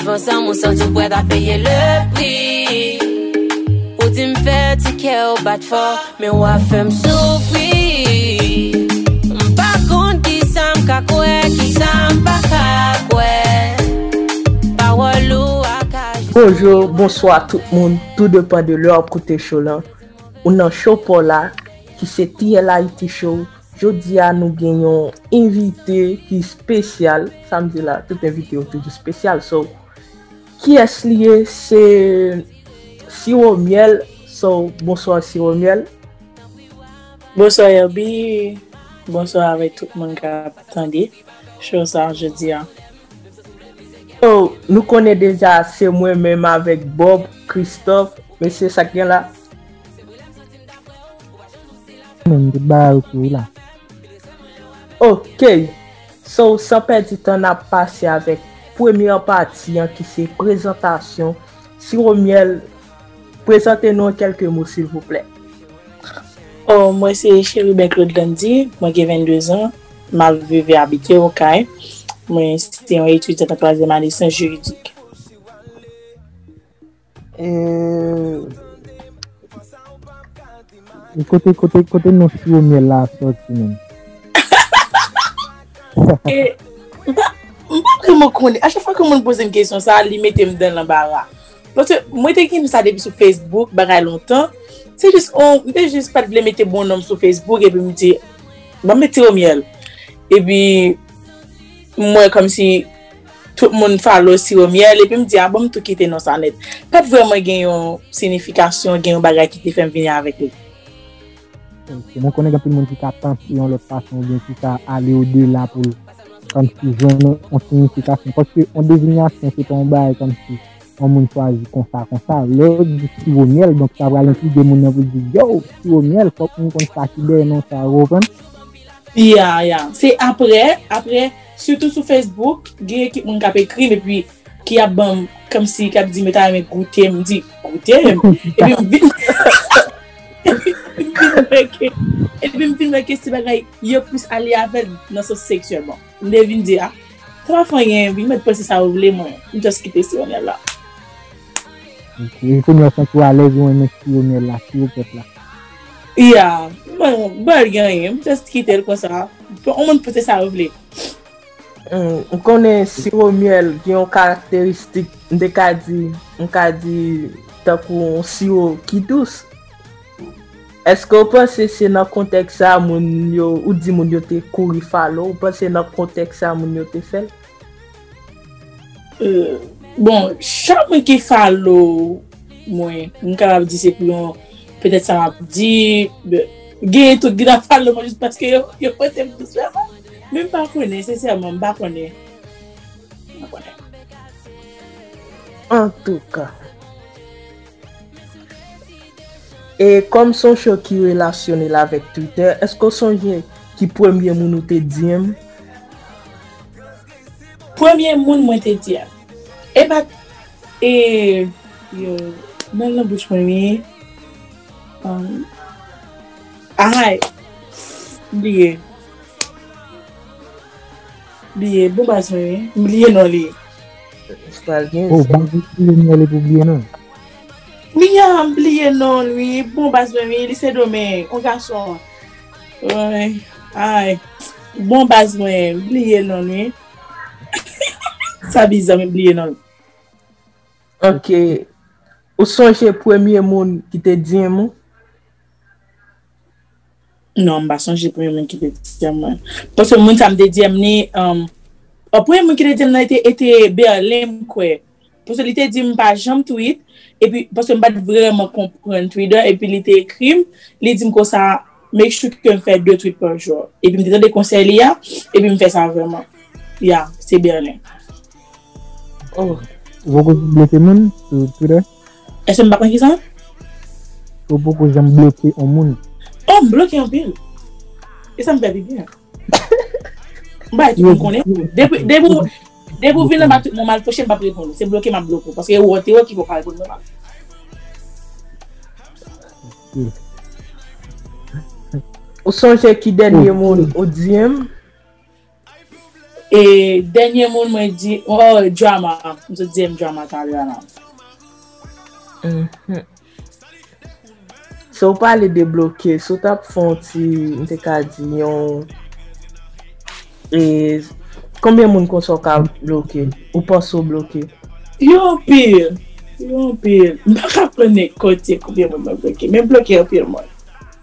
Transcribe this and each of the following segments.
avant ça, mon senti prêt à payer le prix. Pour dire me faire ticket au bas de fort, mais on va faire me souffrir. Pas contre qui ça m'ka koué, qui ça m'pa ka koué. Parole ou akage. Bonjour, bonsoir tout le monde. Tout dépend de l'heure pour tes shows là. On a un show pour là, qui c'est TLIT Show. Jodi à nous gagnons invité qui est spécial. Samedi là, tout invité est toujours spécial. So, qui est lié? C'est Siro Miel. So, bonsoir Siro Miel. Bonsoir Yerbi. Bonsoir avec tout le monde qui a attendu. Chose ça jeudi. So, nous connaissons déjà, c'est moi-même avec Bob, Christophe, mais c'est ça qui est là. Ok, so sans perdre du temps, on a passé avec première partie qui c'est présentation. Siro Miel, présentez-nous quelques mots s'il vous plaît. Oh, moi c'est Chérubin Claude Landy, moi j'ai 22 ans, ma vie habité au Caire. Moi c'était un étudiant en troisième année sciences juridiques. Côté non Siro Miel là sorti même. Et vraiment connais à chaque fois que on me pose une question ça lui mettait me dans l'embarras parce que moi t'ai qui ça depuis sur Facebook bagarre longtemps c'est juste juste pas de mettre bon nom sur Facebook et puis me dire va mettre au miel et puis moi comme si tout le monde follow si au miel et puis me dit ah bon tout quitter non ça net pas vraiment gagner une signification gagner bagarre qui te fait venir avec lui. Mon connaît un peu de monde qui attention l'autre façon bien qui ça aller au-delà pour comme si joindre en signification parce que en désignation c'est pas un bail comme si on monde choisit comme ça l'autre du Siro Miel donc ça va impliquer mon pour dire yo Siro Miel faut qu'on constate non ça reprend. Yeah. C'est après surtout sur Facebook gay qui mon cap écrit et puis qui a bon comme si cap dit mais me goûter me dit goûter et puis me filme que c'est bagaille yo plus aller avec dans ce sexuellement me devine dire ça va faire rien oui mais penser ça voulait moi juste quitter si on est là il faut nous sentir à l'aise on est Siro Miel là s'il vous plaît là yeah bon rien juste quitter comme ça on me penser ça voulait on connaît Siro Miel qui a une caractéristique de dit tant qu'on siro qui douce. Est-ce que vous pensez que c'est dans le contexte ça moun yo ou di moun yo te kouri falo ou pensez dans le contexte ça moun yo te fait? Bon, chaque monde qui falo moi, on capable dire c'est pour peut-être ça m'a dit gay tout grand falo juste parce que yo peut-être même pas connaît nécessairement pas connaît. En tout cas. Et comme son show qui relationnel avec Twitter, est-ce que son qui premier moun ou te dit? Premier moun moi te dit. Yo dans la bouche moi oublié bon bas moi oublié non li. C'est pas bien. oh bah il est oublié non. Mi a oublié non lui bon bas moi il c'est domaine on garçon ouais bon bas moi oublié non lui ça bizarre oublié non. OK. Ou songe premier monde qui te dit mon? Non, pas songe premier monde qui te dit moi. Parce que monde ça me dit ni premier monde qui te dit était Berlin quoi. Parce que il te dit pas jamais tweet et puis parce que pas vraiment comprendre Twitter et puis il te écrit, il dit comme ça make sure que me fait 2 tweets par jour et puis me donne des conseils là et puis me fait ça vraiment. Yeah, c'est Berlin. Oh. Vous bloquez monde sur Twitter? Est-ce que me pas qui ça? Beaucoup j'aime bloquer un monde. Oh, bloquer un peu. Et ça me fait bien. Bah, tu me connais. Dès vous venez battre mon mal prochain pas répondre. C'est bloquer ma bloquer parce que vous êtes qui faut pas répondre normal. Ou songe qui dernier monde au diem? Et dernier mot m'a dit oh drama, je dis drama Taliana. So ou pale de bloke, so tap fon ti mte ka di yon combien moun kon so ka bloke ou pas so bloke? Yon pile. M'a ka prene kote combien moun m'a bloqué, mais bloqué un pile moi.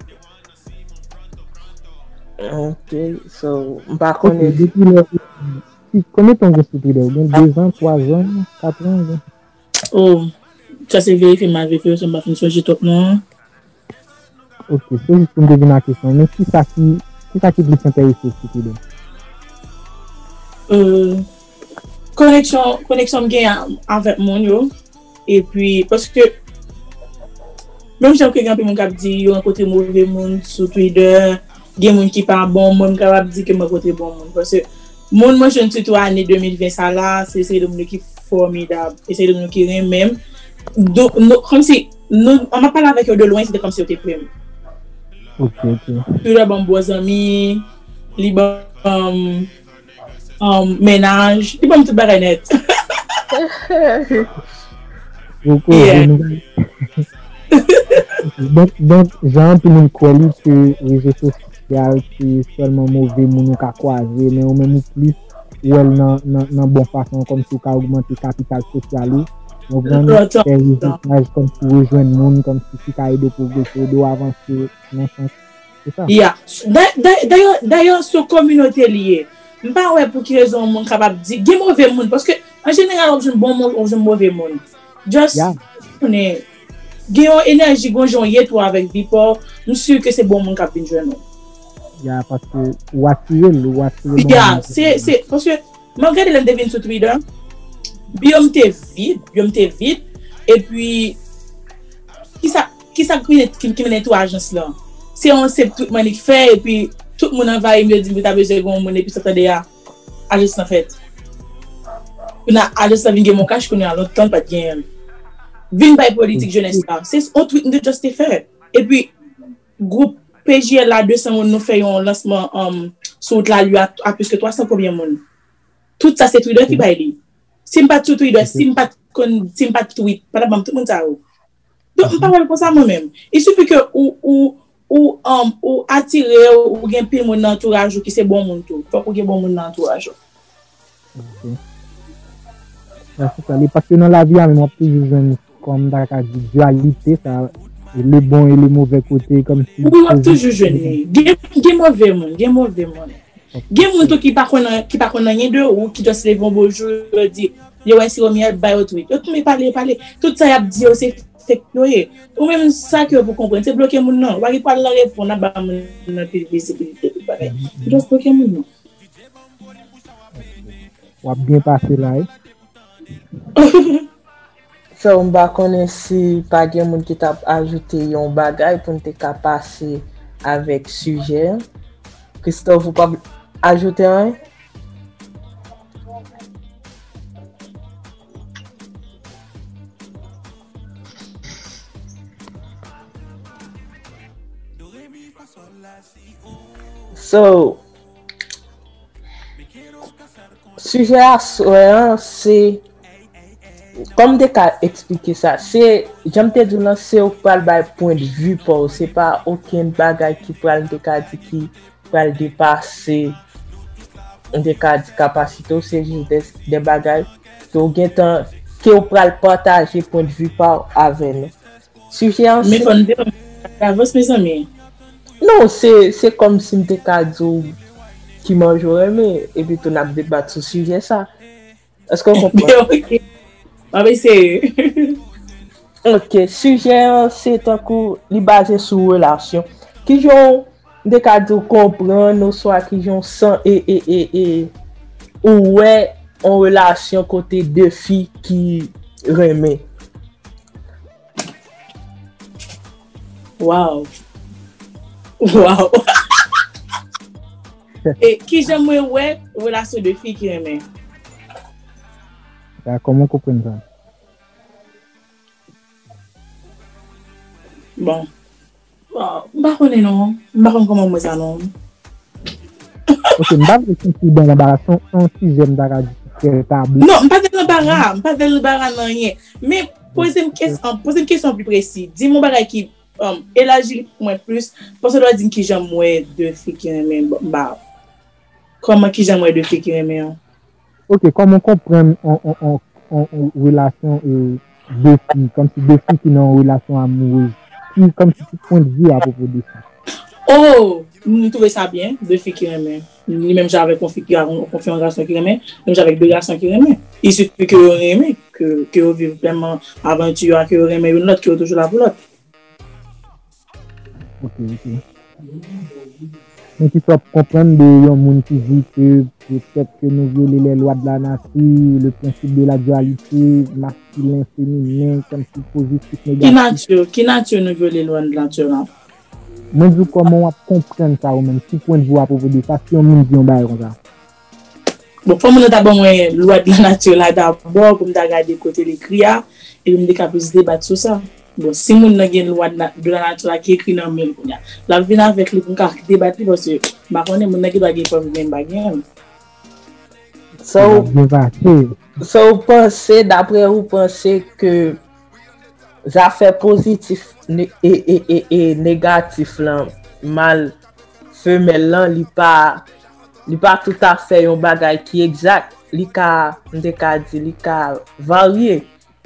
Ok, so mpa konen. Combien ton gros Twitter? 2 ans, 3 ans, 4 ans? Oh, ça c'est vérifié, ma vérifié, ça m'a fait changer tout non. Ok, c'est juste pour me deviner la question. Mais qui ça qui plus intéressé sur Twitter? Connexion gain avec mon yo. Et puis, parce que, même si quelqu'un peut me dire, yo un côté mauvais monde sur Twitter, il y a des gens qui pas bon, moi, je capable dire que mon côté bon monde. Parce que, moi, je ne suis pas année 2020, ça là, c'est de monde qui est formidable. Et c'est de monde qui est même. Donc, comme si, on m'a parlé avec eux de loin, c'était comme si on était prêt. Ok. Tout d'abord, bon amis, les bons ménage, les bons tout net. Donc, j'ai un peu une qualité que les réseaux sociaux, c'est seulement mauvais, mon ka croiser, mais au même plus, ou elle n'a bonne façon, comme si on a augmenté le capital social. Donc, vraiment, faire des messages comme si rejoindre le monde, comme si tu as aidé pour progresser, doit avancer, non sens. C'est ça. Yeah. D'ailleurs, sur communauté liée, je ne sais pas pour qui raison on est capable de dire, il y a mauvais monde, parce que, en général, on a un bon monde, on a un mauvais monde. Just, on est. Il y a une énergie gonjon toi avec Vipor, je suis sûr que c'est bon monde qui a bien joué. Yeah, parce que ou attirer. Yeah, c'est parce que je regarde le devine sur Twitter, biome t'es vide et puis qui ça qui mène tout agence là. C'est on sait tout le monde qui fait et puis tout le monde envahit me dit vous avez besoin de monde et puis ça t'aide à agence en fait. On a agence vinn mon cash qu'on a longtemps pas bien. Vinn by politique jeunesse là. C'est on tweet de juste fait. Et puis groupe PJL là 200 nous fait un lancement sur la lui à plus que 300 combien monde. Tout ça c'est Twitter qui va aider. Si pas tout Twitter, si pas tweet, pas tout le monde ça. Donc on parle pour ça moi-même. Il suffit que ou attirer ou gain pile mon entourage qui c'est bon monde tout. Faut qu'on gain bon monde entourage. OK. C'est ça, parce que dans la vie, on toujours jeune comme dans dualité, ça, le bon et le mauvais côté, comme si. Oui, on toujours jeune. Gain mauvais monde. Gain monde qui pas connaît rien de ou qui doit se lever un beau jour dire yo ouais si on miel by au tweet. Yo tout me parler. Tout ça y a dit c'est fake noyer. Ou même ça que vous comprenez, c'est bloquer mon non. Va pas la répondre ba mon visibilité pareil. Il doit bloquer mon non. On bien passer là. So, on va connaître si pas de monde qui t'a ajouté un bagage pour te passer avec sujet. Christophe, vous pas ajouter un? So, sujet à soi, c'est comme des cas expliquer ça, c'est j'aime te dire c'est au point de vue pour c'est pas aucun bagage qui parle de cas qui parle dépasser des cas de capacité, c'est juste des bagages que vous gagnez que vous pral partager point de vue par avec nous. Sujet en mais faut avance mes amis. Non, c'est comme si m'était cadeau qui mangerait mais et puis on a débattu sur sujet ça. Est-ce qu'on comprend? OK. Ah mais c'est OK, sujet c'est un coup basé sur relation. Qui ont des cadeaux comprendre soit qui ont sans et ouais en relation côté deux filles qui remet. Wow. Et qui j'aime ouais relation de filles qui remet. Comment comprendre ça? Bon. Bah on est non. Bah comment moi ça non. Ok, m'pas de dans l'embarras, son sixième d'arrêt tabou. Non, pas de l'embarras, non, rien. Mais posez une question plus précise. Dis-moi bagay qui élargit moins plus, parce que doit dire qui j'aime moins de filles qui aiment bah. Comment qui j'aime moins de filles qui aiment. Ok, comment comprendre en relation deux filles, comme si deux filles qui sont en relation amoureuse, comme si tu point de vue à propos de ça. Oh, nous trouvons ça bien, deux filles qui aiment. Lui-même j'avais confié un garçon qui aimait, même j'avais deux garçons qui aimaient. Il suffit que vous aimez, que vous vivez vraiment aventure, que vous aimez une autre, qui est toujours là pour l'autre. Ok. Mais tu peux comprendre de yon moun qui dit que peut-être que nous violons les lois de la nature, le principe de la dualité, masculin, féminin, comme si positif, négatif. Qui nature nous viole les lois de la nature? Moi, je dis comment on comprend ça ou même si point de vue à propos de ça, si on me dit on bail comme ça. Bon, pour moi, d'abord, moi, loi de la nature là d'abord, comme t'as regardé côté les cria, et me décaper débattre sur ça. Bon, si moun nan gen loi de la nature qui écrit dans mail kounya, la vinn avec les pour débattre parce que ba connait moun nan ki doit gen pas même bagay. So pensez, d'après vous pensez que ça fait positif et négatif là, mal femelle là, li pas tout à fait un bagay qui exact, li ka varié.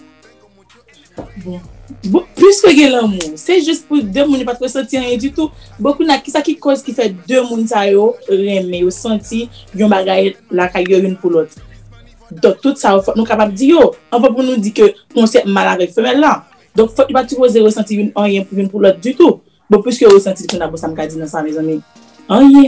Bon, plus que l'amour, c'est juste pour deux moun pas trop sentir rien du tout. Beaucoup na qui ça qui cause qui fait deux moun sa yo aimer ou senti yon bagay la ka yo une pour l'autre. Donc tout ça nous capable dire yo, on va pour nous dire que on s'est mal avec femelle là. Donc faut pas tu oser ressentir rien pour une pour l'autre du tout. Bon plus que ressentir qu'on a bon ça me dit dans ça mes amis. Rien.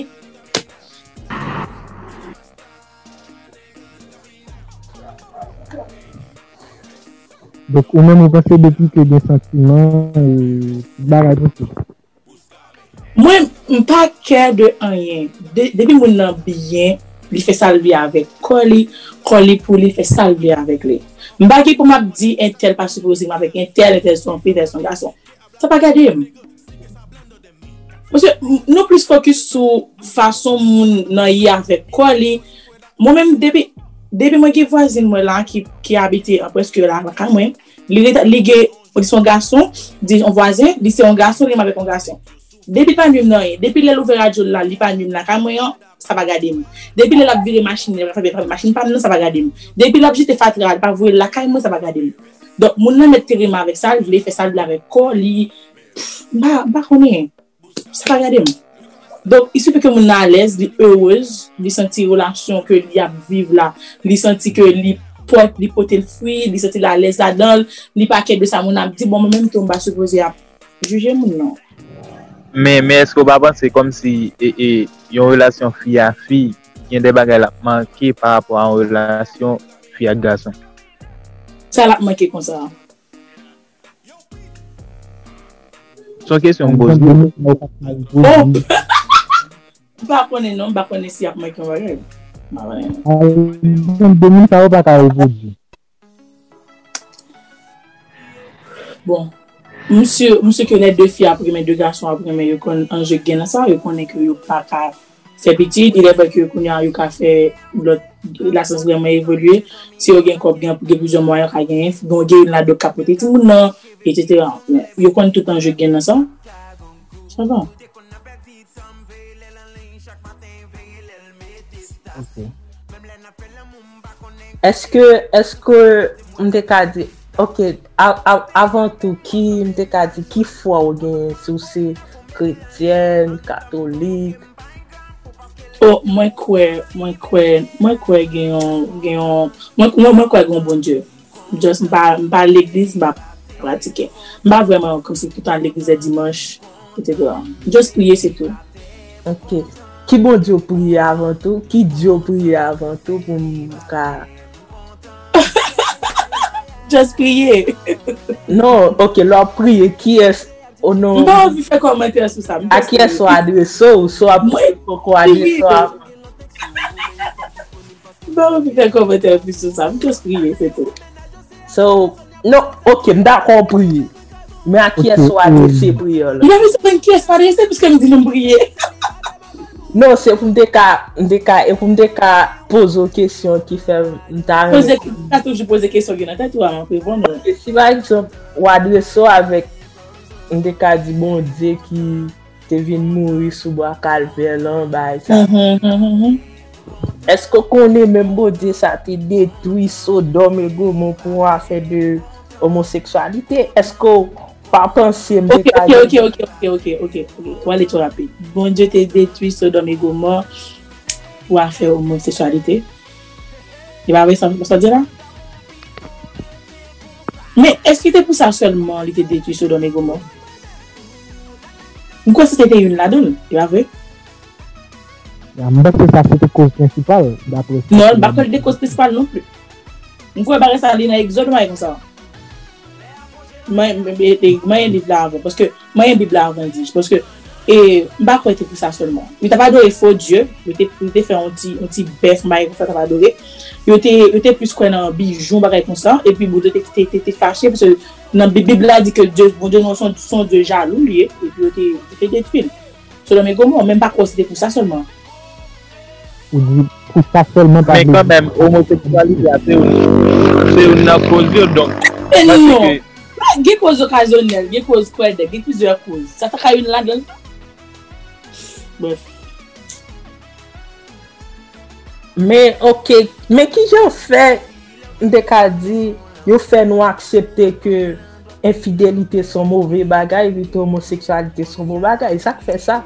Donc, ou même vous pensez depuis que des sentiments barrage tout. Moi, pas care de rien. Depuis mon nan bien, il fait salver avec Coli pour lui fait salver avec lui. M'bagi pour m'a dit un tel pas supposé avec un tel son fille, son garçon. Ça pas garder. Parce que nous plus focus sur façon moun nan y avec Coli. Moi même depuis moi qui voisine moi là qui habitait presque là quand moi li son garçon dit un voisin dit c'est un garçon qui avec un garçon depuis pas même non depuis le ouvert radio là li pas même là quand moi ça va garder depuis la virer machine machine pas non ça va garder depuis la j'étais fatral pas voir là quand moi ça va garder donc mon nan mettre terrima avec ça il voulait faire ça avec quoi li ba connait ça va garder. Donc, il suffit que mon à l'aise, li heureuse, li senti relation que li a vivre là, li senti que li porte le fruit, li senti la l'aise là-dedans, li pas de ça mon a dit bon même que on va supposer à juger mon non. Mais est-ce que vous pensez comme si une relation fille à fille, il y a des bagages là manqué par rapport à une relation fille à garçon? Ça l'a manqué comme ça. Son question pose. Oh. Pas connaître non, pas connaître si a manqué un bagage. Bon, monsieur connaît deux filles après mes deux garçons après mais yo connaît un jeu gain ça, yo connaît que yo pas ka faire petit, il est vrai que konya yo ka fait la sens vraiment évoluer. Si yo gain cop gain pour plusieurs moyens ka gain, donc gain là de capoter tout monde non etc. Yo connaît tout un jeu gain ça. Ça va. Okay. Est-ce que on t'a dit OK avant tout qui on t'a dit qui foi ou gain si c'est chrétienne, catholique? Oh moi quoi gain moi quoi bon Dieu. Juste pas l'église pas pratiquer. Pas vraiment comme si tout le temps l'église dimanche etc. Juste prier c'est tout. OK. Qui bon Dieu prier avant tout? Qui Dieu prier avant tout pour ka Just prier. Non, OK, leur prier qui est au nom. Non, vous faites commentaire sur ça. À qui est son adresse ou soit pourquoi adresse soit. Non, vous faites commentaire sur ça. Just prier, c'est tout. So, non, OK, d'accord prier. Mais à qui est son adresse prier là? Il a mis sur une qui est adresse parce que me dit de prier. Non, c'est pour me poser une question qui fait t'as toujours posé question qui dans tête ou à répondre. Si par exemple, ou adresse avec un dit bon Dieu qui te vient mourir sous bois calvaire là, bah ça. Est-ce que connaît même bon Dieu ça te détruit Sodome et Gomorrhe pour affaire de homosexualité? Est-ce que pas penser Ok. On va aller trop rapide. Bon Dieu te détruit Sodome et Gomorrhe pour affaire homosexualité. Il va avoir ça dire là? Mais est-ce que c'était pour ça seulement il te détruit Sodome et Gomorrhe? Pourquoi c'était une là-dedans? Il va voir? Je pense que ça c'était cause principale d'après. Non, pas que des causes principales non plus. On peut pas rester dans Exode comme ça. Moi un livre là avant parce que moi un Bible là avant dit parce que et pas quoi était pour ça seulement. Il t'a pas adoré faux Dieu, il était fait un petit bœuf maïs ça t'a pas adoré. Il était plus quoi dans bijoux bagarre comme ça et puis bon t'étais fâché parce que dans la Bible là dit que Dieu bon Dieu non sont de jaloux lui et puis il était détruit. Sodome et Gomorrhe même pas c'était pour ça seulement. Ou dit pour ça seulement pas. Mais quand même homosexualité c'est une cause donc. Non. Il y a cause occasionnelle, il y a cause quoi, il y a plusieurs causes. Ça t'a une là-dedans. Bref. Mais ok, mais qui j'en fait de cas dit, yo fait nous accepter que infidélité sont mauvais bagaille, et homosexualité sont mauvais bagaille, ça fait ça.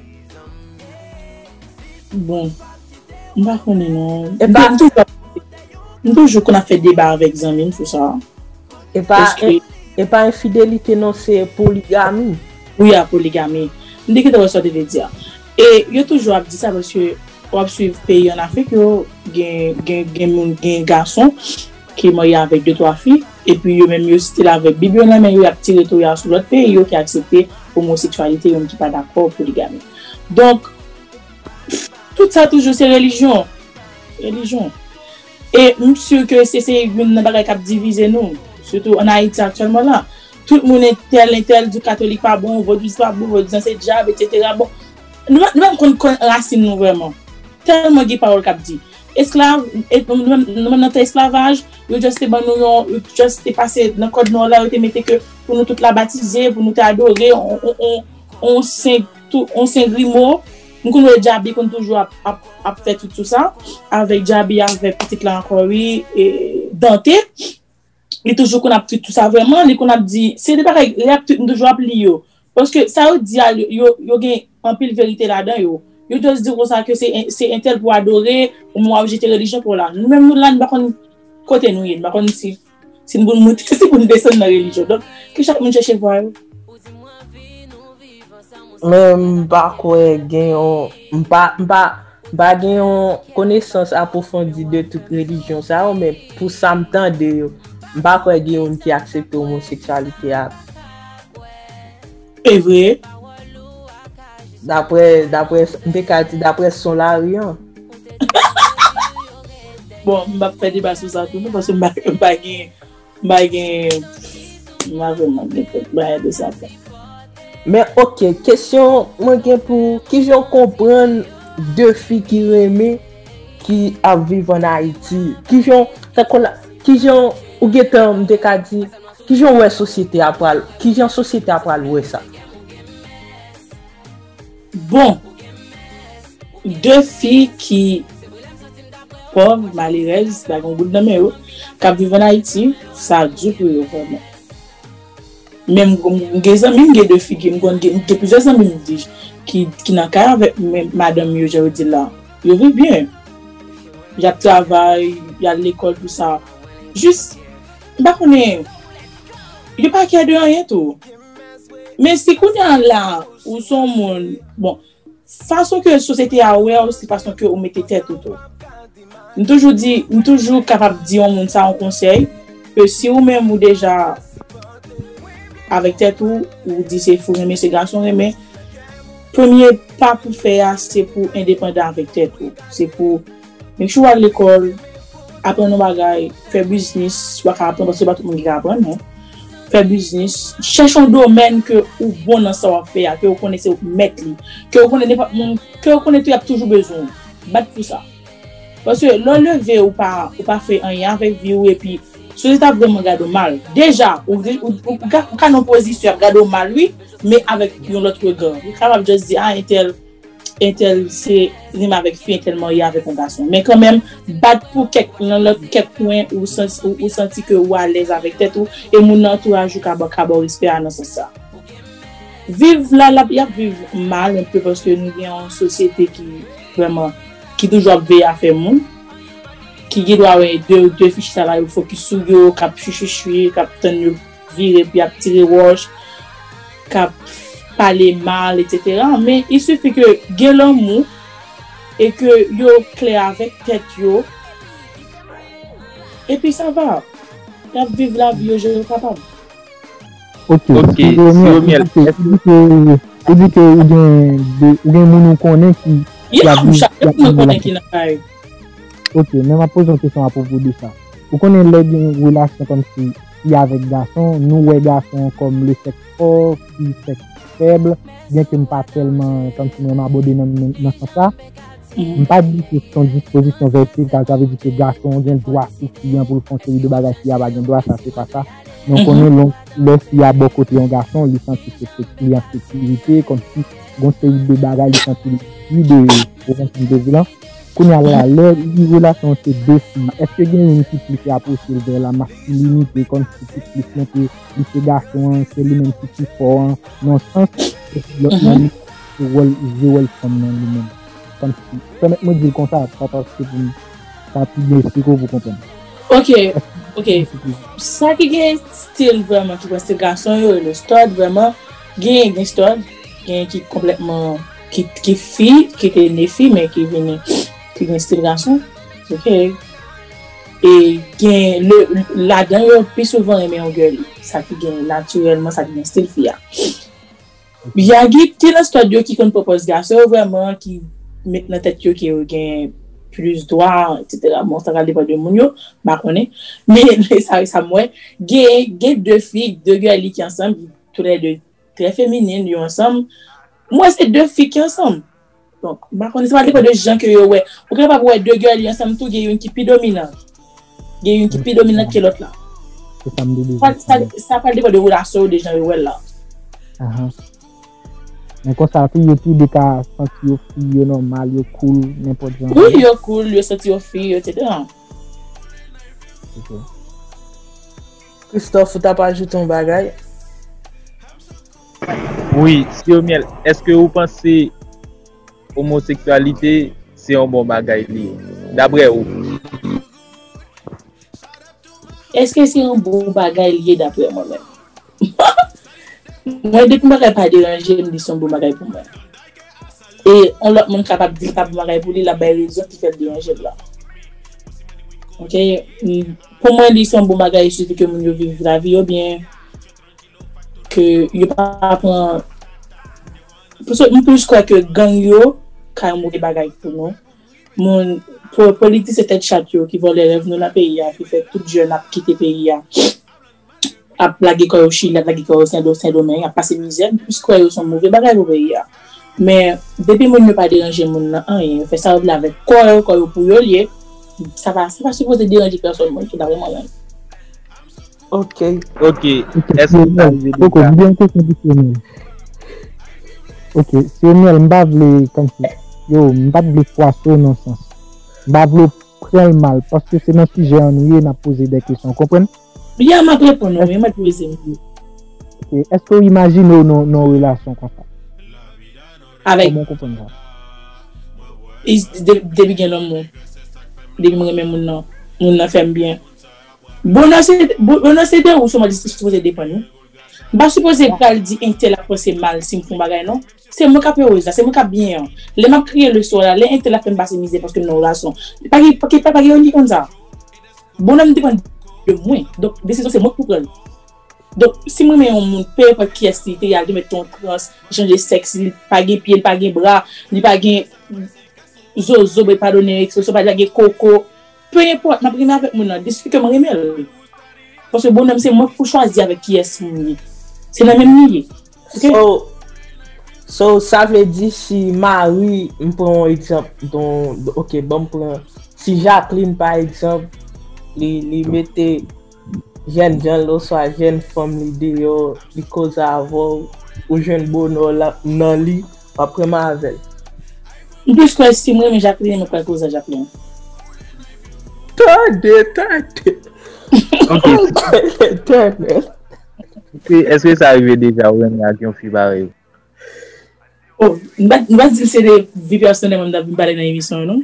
Bon. On va connaître non. Et pas toujours qu'on a fait débat avec Zamine sur ça. Et pas infidélité non, c'est polygamie. Oui, la polygamie. Je dis que tu vas sortir de dire. Et il y a toujours dit ça parce que on suivre pays en Afrique, il y a un garçon qui est marié avec 2-3 filles et puis il même c'était là avec Bible mais il a tiré tout sur l'autre pays qui a accepté l'homosexualité qui pas d'accord polygamie. Donc tout ça toujours c'est religion. Et monsieur que c'est une bagaille qui a divisé nous. Surtout en Haïti actuellement là. Tout le monde est tel du catholique pas bon, votre pas bon, votre c'est diable, etc. Bon, nous qu'on racine nous vraiment. Tellement de paroles qu'a dit. Esclave, nous notre esclavage, nous juste nous juste passé dans code nord là, nous mettait que pour nous toute la baptiser, pour nous adorer, on saint Grimaud. Nous connaissons Djabi qu'on toujours a fait tout ça avec Djabi avec petite là encore oui et Dante. Il toujours qu'on a tout ça vraiment les qu'on a dit c'est des pareil nous toujours appliquer parce que ça dit yo gain en pile vérité là-dedans yo juste dire ça que c'est un tel pour adorer ou moi j'étais religion pour là nous même nous là nous pas côté nous pas comme si nous monter c'est pour nous descendre dans la religion donc que chaque monde cherche voir même pas quoi gain pas gain connaissance approfondie de toute religion ça mais pour ça m'entendre pas quoi gain qui accepte l'homosexualité est vrai d'après son larian bon on va faire débat sur ça tout parce que pas de ça. Mais ok, question moi pour qui j'en comprendre deux filles qui aimaient qui vivent en Haïti qui j'en ou getan de ka di qui j'en ouais société après qui j'en société après ouais ça. Bon, deux filles qui pauvres, malheureuses, qui ont beaucoup de numéros, qui vivent en Haïti, ça dure pour eux vraiment. Même des amis, deux filles qui plusieurs amis qui n'ont qu'à avec madame, je veux dire là, ils vivent bien. Il y a le travail, il y a l'école, tout ça. Juste, il n'y a pas qu'il y a de rien tout. Mais si qu'on est là, où sont mon bon, façon que la société a ouais aussi façon que on mettait tête autour. Nous toujours capable de dire on ça en conseil que si vous même ou déjà avec tête ou dit c'est faut aimer ces garçons aimer premier pas pour faire c'est pour indépendant avec tête ou c'est pour mais je à l'école apprendre nos bagages faire business soit apprendre parce que pas tout le monde qui apprend non faire business, cherche un domaine que ou bon dans ça faire, que vous connaissez mettre li, que vous connaissez pas que vous connaissez toujours besoin. Battre pour ça. Parce que l'enlever ou pas faire rien avec vie et puis si vous êtes vraiment gardé mal, déjà ou quand on position gardé mal oui, mais avec un autre regard. Vous capable juste dire un tel c'est rime avec fille, un tel marié avec un garçon. Mais quand même, battre pour quelques points où senti que vous à l'aise avec tête ou et mon entourage ou kaba respect dans ça. Vivre là, il y a vivre mal un peu parce que nous avons une société qui toujours veille à faire monde. Qui doit avoir deux fiches salariés, il faut qu'il sur yo, cap chuchuchuer, cap tenir virer puis à tirer roche, cap parler mal, etc. Mais il suffit que gen l'amour et que yo clair avec tête yo et puis ça va. La vivre la vie, je suis capable. Ok. Si Omiel. Tu dis que il y a des gens qui connaissent qui. Il y a des gens qui n'a pas eu. Ok, mais ma pose une question à propos de ça. Vous connaissez les relations comme si il y a avec garçons, nous les garçons comme le sexe fort, le sexe faible, bien que je ne pas tellement comme si on abordé dans ce sens-là. Je ne pas dit que c'est une disposition verticale, ça veut dire que les garçons ont le droit suffisant pour faire une série de bagages, il y a pas de droit, ça c'est pas ça. Donc on est lorsqu'il y a beaucoup de garçons, ils sentent que c'est en sécurité, comme si on série de bagages, ils sentent de violence. Qu'on a là, les relations entre deux filles, est-ce que il y a une petite qui approche vers la masculinité, comme si c'est plus les garçons, c'est les mêmes qui sont forts, dans le sens que le rôle joué comme lui-même. Comme si, permettez-moi de dire comme ça, parce que ça peut bien expliquer vous comprenez. Ok. Ça qui est style vraiment, qui pense que garçon, le stud vraiment, il y a un stud, qui est complètement, qui fille, qui était une fille, mais qui vient style garçon. Ok. Et là-dedans, plus souvent, il y a un gueule. Ça qui est naturellement, ça qui est style fille. Il y a un stud qui propose garçon, vraiment, qui met dans la tête qui est plus droit, etc. Bon, ça va dépendre de mon yo, je connais. Mais ça moi, il y a deux filles, deux gars qui ensemble, tous les deux très féminines, ils ensemble. Moi, c'est deux filles qui ensemble. Donc, je connais pas dépendre de gens que ouais. Vous ne pouvez pas voir deux gars ensemble, tout, il y a une qui est plus dominante. Il y a une qui est plus dominante que l'autre là. Ça parle de relation des gens là. Mais quand ça fait, il y a tout des cas, senti fille, normal, cool, n'importe quoi. Oui, il est cool, il est senti fille, etc. Okay. Christophe, tu n'as pas ajouté ton bagage? Oui, si Omiel, est-ce que vous pensez homosexualité, c'est un bon bagage lié? D'après vous? Est-ce que c'est un bon bagage lié d'après moi-même? Moi, dès que je ne m'aurais pas dérangé, je me dis que c'est un bon bagage pour moi. Et on l'a capable de dire que c'est un bon bagage pour lui, la belle raison qui fait déranger là. Ok? Pour moi, c'est un bon bagage, il suffit que je vive la vie ou bien que je ne pas prendre. Plus quoi que gang yo, quand un mauvais bagage pour nous. Mon politique, c'est tête chat qui vole les rêves dans le pays, qui fait tout jeune à quitter le pays. À blaguer quand au Chili, à blaguer quand au Saint-Domingue, à passer misère, plus quoi ils sont mauvais bagages au pays. Mais depuis que je ne pas déranger mon nom, il fait ça avec quoi pour y lier, ça va supposer déranger personne qui n'a vraiment rien. Ok. Est-ce que vous avez bien question. Ok, si on a un comme ça, yo, m'bavle poisson dans ce sens. M'bavle prendre mal parce que c'est un sujet ennuyé, n'a posé des questions, comprenez? Il y a ma réponse, mais ma réponse. Est-ce que vous imaginez nos relations comme ça? Avec. Comment comprendre ça? Depuis que l'homme, depuis que mon fait bien. Bon, c'est de où sont supposé dépendre. Pas supposé qu'elle dit un tel a c'est mal si me font bagay non. C'est moi qui peux c'est moi qui bien. Les m'a crié le soir là, les un tel a fait passer misère parce que nos relations. Pas on dit comme ça. Bon homme dépend de moi. Donc décision c'est moi pour prendre. Donc si moi mets un monde peu importe qui est il y a de mettre ton trans, changer sexe, il pas gain pied, pas gain bras, il pas gain zozo pas donner expression pas gain coco. Peu importe, m'a pris avec mon discute que moi remel. Parce que bonhomme, c'est moi pour choisir avec qui est-ce que c'est la même ligne. Okay? So, ça veut dire si Marie, on prend un exemple, ok, bon, si Jacqueline, par exemple, il mettait jeune gens, soit jeune femme, l'idée, il cause à avoir, ou jeune bonheur, dans lui, après Marvel. En plus, quoi, si moi, mais Jacqueline, mais quoi cause à Jacqueline? Tade. Est-ce que ça arrive déjà ou même avec une fille pareille? Oh, on va dire que c'est des vies personnelles, on a vu parler dans l'émission, non?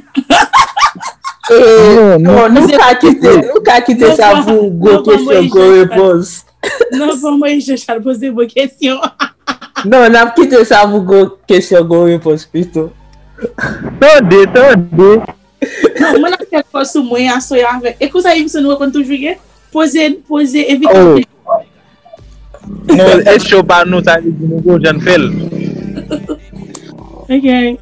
Non, nous qu'à quitter ça pour go question go réponse. Non, pour moi, je vais poser vos questions. Non, on a quitté ça pour go question go réponse plutôt. Tande. Non, moi, je quelque chose sur moi, avec. Et que ça, il nous raconte toujours, poser, éviter. Non, est-ce que par nous, ça veut dire que je ne fais Ok.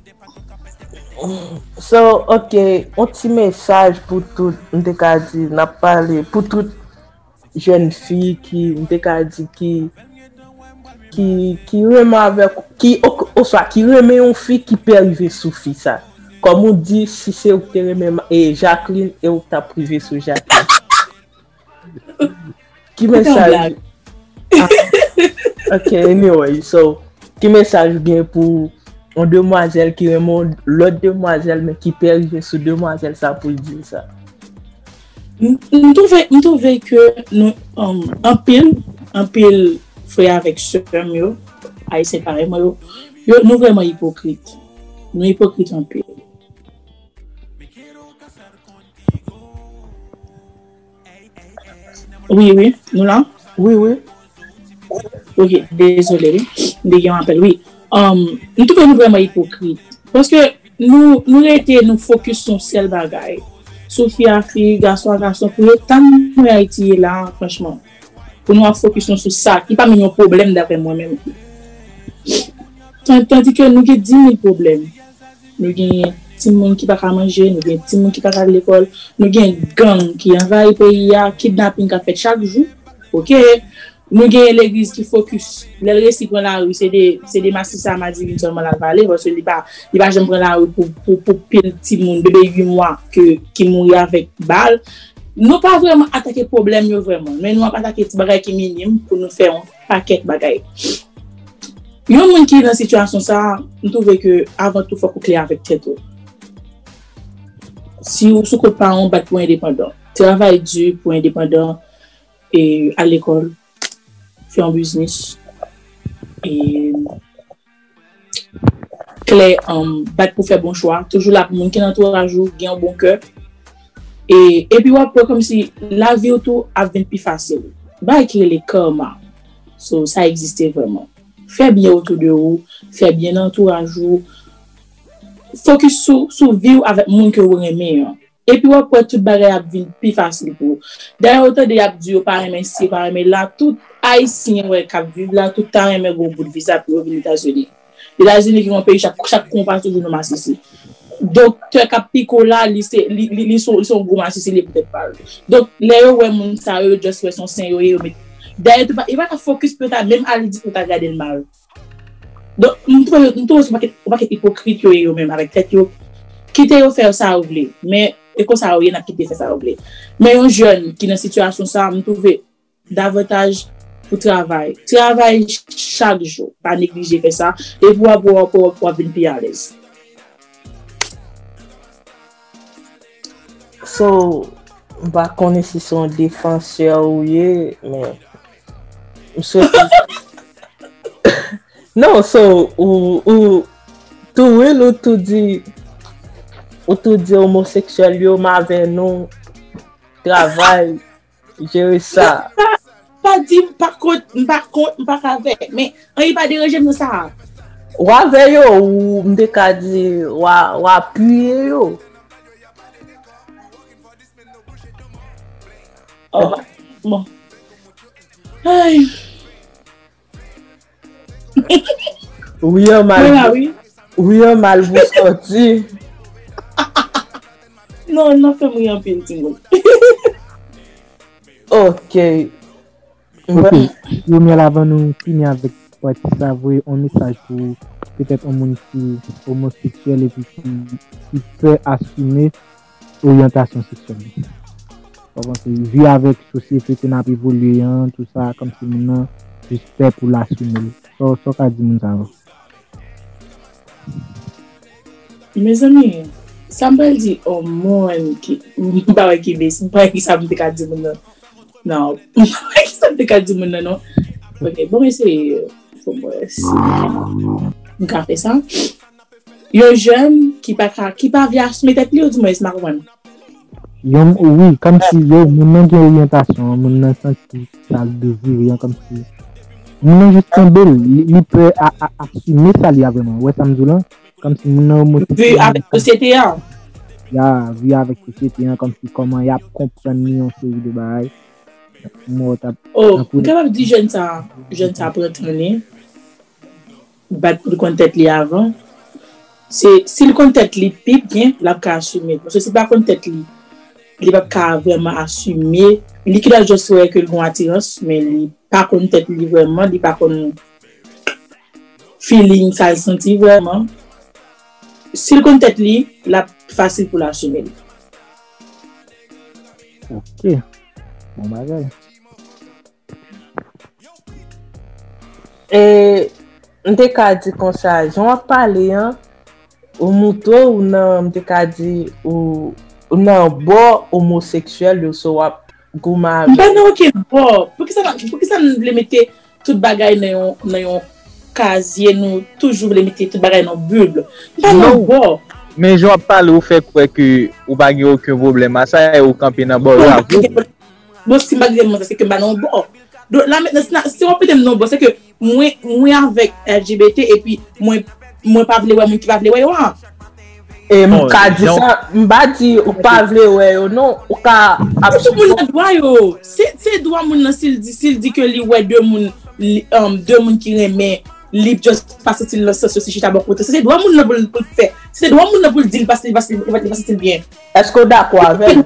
So, ok, un petit message pour tout, n'a parlé pour toute jeune fille qui remet avec qui remet une fille qui peut arriver sous fille ça. Comme on dit, si c'est au terrain et Jacqueline et au t'a privé sur Jacqueline. Qui message? Ok, anyway, so qui message bien pour une demoiselle qui remonte l'autre demoiselle mais qui peut arriver sur demoiselle ça pour dire ça. Nous trouvons que nous un pile frère avec sœur mieux à séparer moi nous vraiment hypocrite. Nous hypocrite un pile. Oui, nous là? Oui. Ok, désolé, je m'appelle, oui. Nous trouvons vraiment hypocrite. Parce que nous focus sur celle bagaille. Sophie a fille, garçon, pour le temps nous Haïti là, franchement. Pour nous focus sur ça, qui pas un problème d'après moi-même. Tandis que nous avons 10 000 problèmes. Nous avons petit monde qui ne peut pas manger, nous avons petit monde qui ne peut pas aller à l'école, nous avons une gang qui envahit le pays, kidnapping qui fait chaque jour. Ok? Nous avons l'église qui focus. Les récits pour la rue, c'est des massifs à Madrid seulement la vallée, parce que il va jamais prendre la rue pour pile petit monde, bébé 8 mois qui mourit avec balle. Nous pas vraiment attaquer le problème, vraiment, mais nous pas attaquer petit bagage qui minime pour nous faire un paquet de bagages. Il y a un monde qui est dans cette situation, ça, nous trouvons que avant tout, il faut clair avec tête. Si vous ne pas un bat pour indépendant, travail dur pour indépendant et à l'école, faire un business et clair bat pour faire bon choix, toujours là pour monde qui l'entourage qui a un bon cœur et puis ouais, comme si la vie autour a devenu plus facile. Bah écrire les karma, so, ça existait vraiment. Faire bien autour de vous, faire bien l'entourage, focus sur vivre avec monde que vous aimez. Et puis, après, tout bagay a devenu plus facile pour vous. D'ailleurs, autant de yap du par aimer si, par aimer là, tout haïtien qui vivent là, tout le temps aimer go bout de visa pour venir aux États-Unis. Les États-Unis qui vont payer chaque compas toujours dans Massissi. Donc, tu as pico là, ils sont gros Massissi, ils peut-être pas. Donc, les ouais, mon ça, eux, juste ouais, son sein, d'ailleurs, il va focus peut-être même à lui dire que tu as gardé le mal. Donc, nous trouvons pas être hypocrite même avec tête yo. Quitter yo faire ça oublie, mais et comme ça rien n'a quitté faire ça oublie. Mais un jeune qui dans situation ça, nous trouver davantage pour travail chaque jour, pas négliger faire ça et pour venir plus à l'aise. So, bah connaître si son défenseur ou mais non, so ou tout dit homosexuel yo m'avait non travail gérer ça. Pas dit par contre pas avec mais on pas déranger nous ça. Ou avec yo ou m'de ka di ou appuyer yo. Oh, bon. Aïe. Oui, un mal vous sorti. Non, fais-moi un peu de tingle. Oh, Ok. Ok, yo miel avant nous finir avec partie ça, voyez un message pour peut-être un monde qui est homosexuel et puis qui peut assumer orientation sexuelle. Parce que vu avec société qui n'a pas évolué, tout ça, comme si maintenant, j'espère pour l'assumer. Ça qu'a dit mon ça. Mes amis, ça me dit au moins qui pas qui baisse, pas qui ça me dit mon non. Qui ça me dit mon non. OK, bon c'est faut moi on fait ça. Yo jeune qui pas vient se mettre lui du moins marwan. Oui, comme si yo mon orientation, mon senti ça désir comme si mon juste un bel, il peut assumer ça lui vraiment. Ouais, ça me dit là. Comme si mon vu avec société vu avec société comme si comment y a comprendre une série de bail moi capable dire jeune ça pour entraîner battre pour le contact li avant c'est si le contact li pipe bien la pas assumer parce que c'est pas contact li pas vraiment assumer li qui doit juste ouais que le bon attirance mais li pas contact li vraiment li pas con feeling ça le sentir vraiment. Si le contact li, la facile pour l'assumer. Ok. Bon bagay. Et m'te ka di comme ça, j'en parler au moto ou non m'te ka di ou non bon homosexuel yo so wap gouma. Ben non OK, bon. Pour que ça le mettre toute bagaille dans yon casier nous toujours les mettre toute bagaille dans bulle. Non bon. Mais je parle au fait que ou pas aucun problème à ça et au camper dans bord là. Bon si magrément c'est que non bon. Donc là maintenant si on peut dire non bon c'est que moi avec LGBT et puis moi pas vle ouais moi qui pas vle ouais. Et m'ka di ça m'ba di ou pas vle ouais non ou ka absolument droit yo. C'est droit moun s'il dit que li ouais deux moun qui remet libre juste parce que le société ta bon côté c'est droit moun pour le faire c'est droit moun pour le dire parce que c'est bien. Est-ce que d'accord avec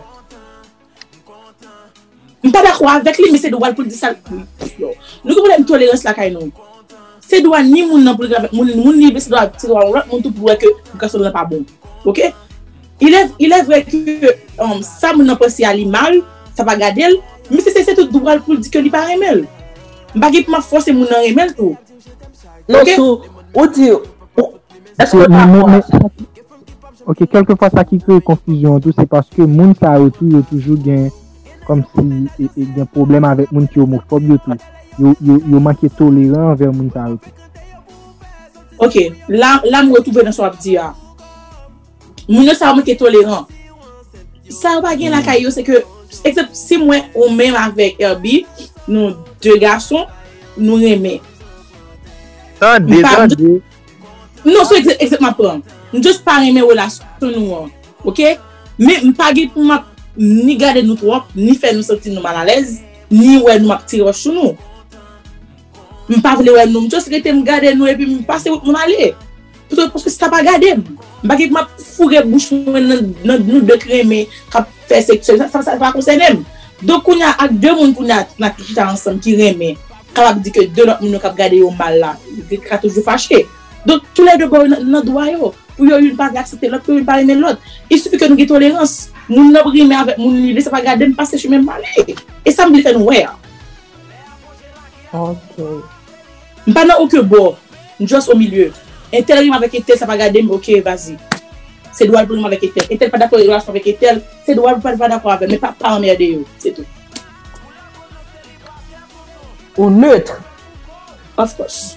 pas d'accord avec lui mais c'est droit pour dire ça nous problème tolérance la kay nous c'est droit ni moun pour avec moun libre c'est droit moun tout pour que ça n'est pas bon. OK il est vrai que ça moun penser à l'image ça va garder mais c'est tout droit pour dire que il pas aimer pas que ma force moun aimer tout. Non, ou dit, est-ce que ok, quelquefois ça qui crée confusion, tout c'est parce que moun sa tout toujours gain comme si il y a un problème avec moun qui homophobe tout. Yo manque tolérant envers moun sa tout. OK, là me retrouver dans ce que dit a. Moun sa manque tolérant. Ça va gain la caillou c'est que exemple si moi on même avec Herbie, nous deux garçons, nous aimer. Non, c'est exactement pas. Nous juste pas aimer relation nous. OK? Mais pas pour m'a ni garder nous trop, ni faire nous sentir nous mal à l'aise, ni ouais nous tirer sur nous. Pas vouloir nous juste rester me garder nous et puis me passer mon aller. Parce que si t'as pas garder, pas que m'a fourrer bouche nous de crémer cap faire sexuel, ça va concerner. Donc on a deux monde qu'on a qui ensemble qui remet capable dire que deux autres monde cap garder au mal là, il est toujours fâché. Donc tous les deux dans droit yo pour une pas accepter l'autre pour une pas aimer l'autre. Il suffit que nous ayons tolérance, nous n'a rimer avec mon laisser pas garder me passer chemin mal. Et ça me fait nous ouais. OK. Pas dans aucun bord, juste au milieu. Intel rime avec Intel ça va garder OK, vas-y. C'est droit pour avec Intel. Intel pas d'accord avec Intel, c'est droit pas d'accord avec mais pas emmerder yo, c'est tout. Ou neutre. Of course.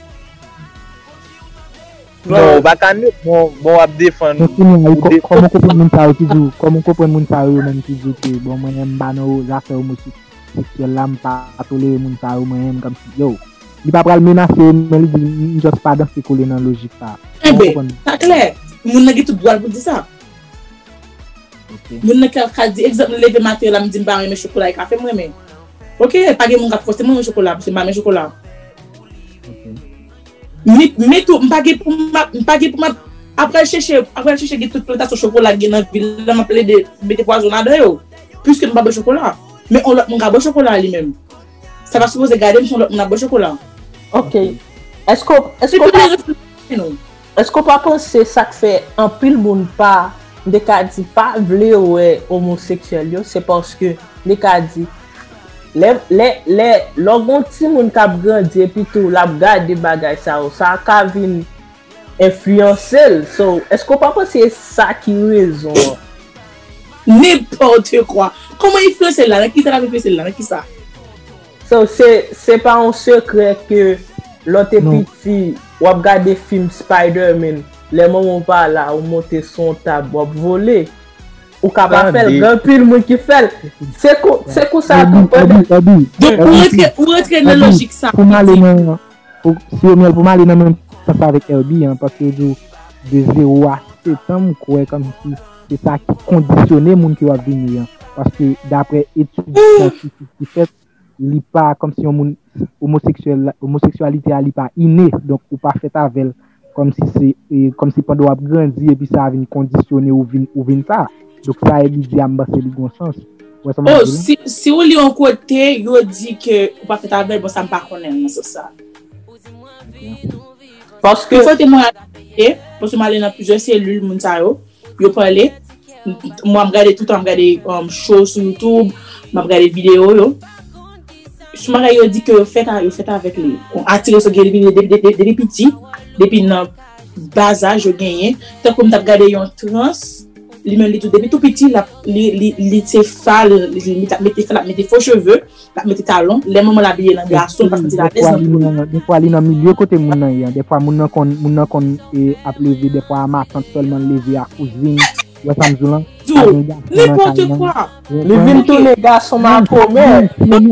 Non, bacane, bon à défendre. Comment comprendre moun sa qui dit, comment comprendre moun sa même qui dit que bon moi j'aime pas nos affaires homosexuelles là pas tolérer moun sa moi comme si yo. Il pas pral menacer mais il dit juste pas dans c'est coller dans logique ça. Eh ben, ça clair. Moun n'a tout droit pour dire ça. Moun n'a qu'à dire exemple lever matin là me dit pas aimer chocolat et café moi mais. OK, pas que mon gars forcément aimer chocolat, c'est pas aimer chocolat. Mais tout pas pour après chercher toute plantation chocolat dans ville là m'appeler de mettre poison là dedans puisque nous pas de chocolat mais on l'a bon chocolat lui-même. Ça va supposer garder son on a bon chocolat. Ok. Est-ce qu'on pas penser ça que fait un pile monde pas de cas dit pas vle ouais homosexuel yo, c'est parce que les cas dit les logon ti moun k'ap grandi puis tout la regarder bagay ça ka vinn influencer. So est-ce qu'on pas penser ça qui raison? N'importe quoi. Comment influencer là? Qui ça la influencer là? Qui ça? So c'est pas un secret que l'autre petit ou a regardé film Spider-Man, les moments pas là ou monter son table ou voler ou capable faire grand pile monde qui fait. C'est quoi ça tout donc pour rentrer dans logique ça. Pour m'aller dans même ça avec Herbie parce que de 0 à 7 ans quoi comme si c'est ça qui conditionner monde qui va venir parce que d'après études scientifiques qui fait li pas comme si on homosexualité ali pas inné donc ou pas fait avec comme si c'est comme si pendant grandir et puis ça vient conditionner ou vient ça donc ça est dit amba c'est bon sens si on lit en côté yo dit que ou pas fait avec bon ça me pas connaître c'est ça parce que faut témoin parce que m'aller dans plusieurs cellules moun ça yo parler moi regarder tout le temps regarder show sur YouTube m'a regarder vidéo yo je m'arrête dit que fait avec lui on attire ce gars depuis petit depuis dans bas âge gagné tant comme t'as regardé un trans lui même tout depuis tout petit il c'est fâle il mettait faux cheveux il mettait talons les moments l'habiller dans garçon parce que c'est la des fois il dans milieu côté moun nan des fois moun nan kon appeler des fois ma tante seulement lever à cousine n'importe quoi. Les vins tous les gars sont ma commère.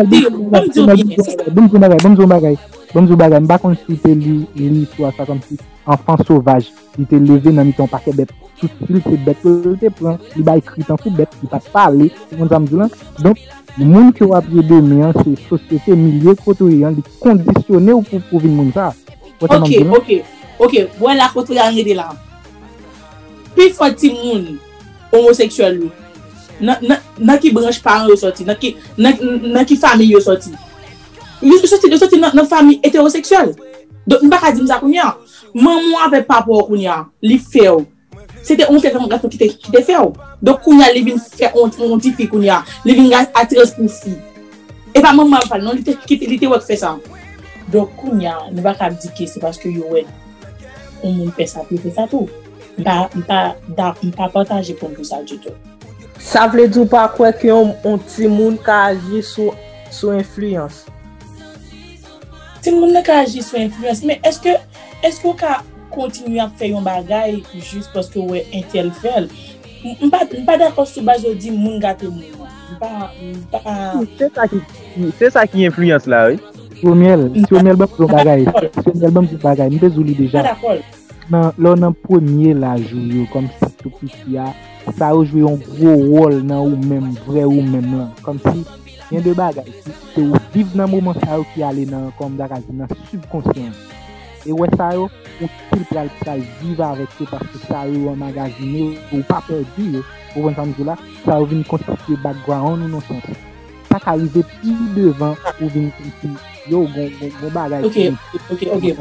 Bon bagay, m'pa kon si te li soit ça comme si enfant sauvage, il te levé dans ton paquet bête. Tout c'est bête que te prend, il va écrire tant pour bête, il pas parler, donc le monde qui va pied demain c'est société milieu côté il conditionné pour venir monde ça. OK, voilà côté arrêter là. Puis faut ti moun homosexuel nan ki branche parent yo sorti nan ki famille yo sorti yo sorti nan famille hétérosexuelle donc m'pa ka di m'sa kounya maman avec papa kounya li fait c'était on fait comme garçon qui te fait donc kounya li vinn faire on petit fille kounya li vinn attirer pour fille et pas maman pas non li te wak fait ça donc kounya ne pas ka dire que c'est parce que yo ouais on moun fait ça tout pas partager pour tout ça du tout. Ça veut dire pas quoi que un petit monde qui agit sous influence. Petit monde qui agit sous influence, mais est-ce qu'on peut continuer à faire un bagage juste parce que ouais intel fait? Pas d'accord sur base de dire monde gâté monde. C'est ça qui influence là, oui. Somiel bon bagage. Somiel bon bagage, nous désolé déjà. D'accord. Dans premier la joue comme si tout petit ça a joué un gros rôle dans ou même vrai ou même là comme si il y a deux bagages c'est vivre dans moment ça qui aller dans comme dans subconscient et ouais ça ou il peut vivre avec eux parce que ça est emmagasiné ou pas perdu pour entendre là ça vient constituer background non sens ça arriver plus devant ou vient yo bon bagage OK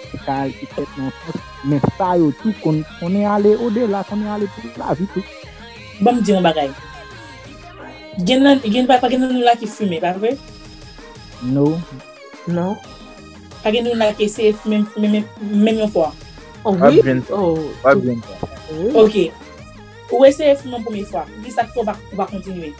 mais ça yo tout qu'on est allé au-delà qu'on est allé pour la vie tout bon me dire un bagage gen pas là qui fume pas vrai non pas gen là qui c'est même une fois oui pas bien OK ou essayer fumer une première fois dis ça qu'on va continuer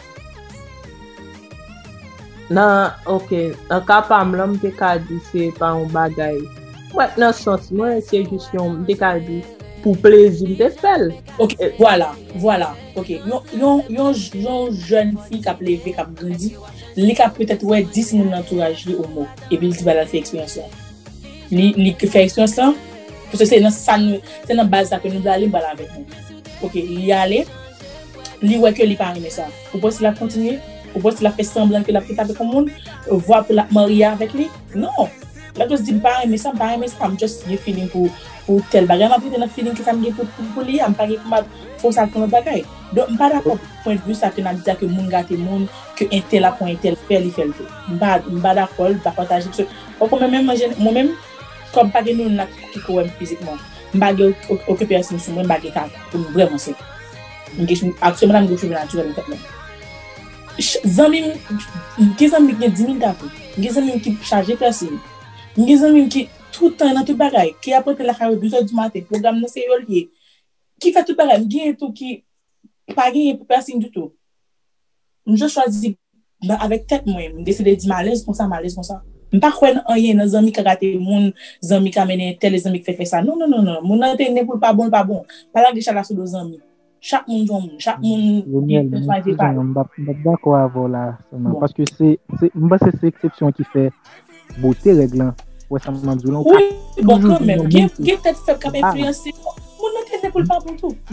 non OK en cas pas m'l'am te ka di c'est pas un bagage ouais dans sens moi c'est juste un décalage pour plaisir de faire. OK voilà OK yon jeune fille qui a levé qui a grandi li ka peut-être ouais 10 moun entourage li homo et puis il va la faire expérience là li fait expérience là parce que c'est dans base ça que nous aller balan avec nous OK li aller li ouais que li pas aimer ça ou pas si la continuer ou pas si la fait semblant que la fait avec le monde voir pour la marier avec lui non La tos di m'pa aimer ça, I'm just a feeling pour tel bagay. M'a pris un feeling que ça me pour lier, m'pa gen pour faut ça comme bagay. Donc m'pa d'accord point de vue ça que n'a dit que moun gâté moun que un tel a point un tel faire il fait le tout. M'pa d'accord, pas partager parce que moi-même comme pas gen nou qui ko physiquement. M'pa gen occuper sur moi, m'pa gen pour vraiment c'est. Actuellement m'go cheveux naturel tête. Zami qui zami gen 10 000 d'appel. Qui zami qui charger personne. Qui zami qui tout le temps dans tout bagay qui apporte la caille 2h du matin programme dans c'est lié. Qui fait tout bagay, gen tout qui pas gen pour personne du tout. Je choisis avec tête moi, décider de malaise comme ça. M'pas croire rien dans zami qui raté moun, zami qui amène tel zami qui fait ça. Non, mon antenne pour pas bon. Pas la gèche sur deux amis. Chaque monde d'accord avec là parce que c'est exception qui fait beauté règlement ouais ça m'a dit oui bon quand même qui peut-être fait comme influencer mon antenne pour pas bon tout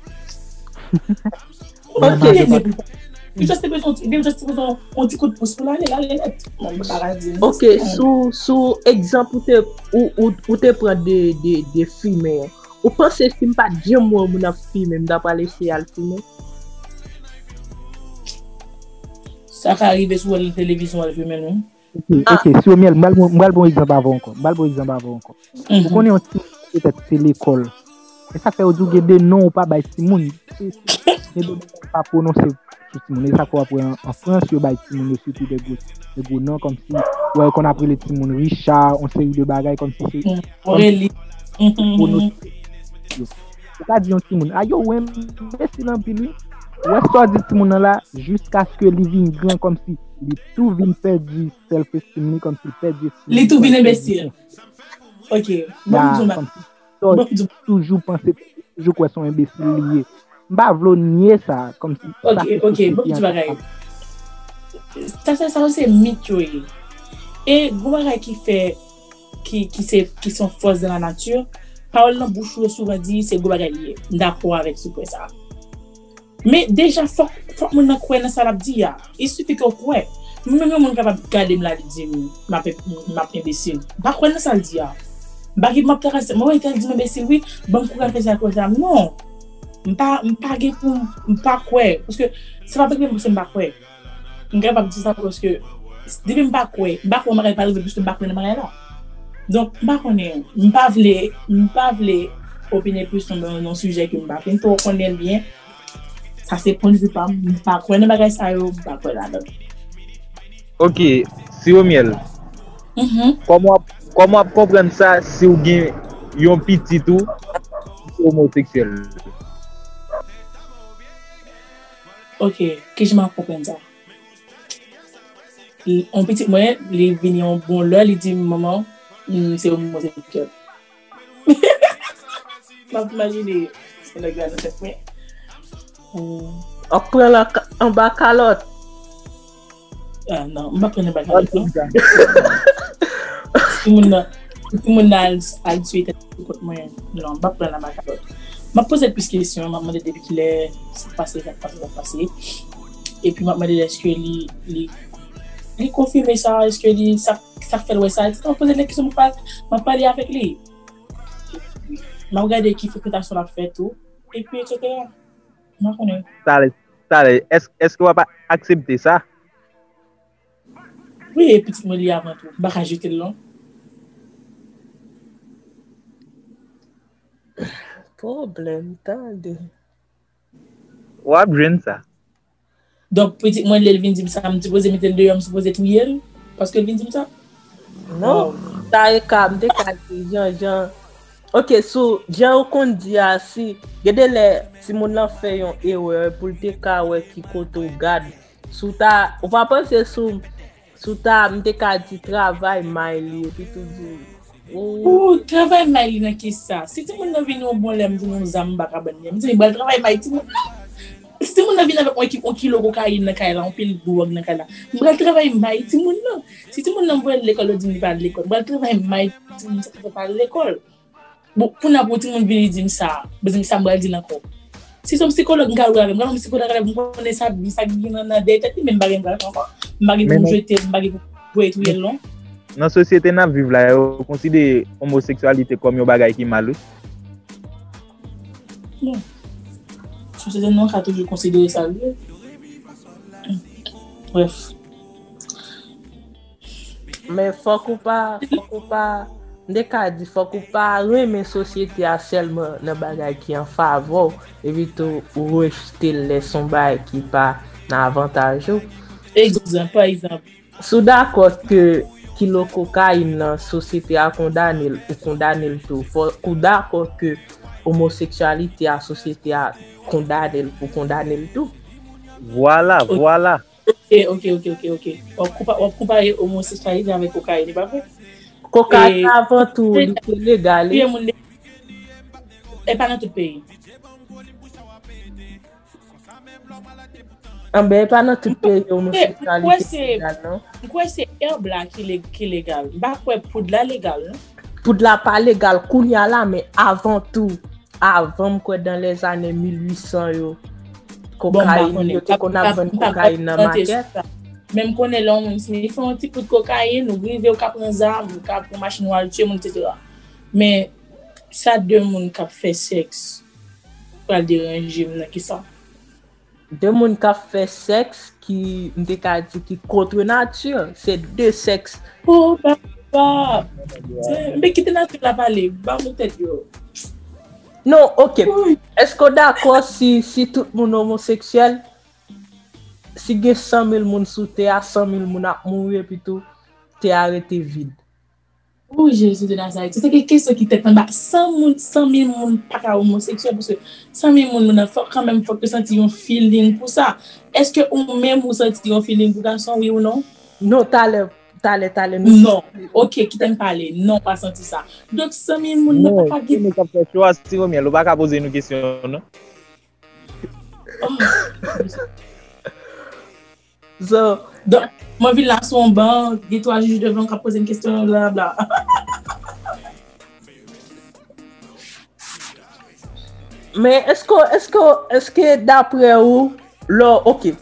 OK juste besoin on dit coup de pouce pour aller là OK sous exemple ou te prendre des films. Ou pensez que c'est pas Dieu moi mon film même d'après laisser à le filmer. Ça va arriver sur la télévision à le filmer non. OK, si on met mal bon exemple avant encore. Vous connaissez peut-être c'est l'école. Et ça fait aujourd'hui des noms ou pas ba Simon. Pas prononcer Simon, ça quoi pour en France yo ba Simon surtout des gros noms comme si ouais qu'on appelle les Simon Richard, on série de bagages comme si c'est Aurélie. C'est pas dire Simon ayo ouais merci l'empile ouais soit dit Simon là jusqu'à ce que il vienne grand comme si il tout vient perdre self-esteem comme s'il perdre il tout vient imbécile. OK bon toujours penser toujours quoi sont imbécile lié m'pa vlo nier ça comme si OK bon tu bagaille ça c'est mythe et gouvernement qui fait qui sont forces de la nature. Parole dans bouche souvent dit c'est go bagay d'accord avec ce que ça. Mais déjà faut mon croire dans ça l'a dit ya. Il suffit qu'on croit. Même mon capable garder me la dit m'a imbécile. Pas croire dans ça le dit ya. Ba qui m'a terrasse moi il dit imbécile oui, bon pour faire ça comme ça. Non. M'pas pour m'pas croire parce que c'est pas parce que je m'pas croire. On capable dire ça parce que depuis m'pas croire, m'a pas arriver plus que m'pas croire dans là. Donc, je pas vle opiner plus sur un sujet que je ne pour connaît bien. Ça c'est point de vue pas quoi ne bagay ça yo pas quoi là. OK, si au miel. Comment comprendre ça si ou gen yon petit tout homosexuel? OK, que je m'en comprends ça. Un petit moyen, les vignes bon là, il dit maman c'est homosexuel. M'imaginer c'est le gars de cette mais on prend la en bas calotte. Ah non, on va prendre bas calotte. Tout le monde a tué contre moi. Non, on va prendre la bas calotte. M'a posé plus de questions, m'a demandé depuis qu'il est passé. Et puis m'a demandé est-ce que il confirme ça, est-ce que ça fait le ça, on pose des questions, m'a parlé avec lui. M'a regardé qui fréquentation l'a fait tout et puis etc. M'a connais. Est-ce qu'on va pas accepter ça? Oui, petit mot avant tout. M'a rajouter le long. Problème tande. Ouais, bien ça. Donc petit moi il vient dire ça, me supposé mettre le dehors, me supposé tout hier parce que il vient dire ça. Non, ta calme, de Jean. OK, so Jean qu'on dit si gade les si mon nan fait yon erreur pour te ka ouais qui koto garde. Sou ta on va penser sou ta m'te ka di travail mail et puis tout dit. Oh, travail mail nan ki ça. Si tout monde vient au bon lem di nou zam baka ban. Me dit bal travail mail ti moun. Si moun nan vient avec un kilo cocaïne nan kay la, on pile drogue nan kay la. Bal travail mail ti moun nan. Si tout monde nan voit l'école di pas l'école. Bal travail mail ti moun ça fait pas l'école. Bon, pour n'a pas tout le monde venir dire ça, besoin ça me dire encore. Si son psychologue ngalo avec moi, mon psychologue avec moi connaît ça qui dans tête même pas encore. Pas pour jeter, pas pour tout long. Dans société n'a vivre là, yo considère homosexualité comme un bagay qui mal. Non. Société non a toujours considéré ça. Bref. Mais faut qu'on pas Ndè ka di faut qu'on pas remet société à seulement dans bagay qui en faveur évite ou rejeter les son bagay qui pas dans avantage. Exemple, par exemple. Sou d'accord que kilo cocaïne dans société a condamné tout. Faut d'accord que homosexualité à société a condamné pour condamner tout. Voilà. Ok. On compare homosexualité avec cocaïne, pas vrai? Cocaïne avant tout, c'est légal. Et pas dans tout pays. Ben, pas dans tout pays, homosexualité légal, non? Pourquoi c'est herbe là qui est légal? Bah quoi, poudre là légal, non? Poudre là pas légal, kounya là, mais avant tout, avant quoi dans les années 1800 yo. Cocaïne, qu'on a vendu cocaïne dans market. Même qu'on est là, ils font un petit peu de cocaïne, ou grivé au cap dans armes, ou cap pour machine noire, tuer mon etc. Mais ça deux monde qui fait sexe pour déranger mon qui ça. Deux monde qui fait sexe qui contre nature, c'est deux sexes. Oh papa. Mais qui te nature la parler, ba mon tête yo. Non, OK. Est-ce que d'accord si tout le monde homosexuel si il y a 100 000 personnes sous terre, 100 000 personnes à mourir puis tout, t'es arrêté vide. Oh Jésus de Nazareth, c'est quelque chose qui t'est en bas. 100 000 personnes pas homosexuels parce que 100 000 personnes quand même faut que sentir un feeling pour ça. Est-ce que ou même vous sentez un feeling pour garçon oui ou non? Non, t'allais. Non. OK, qui t'aime parler? Non, pas senti ça. Donc 100 000 personnes non, pas qui pas fait choix si on ne pas poser une question non. So, donc, moi, je là sur un banc, dis-toi, juge devant qu'on pose une question, blabla. mais est-ce que d'après vous, OK,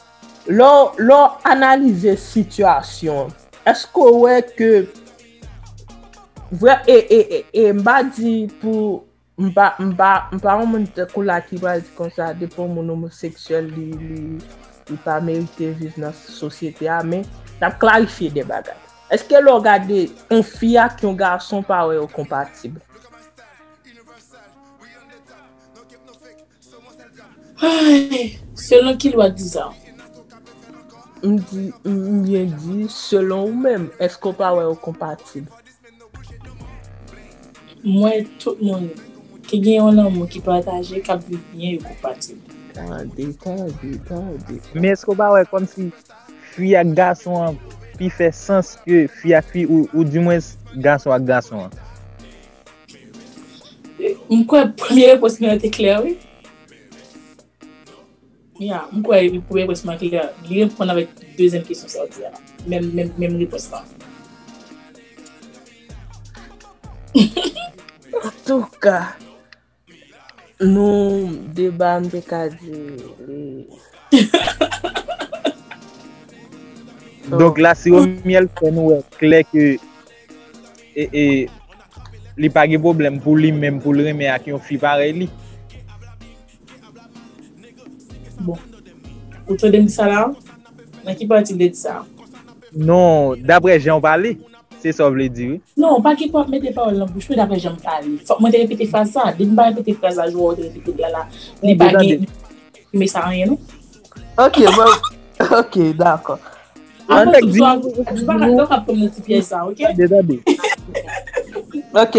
analyser situation, est-ce que ouais que vrai et m'a dit pour m'pa on monte la qui va dire comme ça dépend mon homosexuel il pas mérité vivre dans la société mais t'as clarifié des bagages. Est-ce que l'on regarde un fille qui un garçon pas compatible? Selon qui doit dire ça? Bien dit selon vous-même, est-ce qu'on pas compatible? Moi tout le monde qui gagne un homme qui partage qui vit bien est compatible. Mais est-ce qu'on va comme si fille à garçon puis fait sens que fille à fille ou du moins garçon à garçon? Pourquoi première réponse était claire oui? Yeah, pourquoi première réponse était claire? Je vais prendre avec deuxième question sortie là. Même réponse là. En tout cas, nous débat de donc là si on miel fait nous clair que et li pas de problème pour lui même pour le remettre à qui on fait pareil. Bon. Vous te dites ça là? Mais qui parle de ça? Non, d'après Jean parlé, c'est ça veut dire. Non, pas qui peut mettre paroles dans bouche, d'après Jean parler. Faut moi répéter phrase ça, dès pas répéter phrase là, je vais répéter là. Ni pas mais ça rien non? OK, bon. OK, d'accord. Après tout ça, je pas d'accord pour multiplier ça, OK? OK,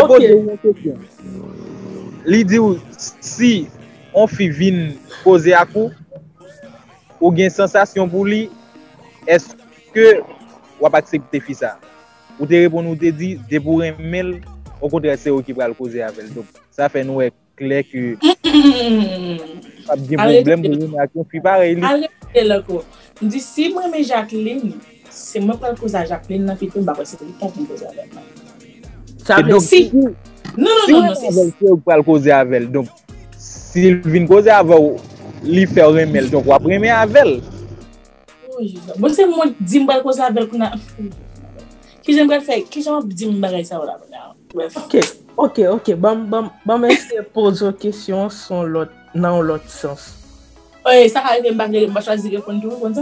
li dit si on fait vin poser à coup ou gain sensation pour lui, est-ce que ou pas accepter fi ça? Ou te répondre ou te dit de pour un mail au contraire c'est eux qui va le causer avec. Donc ça fait nous clair que pas de problème pour nous fi pareil. Arrêtez là quoi. On dit si moi mais Jacqueline, c'est moi qui cause à Jacqueline dans puis tout ba c'est lui pour causer avec. Ça veut si non c'est pour le causer avec. Donc s'il vient causer avec lui faire un mail donc ou après avec. Oh Jésus. Bon c'est moi dis moi causer avec Qui j'aimerais faire? Qui j'aimerais dire me ça là? Bref. Ok. Bon, essayer poser une question dans l'autre sens. Oui, ça arrive, je vais choisir répondre tout comme ça.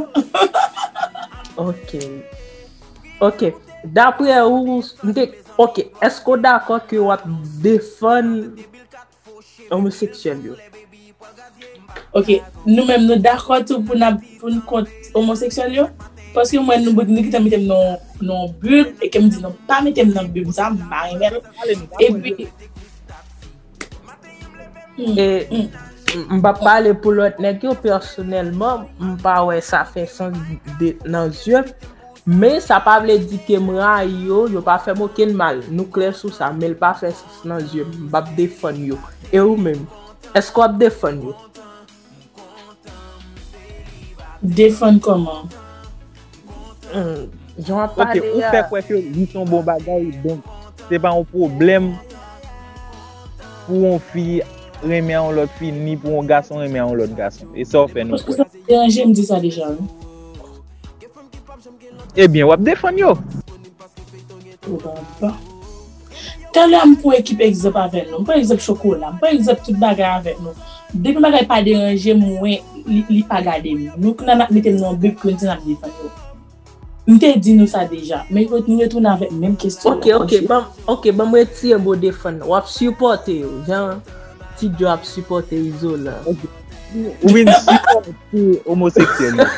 Ok. D'après vous, ok, est-ce que d'accord que vous défendez homosexuels? Ok, nous-mêmes, nous d'accord pour nous contre homosexuels? Parce que moi, nous mettons dans bulle et que me dit non, pas mettre dans bulle, ça m'a et puis. Et je vais parler pour l'autre nègre personnellement, je pas ouais ça fait sens dans les yeux, mais ça pas veut dire que moi yo pas fait aucun mal. Nous clair sur ça, mais pas fait sens dans les yeux, je vais défendre yo. Et vous même, est-ce qu'on défend yo? Défendre comment? J'en parle. Ok, ou fait quoi que ils sont bon bagay, donc c'est pas un problème pour une fille remet à l'autre fille ni pour un garçon remet à l'autre garçon. Et ça fait nous. Parce que ça dérange, me dit ça déjà. Hein? Eh bien, on va défendre yo. Quand là pour équipe exemple avec nous, par exemple chocolat, par exemple toute bagarre avec nous. Depuis bagarre pas déranger moi, li pas garder. Nous qu'on a mettre dans bib qu'on dit n'a défendre. Nous te dit nous ça déjà, mais nous retourner avec même question. Ok, bon moi tirer mon défendre. On supporter genre petit job supporter Isola. Ou bien supporter homosexuel.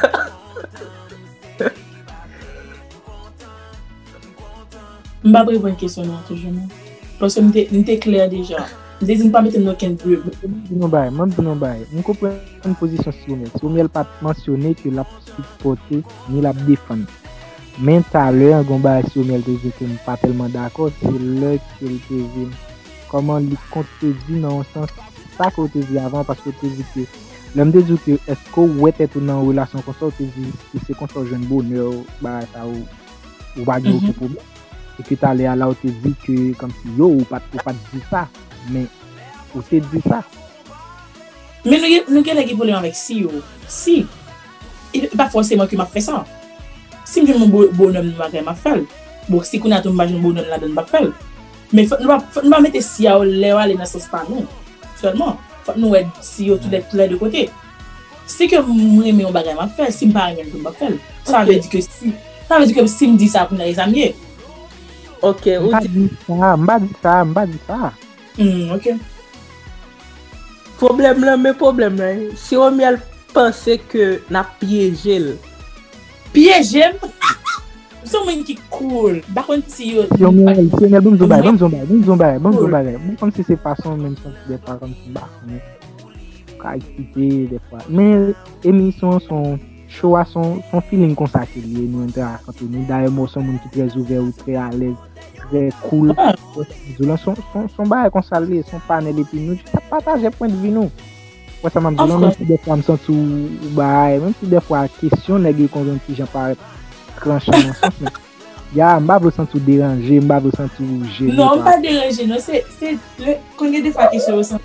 Je ne vais pas répondre à une question toujours. Parce que nous sommes clair déjà. Nous ne pas mettre aucun but. Je comprends une position sur elle. Si on n'a pas mentionné que la supporter ni la défendre. Mais tout à l'heure, on va si on a dit que je ne suis pas tellement d'accord, c'est là que je te dis. Comment le compte te dit dans le sens, ça que tu dis avant, parce que tu dis que l'homme te dit que est-ce que vous êtes dans une relation comme ça, tu dis que c'est comme ça, jeune bonheur, bah, ça ou pas de problème. Et que tu allais à là où tu dis que, comme si yo, ou pas dire ça, mais ou tu dis ça. Mais nous avons des problèmes avec si, il n'est pas forcément que m'a fait ça. Si je suis un bonhomme, je vais faire. Bon, si on a un bonhomme là-dedans, je vais faire. Mais il ne faut pas mettre si à aller dans ce sens non. Seulement, il faut nous aider si tous les deux côtés. Si que moi j'aime un bagage à faire, si je ne pas rien de faire. Ça veut dire que si je dis ça pour les amis. Ok, m'ba dit ça. Ok. Problème là, si on pense que n'a piégé. Piégé? C'est un monde qui cool. Par contre, si on est bon zomba. Comme si c'est pas son même sens des fois comme ça. Quand expliquer des fois. Mais émission son choix son feeling comme ça qui lié nous interaction nous d'ailleurs moi son monde qui très ouvert ou très à l'aise, très cool. Son bail comme ça lié, son panel et puis nous partager point de vue nous. Moi ça m'a dit même si des fois me sens tout bail, même si des fois question nèg qu'on petit gens paraît tranché dans sens mais ya m'pa vous sentir déranger, m'pa vous sentir gêné. Non, pas déranger, non, c'est quand il y a des fois qui se ressentent.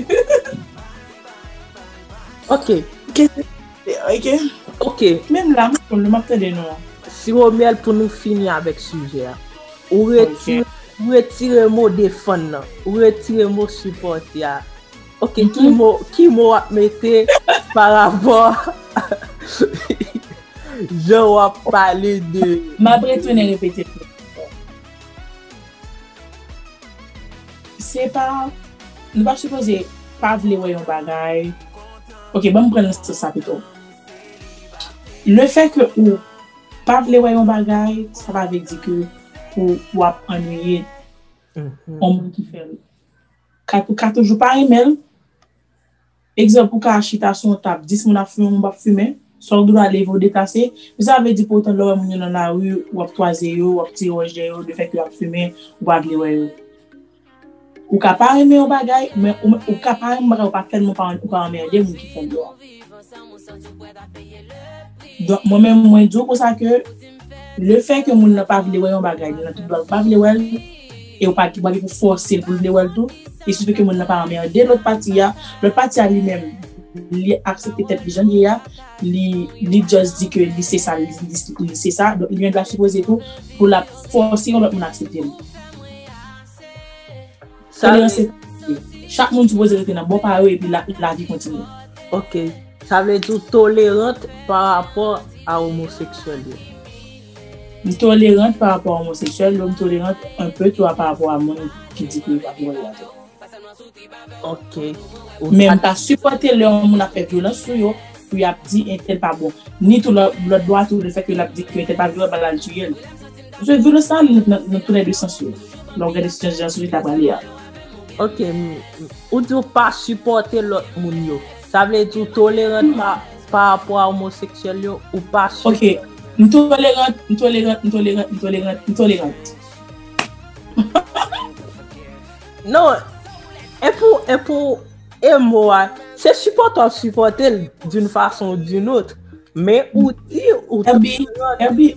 Ok. Même là, on le marque de nous. Si on met pour nous finir avec ce sujet, ou retirer le mot défendre, ou retirer le mot supporter. Ok, qui mot mettre par rapport je vais parler de ma retourner répéter. C'est pas nous pas supposer pas vouloir un bagage. Ok, bon, prendre ça plutôt. Le fait que ou pas vouloir un bagage, ça va veut dire que ou ennuyer on monde qui fait. Quand toujours pas email. Exemple pour qu'achita son table 10 mon a fumé on va fumer. Soit doit aller vous détasser, mais ça veut dire pour autant là moun dans la rue ou toiser yo ou tirer roche yo de fait que a fumer ou pas vouloir ou capable aimer un bagage mais ou capable pas faire mon parent ou pas emmerder moun qui font dehors. Donc moi dis pour ça que le fait que moun n'a pas vouloir un bagage n'a tout doit pas vouloir et ou pas qui pour forcer pour vouloir tout il suffit que moun n'a pas emmerder l'autre partie a lui-même li accepte tête les gens li just dit que li c'est ça li c'est ça donc il vient doit supposer tout pour la forcer l'autre monde accepter ça chaque monde suppose rester dans bon parole et puis la vie continue. OK, ça veut dire tolérante par rapport à homosexuel. Tolérante par rapport à homosexuel, l'homme tolérante un peu toi par rapport à mon qui dit qu'il va pas OK. Même pas supporter l'homme a fait violence sur yo pour y a dit un tel pas bon. Ni tout le droit tout le fait que l'a dit que était pas violent par la tuer. Je veux ça dans tous les deux sens. Donc les situations sur la parler. OK, ou dit pas supporter l'autre monde yo. Ça veut dire tolérante par rapport à homosexuel yo ou pas supporter. OK. Intolérante. Non, et moi, c'est supporter d'une façon ou d'une autre. Mais ou Ebi,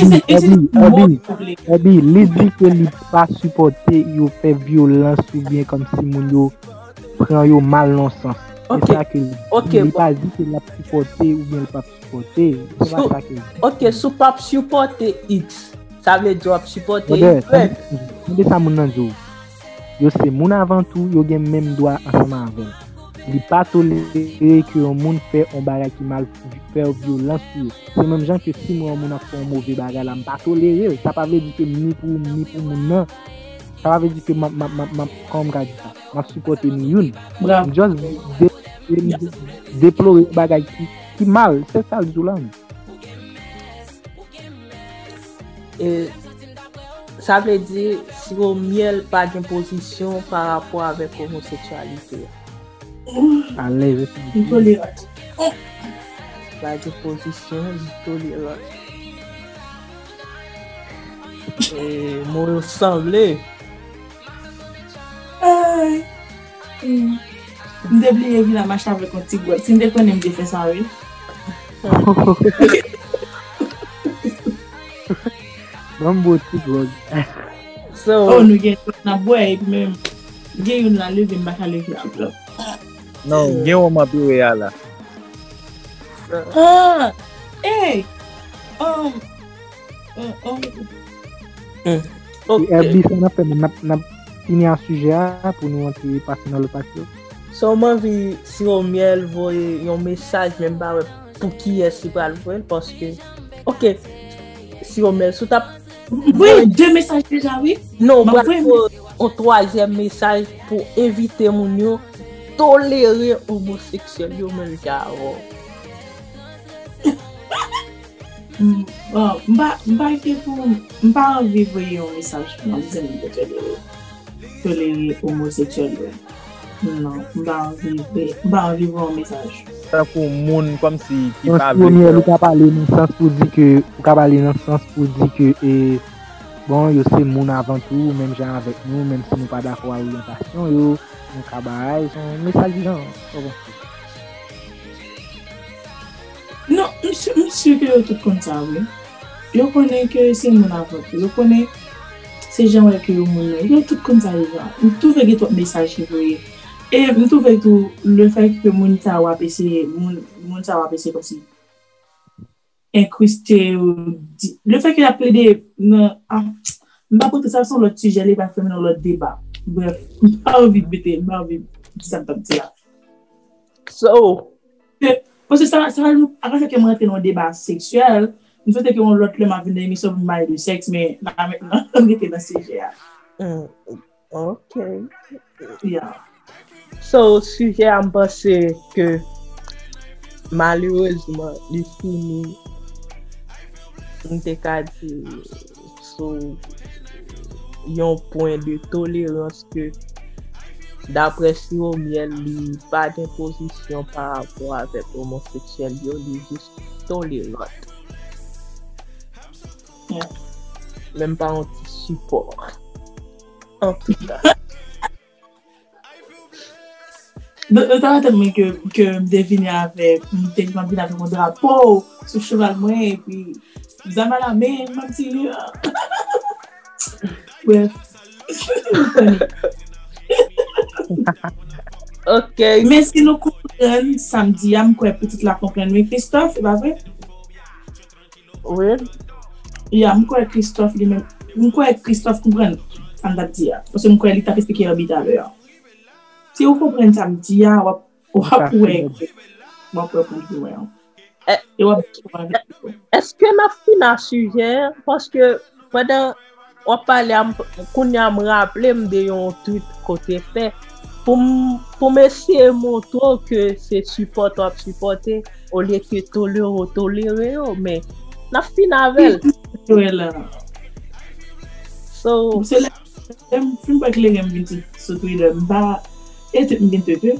li di que li pas supporter yo fait violence ou bien comme si moun yo prend yo mal dans sens. OK. Il pas dit que l'a supporter ou bien pas supporter. C'est pas ça que. OK, sous pas supporter X, ça veut dire supporter Y. Mais ça moun nan jo. Yo c'est moun avant tout, yo gen même droit ensemble avec. Il pas tolérer que un monde fait un bagage qui mal faire violence sur eux. C'est même gens que si moi mon a fait un mauvais bagage là, pas tolérer, ça pas veut dire que ni pour mon non. Ça veut dire que ma comme gars ça. M'a supporter ni une. Just déplorer bagage qui mal, c'est ça le jour. Et ça veut dire si au miel pas de position par rapport avec homosexualité. Allez, Intolérante. Pas de position intolérante. Et moi semblé. M'doublier vi la machin avec un petit boîte. Si m'de connais m'de fait ça oui. non beau petit drogue. Oh nous gen na boire et puis même gen une la lever m'ba ka lever là. Non, gen ou ma pi ya la. Ah, hey, OK. Ebi, ça n'a fait n'a fini un sujet pour nous entrer passer dans le patio. Seulement vi si au miel voyer un message même pas pour qui est-ce pas le voir parce que OK, si au miel sous ta oui, 2 messages déjà oui. non, un troisième message pour inviter moun yo tolérer homosexuel yo même avant. Bon, m'ba envoyer un message pour dire que les homosexuels. Non, m'ba envoyer un message. Ça pour moun comme si qui pas premier il ka parler dans sens pour dire que bon yo c'est moun avant tout même gens avec nous même si nous pas d'accord avec l'orientation yo nous ka bail son message genre. Non, monsieur que tout comme ça oui. Yo connais que c'est mon avant tout. Yo connais ces gens que yo moun yo tout comme ça genre. On trouve que ton message voyez. Et on trouve tout le fait que moun ta wa PC comme si incrusté le fait qu'il a plaidé non m'pa pour ça sur l'autre sujet les va faire dans l'autre débat. Bref, pas envie de bêter, pas envie de ça comme ça. So, parce que ça après que moi rentrer dans un débat sexuel, une fois que on l'autre le m'a venu émission pour parler de sexe mais maintenant on était dans sujet. OK. Yeah. So, sujet à penser que malheureusement les films on te ka di so yon point de tolérance que d'après si au miel li pas d'imposition par rapport avec homosexuel yo li juste tolérant. Yeah. Même pas un petit support. En tout cas. Notamment tellement que deviner avec mon drapeau sur cheval moi et puis vous avez la main même si bref Ok. Mais si nous comprenons samedi, je crois peut-être la comprendre. Mais Christophe, c'est pas vrai? Oui. Je crois Christophe, je crois Christophe comprend samedi. Parce que je crois qu'il t'a expliqué tout à l'heure. Si vous comprenez samedi, on va pouvoir comprendre. Est-ce que na fina sujet parce que pendant on parlait qu'on a me rappelé de yon tweet côté fait pour m'essayer montrer que c'est supporter au lieu que tolérer mais na fina avec so c'est là film pas que les gens viennent sur Twitter bah et tu me dis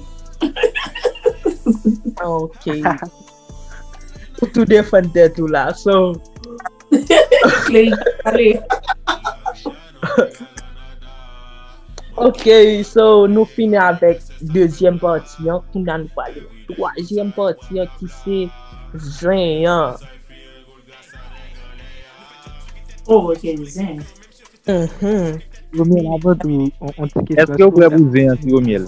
ok tout défendre tout là so ok, so nous finissons avec deuxième partie, hein, qu'on a nous parlé. Troisième partie, qui c'est Zin. Oh, ok, Zin. Romiel, avant tout, on te question. Est-ce que vous pouvez vous dire sur Romiel?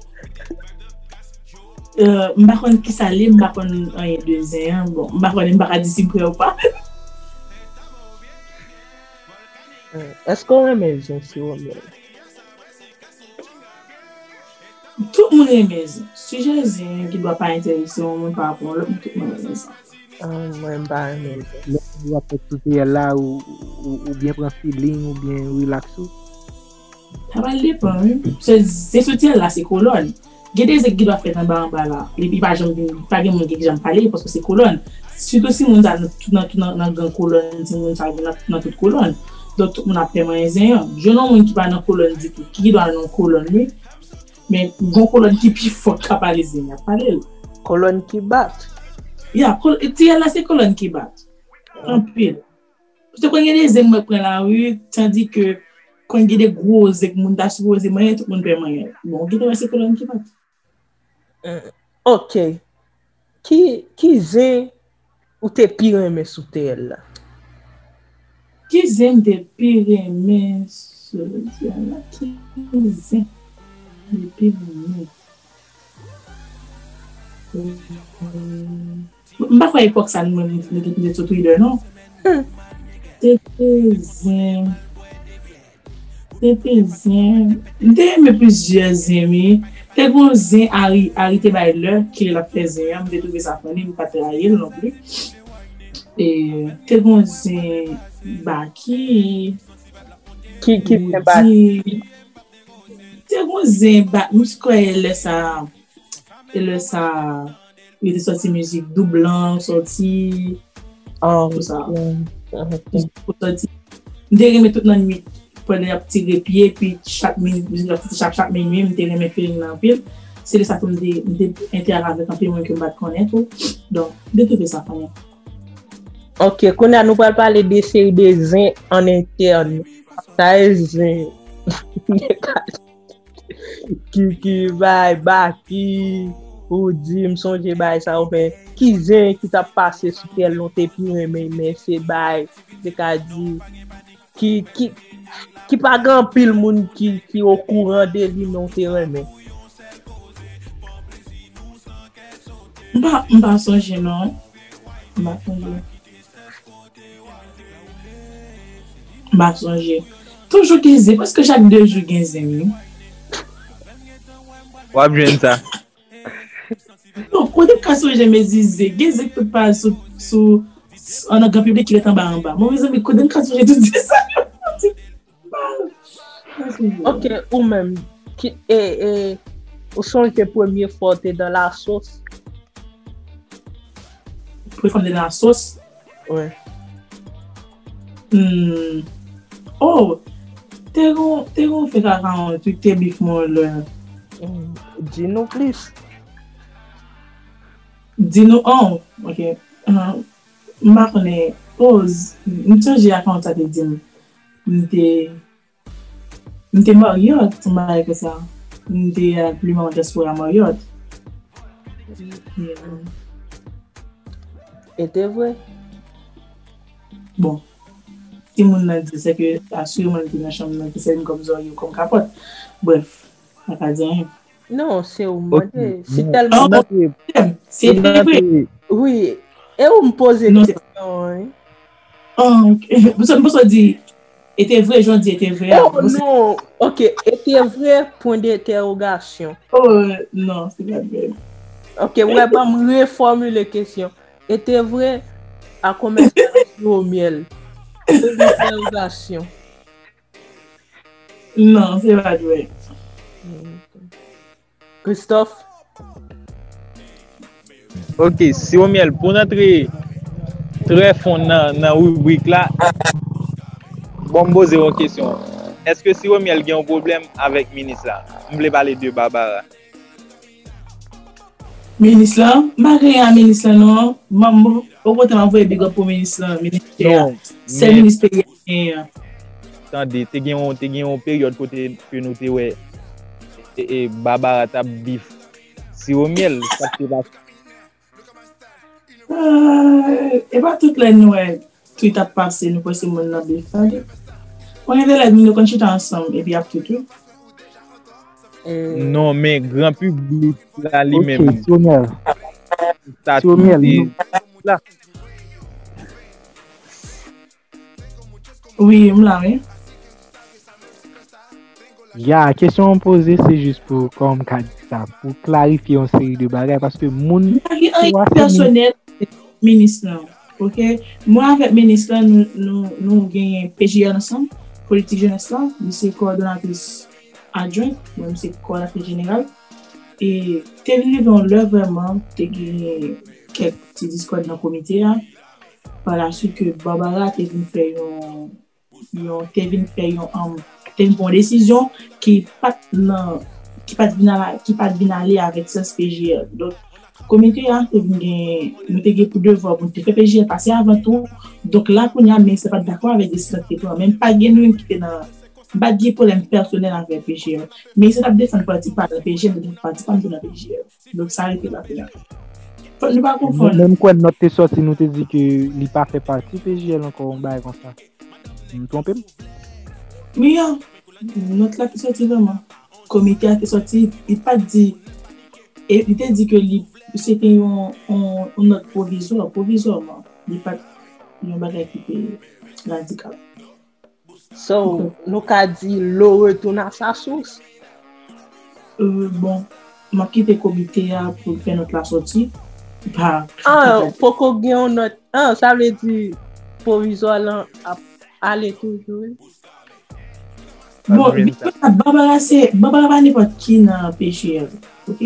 Je ne sais pas qui ça l'est, je ne sais pas de Zin. Bon, je ne sais pas si je ou pas. Est-ce qu'on aime Zin sur Romiel? Tout le monde aime Zin. Sujet Zin qui ne doit pas intéresser au monde par rapport à l'autre, tout le monde aime ça. Moi, je pas aimé. Là, tu dois faire tout là ou bien prendre feeling ou bien relaxer. Ça va dépendre. C'est soutien là, c'est colonne. Il y a des gens qui doivent faire un bas là. Et puis, pas de monde qui j'aime parler parce que c'est colonne. Surtout si on a dans grande colonne, si on a dans toute colonne. Donc, tout le monde a fait moins Zin. Je n'ai qui pas dans colonne du tout. Qui doit dans colonne, lui. Mais une colonne qui est fort capable de Zin. Colonne qui bat. Yeah, là, c'est colonne qui bat. En pile. Parce que quand il y a des Zin qui prennent la rue, tandis que quand il y a des gros Zin qui sont supposés moyen, tout le monde peut moyen. Bon, c'est colonne qui bat. Ok. Qui Zin ou t'es pire aimé sous terre là? Qui Zin t'es pire aimé sous terre là? Qui Zin t'es pire aimé? Je ne sais pas à l'époque ça nous dit sur Twitter, non? C'était Zin. J'aime plusieurs amis. T'es bon Zin arrêté par l'heure qui l'a fait Zin. Je trouvé ça funny, je ne pas travailler non plus. Et t'es bon Zin qui fait bat? T'es bon Zin je crois elle est sorti musique doublant, sorti tout ça. Je remets tout dans la nuit pour les petits repieds, puis chaque minute, chaque minute, je remets feeling dans le pile. C'est ça que je interagir avec un peu moins que je ne connais tout. Donc, je trouve ça pas bien. Ok, qu'on a nous parler des séries de Zin en interne. Ça est Zin. qui va qui ou dit me songe bail ça mais qui Zin qui t'a passé sur tel long t'es plus mais c'est bail c'est qu'a dit qui pas grand pile monde qui au courant de lui non terrain mais pas songe non pas songe toujours Zin parce que chaque 2 jours Zin Ouais, bien ça. Non, quand je me disais, Zin peut pas sur un grand public qui est en bas. Moi, mes amis, quand je tout dit ça. Ok, ou même qui où sont les premières fois dans la sauce? Dans la sauce? Ouais. Oh, t'es fait un truc, t'es bif là. Dis-nous plus. Dis-nous, oh, ok. Je connais, pause. J'ai raconté ça, dis-nous. J'étais Marriott, tu m'as dit que ça. J'étais plus mal pour Marriott. Était vrai? Bon. Si mon n'a dit c'est que assurément dans la chambre, c'est comme ça, comme capote. Bref, on va dire. Non, c'est au monde. Ok. C'est Non. tellement... C'est vrai. Oui. Et où me poser Non, une c'est- question, hein? Oh, ok. Vous dit, était vrai, j'en dis, était vrai. Oh non! Ok, était vrai, point d'interrogation. Oh, non, c'est pas vrai. Ok, ouais, bah, me reformuler la question. Était vrai à combien au miel? Point d'interrogation. Non, c'est pas vrai. Christophe? Ok, si au miel, pour entrer très fond dans rubrique là, bon, me poser une question. Est-ce que si au miel a un problème avec ministre là? Je voulais parler de Barbara. Ministre là, malgré un ministre là, non, maman, au contraire, m'envoyer big up pour ministre là, Non, c'est mais ministre payé. attendez, te gen yon période côté que nous te ouais et Barbara t'a bif. Si au miel, ça te va. Et pas toutes les nouvelles qui t'a passé, nous pensons mon la bif. On est là, nous continuons ensemble et puis après tout. Non, mais grand public là Ok, lui-même, si au miel. ça Si au miel, tout là. Oui, m'la, oui. Ya, question posée, c'est juste pour, comme qu'a dit ça, pour clarifier une série de bagages, parce que moun, Un personnel ministre là, ok? Moi avec ministre là, nous gagnons PJL ensemble, politique jeunesse là, c'est coordonnatrice adjointe, moi c'est coordonnatrice générale. Et t'es venu dans l'heure vraiment, t'es gagné quelques petits discours dans le comité là. Par la suite que Barbara t'es venu faire une décision qui pas venir aller avec ce PJL. Donc comité là nous te pour devoir pour te faire PJL passer avant tout. Donc là qu'on y a mais c'est pas d'accord avec des stratégies même pas gagner qui était dans pas de problème personnel avec PJL mais c'est la défense parti par le PJL de parti par le PJL. Donc ça arrête là. Faut ne pas confondre. même quand notre te sorti, nous te dit que il pas fait partie PJL encore, on bail comme ça. Vous me trompez? Oui, notre là qui sorti vraiment. Comité a sorti, il pas dit et il t'a dit que c'était un note provisoirement. Il pas un bagage qui était radical. So, nous qu'a dit l'eau retourne à sa source. Bon, m'a quitté le comité pour faire notre la sortie. Bah, Pour qu'on gagne notre... ça veut dire provisoire là, aller toujours. bon, Barbara va n'importe qui dans PJL. Ok?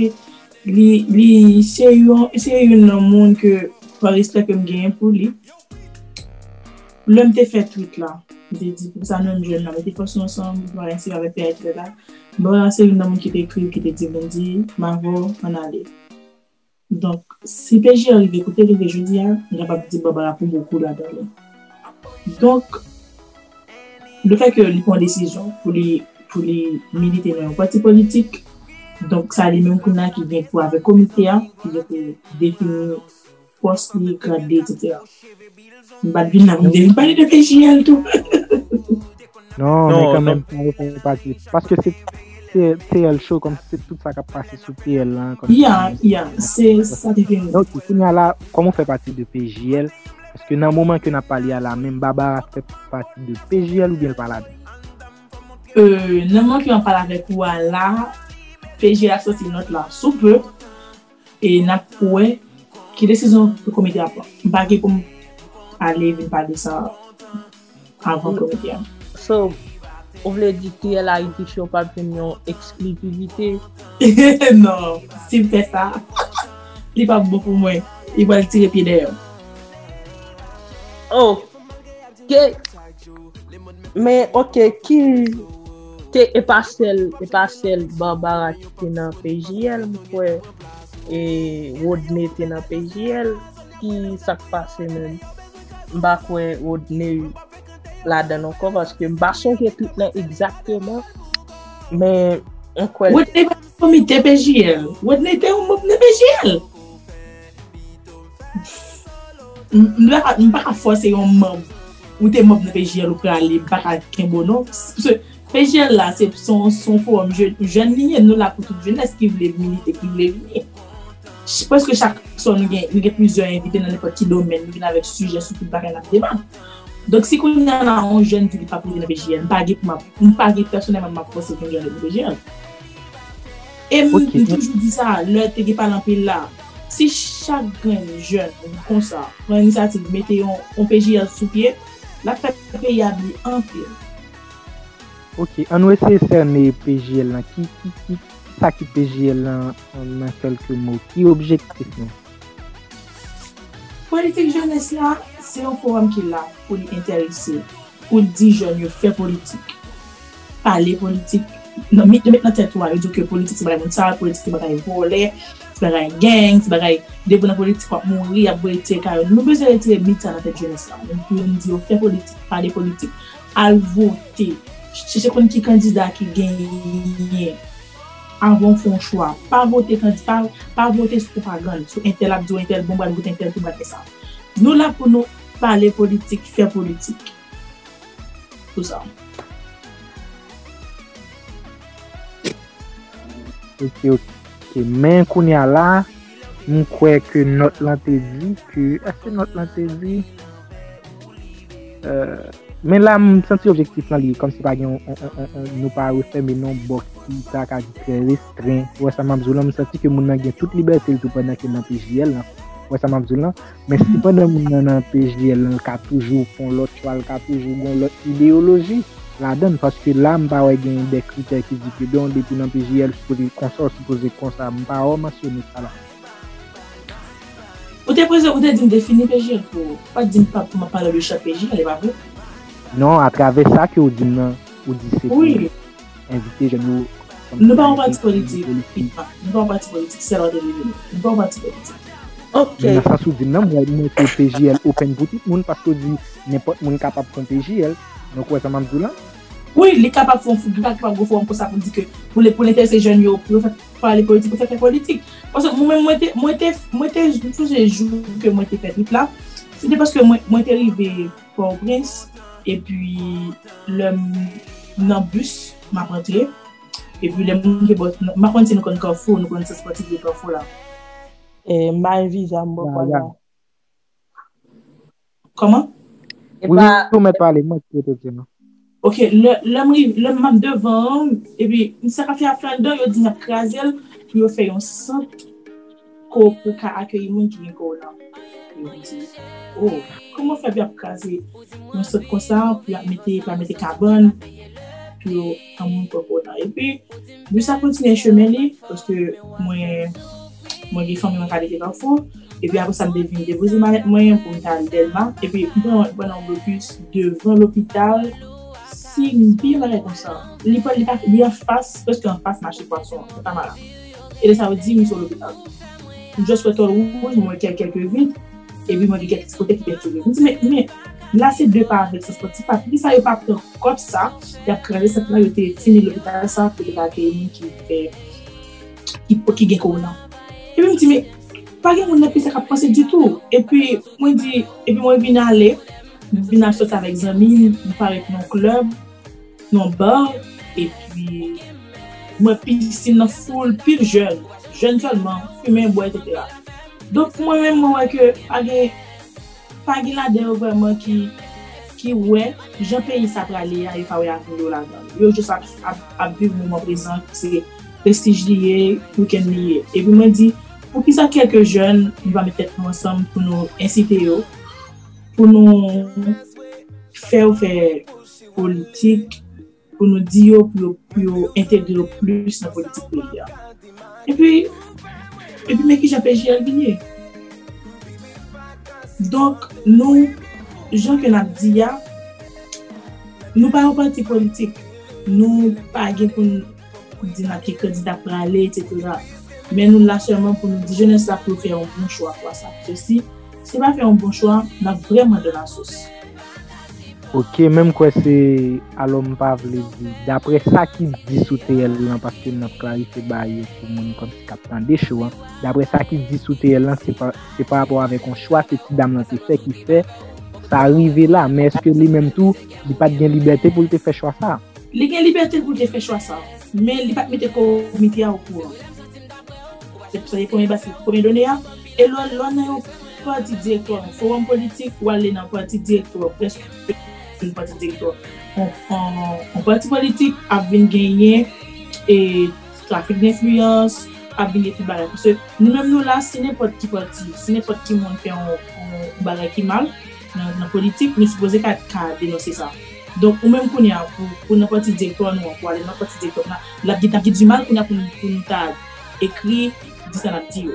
C'est un monde que, par respect que je gagne pour lui, l'homme t'a fait tweet là. J'ai dit, pour ça, nous, jeunes, mais des fois, ensemble, on va essayer avec PJL là. Barbara, c'est un homme qui t'écrit, qui te dit, lundi, Margot, on allait. Donc, si PJ arrive, écoutez, le jeudi, on n'a pas dit Barbara pour beaucoup là-dedans. Donc, le fait que lui prend une décision pour les militer dans un parti politique, donc ça a les mêmes qui vient pour avec le comité, qui vient pour définir poste, gradé, etc. On va parler de PJL tout. Non, mais quand même, parce que c'est TL show comme c'est tout ça qui a passé sur TL là. C'est ça définit. Donc, là, comment on fait partie de PJL? Parce que dans le moment que nous avons parlé à la même Barbara fait partie de PJL ou bien pas là? Dans le moment que on parle avec vous là, PJL a sorti notre là sous peu et n'a pas qui décision pour comité à pas. Pas que comme aller parler ça avant comité. So, on voulait dire que la Haïti Show pas une exclusivité. Non, s'il fait ça, il n'est pas bon pour moi. Il va le tirer pied d'ailleurs. Ok. Mais ok, qui est pas celle Barbara qui est dans PJL, et Rodney était dans PJL, qui ça passe même. M'ba quoi Rodney là-dedans encore parce que m'ba songe tout là exactement. Mais on quoi Rodney pas comité PJL. Rodney était un membre de PJL. M'pa forcer un membre ou t'es membre de PJL ou pour aller pas qu'un bon non. PGL là, c'est son forum jeune ligne, nous là pour toute jeunesse qui voulait militer, qui voulait venir. Je pense que chaque son nous a plusieurs invités dans n'importe quel domaine, nous venons avec sujet sur tout le débat. Donc si on a un jeune qui n'est pas pour le PGL, pas personnellement ma force pour le PGL. Et moi toujours dis ça, le t'es pas l'empile là. Si chaque jeune comme ça prend l'initiative mettez on PGL sous pied, la fait pays a bien en pile. Ok, on va essayer de cerner PGL là. Qui PGL là en quelques mots. Qui objectif non? Politique jeunesse là, c'est un forum qui est là pour les intéresser, pour dire jeunes faire politique. Parler politique. Non, mais de mettre dans tête toi, dire que politique c'est bagaille ça, politique c'est bagaille voler, c'est bagaille gang, c'est bagaille des bonnes politiques pour mourir, après car nous besoin retirer mythe dans tête jeunesse là. Nous dire faire politique, parler politique, à voter. Chercher qui candidat qui gagne avant font choix, pas voter candidat, pas voter sur propagande, sur intel abdo intel bon voter intel tout faire ça. Nous là pour nous parler politique, faire politique. Tout ça. Ok. Mais qu'on y a là, nous croyons que notre lan te dit que est-ce que notre lan te dit mais là me senti objectif là comme si pas on nous pas refaire mais non box qui ça quasi très restreint. Ouais ça m'a besoin me senti que mon gagne toute liberté tout pendant que dans PGL là. Ouais ça m'a besoin mais si pendant mon dans PGL qui toujours font l'autre choix qui toujours l'autre idéologie la donne parce que là m'pa ouais gagne des critères qui dit que donc depuis dans PGL pour les consorts supposé comme ça m'pa mentionner ça là. Vous avez dit définir PGL pour pas dire pas pour parler de chaque PGL est pas vrai. Non, à travers ça que vous dites c'est oui. Inviter jeunes. Nous pas en parti politique. Nous pas en parti politique, c'est l'ordre de l'événement. Nous pas en parti politique. Ok. Mais ça sous dit non, moi c'est PGL open pour tout le monde parce que dit n'importe monde capable de PGL. Donc ouais ça m'a dit là. Oui, les capables font capable de faire comme ça pour dire que pour l'intéresser jeunes pour faire parler politique, pour faire politique. Parce que moi tous les jours que moi t'ai fait là, c'était parce que moi t'ai arrivé pour Prince. Et puis, le bus m'a rentré. Et puis, les gens qui m'a rentré, nous connaissons Carrefour, nous connaissons sportif de Carrefour là. Et ma visa, voilà. Comment? Oui, vous me parlez, moi, je peux te dire. Ok, le m'a devant, et puis, ça a fait à fin dedans, il a dit, il a crasé, puis il a fait un centre pour accueillir les gens qui viennent là. Il a dit, oh, comment faire bien pour caser un centre comme ça, pour mettre cabane, pour un monde pour là. Et puis, ça continue à cheminer, parce que moi, j'ai famille en qualité d'enfant, et puis après, ça me devient déposer moyen pour me aller Delma, et puis, pendant le bus devant l'hôpital, si une pire malade comme ça, il est en face, parce qu'en face, marché poisson, c'est pas malade. Et là, ça veut dire, sur l'hôpital. Je souhaite au rouge, moi, quelques vides, et puis moi, j'ai quelques côtés qui perturbent. Je me dis, mais là, c'est deux pas avec ce sportif. Puis ça, il n'y a pas comme ça. Il y a créé cette là, il était fini l'hôpital, ça, pour les accueillir qui gagne corona. Et puis, je me dis, mais pas que mon n'a pas pensé du tout. Et puis, moi, je viens aller, je viens sortir avec des amis, je parle avec mon club, mon bar, et puis, moi, piscine dans foule, puis jeune seulement, fumer, boire, etc. Donc, moi-même, moi, que, pas là vraiment qui, ouais, j'en paye ça pour aller, et pas à vous là-dedans. Je juste à vivre le moment présent, c'est prestige lié, week-end lié. Et puis, moi, dit, pour qu'ils soient quelques jeunes, on va mettre nous ensemble pour nous inciter, pour nous faire politique, pour nous dire, pour intégrer plus dans la politique pays. Et puis, mais qui j'appelle JL. Donc, nous, gens que nous dit, nous pas un parti politique, nous pas pour nous dire que candidat pour aller, etc. Mais nous là seulement pour nous dire, jeunesse là pour faire un bon choix pour ça. Ceci, si pas faire un bon choix, on a vraiment de la sauce. Ok, même quoi c'est alors m'pas vle dire d'après ça qui dit sous TL là parce que n'a clarifié bail pour monde comme si captant des choix. D'après ça qui dit sous TL là c'est par rapport avec un choix que petit dame là te fait qui fait ça arrivé là mais est-ce que lui même tout il pas de liberté pour te faire choix ça? li gen liberté pour te faire choix ça. Mais li pas mettre comité au courant. C'est ça combien donné et l'on parti directeur forum politique ou aller dans parti directeur presque une parti directeur en parti politique a vinn gagner et trafic d'influence a vinn tout bagarre parce que nous là c'est n'importe qui parti si n'importe qui monde fait un bagarre qui mal dans politique nous supposé qu'à dénoncer ça donc ou même qu'on y a pour n'importe directeur nous pour aller n'importe directeur la qui du mal qu'on a pour nous écrit dit ça la dit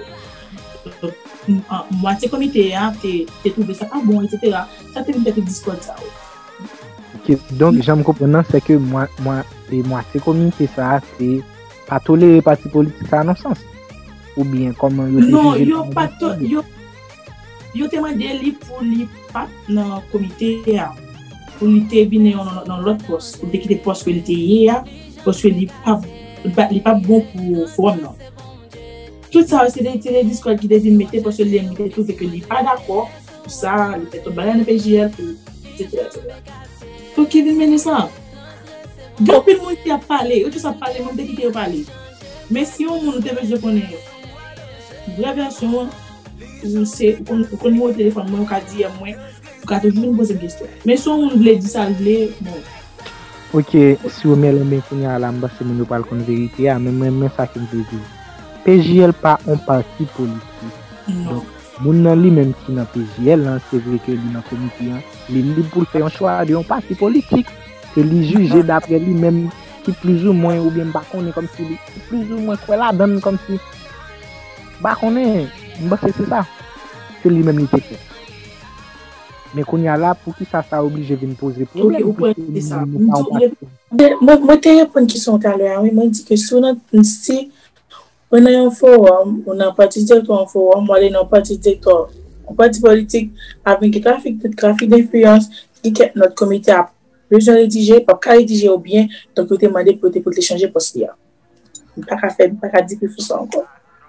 moitié comité t'es trouvé ça pas bon etc. Ça te fait discours ça. Ok, donc j'aime comprendre c'est que moi et moitié comité ça c'est pas tous les partis politiques ça non sens ou bien comment non yo pas yo demandé li pour li pas dans comité pour li te venir dans l'autre poste pour quitter poste que il était hier parce que li pas bon pour forum non. Tout ça, c'est des discours qui deviennent mettre parce que les militaires trouvent que n'est pas d'accord pour ça, ils fait tomber dans le PGL, etc. Donc, qui vient mener ça? Donc, le monde qui a parlé, tout ça parlé, le monde qui a parlé. Mais si on nous devait de connaître la version, c'est qu'on connaît au téléphone, on a dit à moi, on a toujours poser une question. Mais si on voulait dire ça, non. Ok, si vous mettez le mec à l'ambassade, c'est nous parle comme vérité, mais ça qui me dit. PGL pas un parti politique. Donc, moun nan li même qui dans PGL, c'est vrai que li dans comité, li libre pour faire un choix de un parti politique. Que li juge d'après lui même qui plus ou moins ou bien pas connaît comme si plus ou moins quoi la donne comme si pas connaît. C'est ça. C'est lui même qui fait. Mais qu'on y a là pour qui ça oblige de me poser problème. C'est ça. Moi t'ai répondu qui sont tout à l'heure, oui, moi dit que si on a un forum, on a un parti directeur en forum, on a un parti directeur, un parti politique avec un trafic d'influence qui est notre comité a besoin de rédiger, pas qu'à rédiger ou bien, donc on demandé pour te changer pour cela. Pas qu'à faire, pas qu'à dire plus ça encore.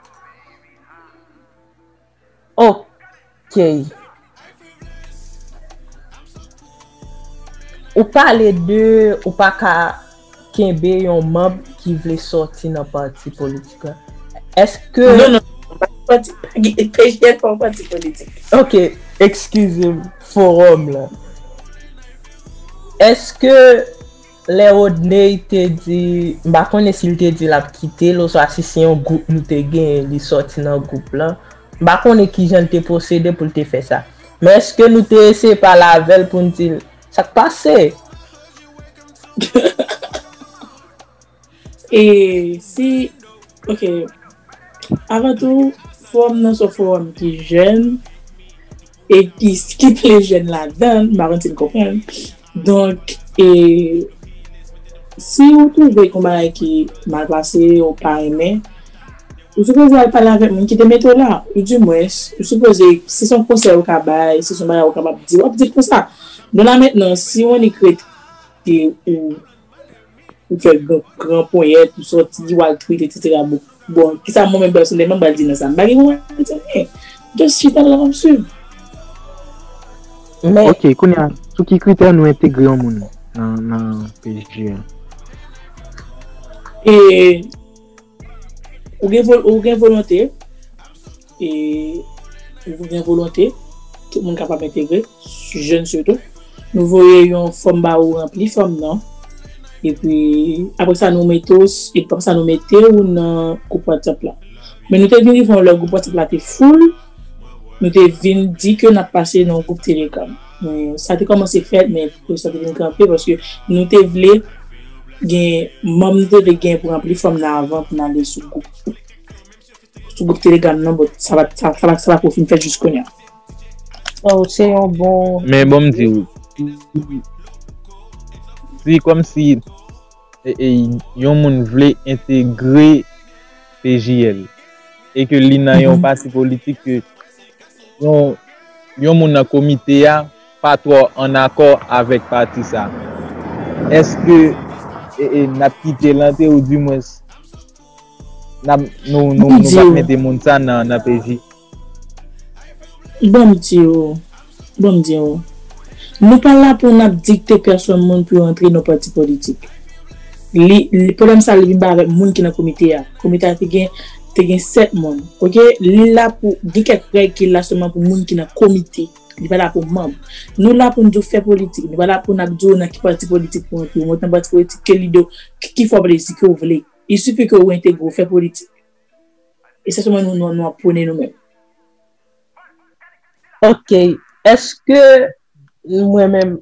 Ok. Ou parler de, ou pas qu'à Kembe yon membre qui voulait sortir dans parti politique. Est-ce que non parti PGL pas parti politique. OK, excusez-moi, forum là. Est-ce que les Rodney te dit m'pa connait s'il te dit la quitter lo soit si c'est un groupe nous te gain li sorti dans groupe là. M'pa connait qui j'en te posséder pour te faire ça. Mais est-ce que nous te essayer par la veille pour nous dire ça passé? Et si, ok, avant tout, forum dans ce forum qui est jeune et qui skip les jeunes là-dedans, Marantine comprend. Donc, et si vous trouvez qu'on va qui mal passé ou pas aimé, vous supposez parler avec moi qui te met là, ou du moins, vous supposez, si son conseil au cabaye, si son mari au cabaye, on dit comme ça. Donc là maintenant, si on écrit ou fait grand poignet tout sorti ou tweet etc. Bon qui ça moi même personnellement pas dire ça bari moi je suis dans la suivre mais OK konya sous qui critère nous intégrer un monde dans PGL et ou gain volonté et ou gain volonté tout le monde capable d'intégrer jeune surtout nous voyons forme ba ou rempli forme non. Et puis après ça nous mettons et comme ça nous mettons dans groupe WhatsApp là. Mais nous te venir voir le groupe WhatsApp là t'es full. Nous te venir dire que n'a passé dans groupe Telegram. Mais ça a commencé fait mais ça devient camper parce que nous te voulait gain membre de gain pour remplir forme là avant pour aller sur groupe Telegram non ça va pour fin faire jusqu'au là. Oh c'est un bon mais bon me dire c'est comme si yon moun vle intégrer PGL et que li nan yon parti politique que yon moun nan comité a pas trop en accord avec parti ça. Est-ce que n'a quitté l'enté ou du moins nous pas mettre moun ça dans PJ? Bon Dieu. Nous pas là pour nous dicter personne monde pour entrer dans parti politique. Le problème ça li ba avec moun qui dans comité a. Comité a te gen 7 moun. OK, li là pour di quelques règles qui là seulement pour moun qui dans comité. Il pas là pour membre. Nous là pour nous faire politique. Il pas là pour nous dire dans qui parti politique pour nous. Montant parti politique que lido qui faut politique que vous voulez. Il suffit que vous intégrez faire politique. Et c'est seulement nous apprenons nous-mêmes. Ok, est-ce que moi-même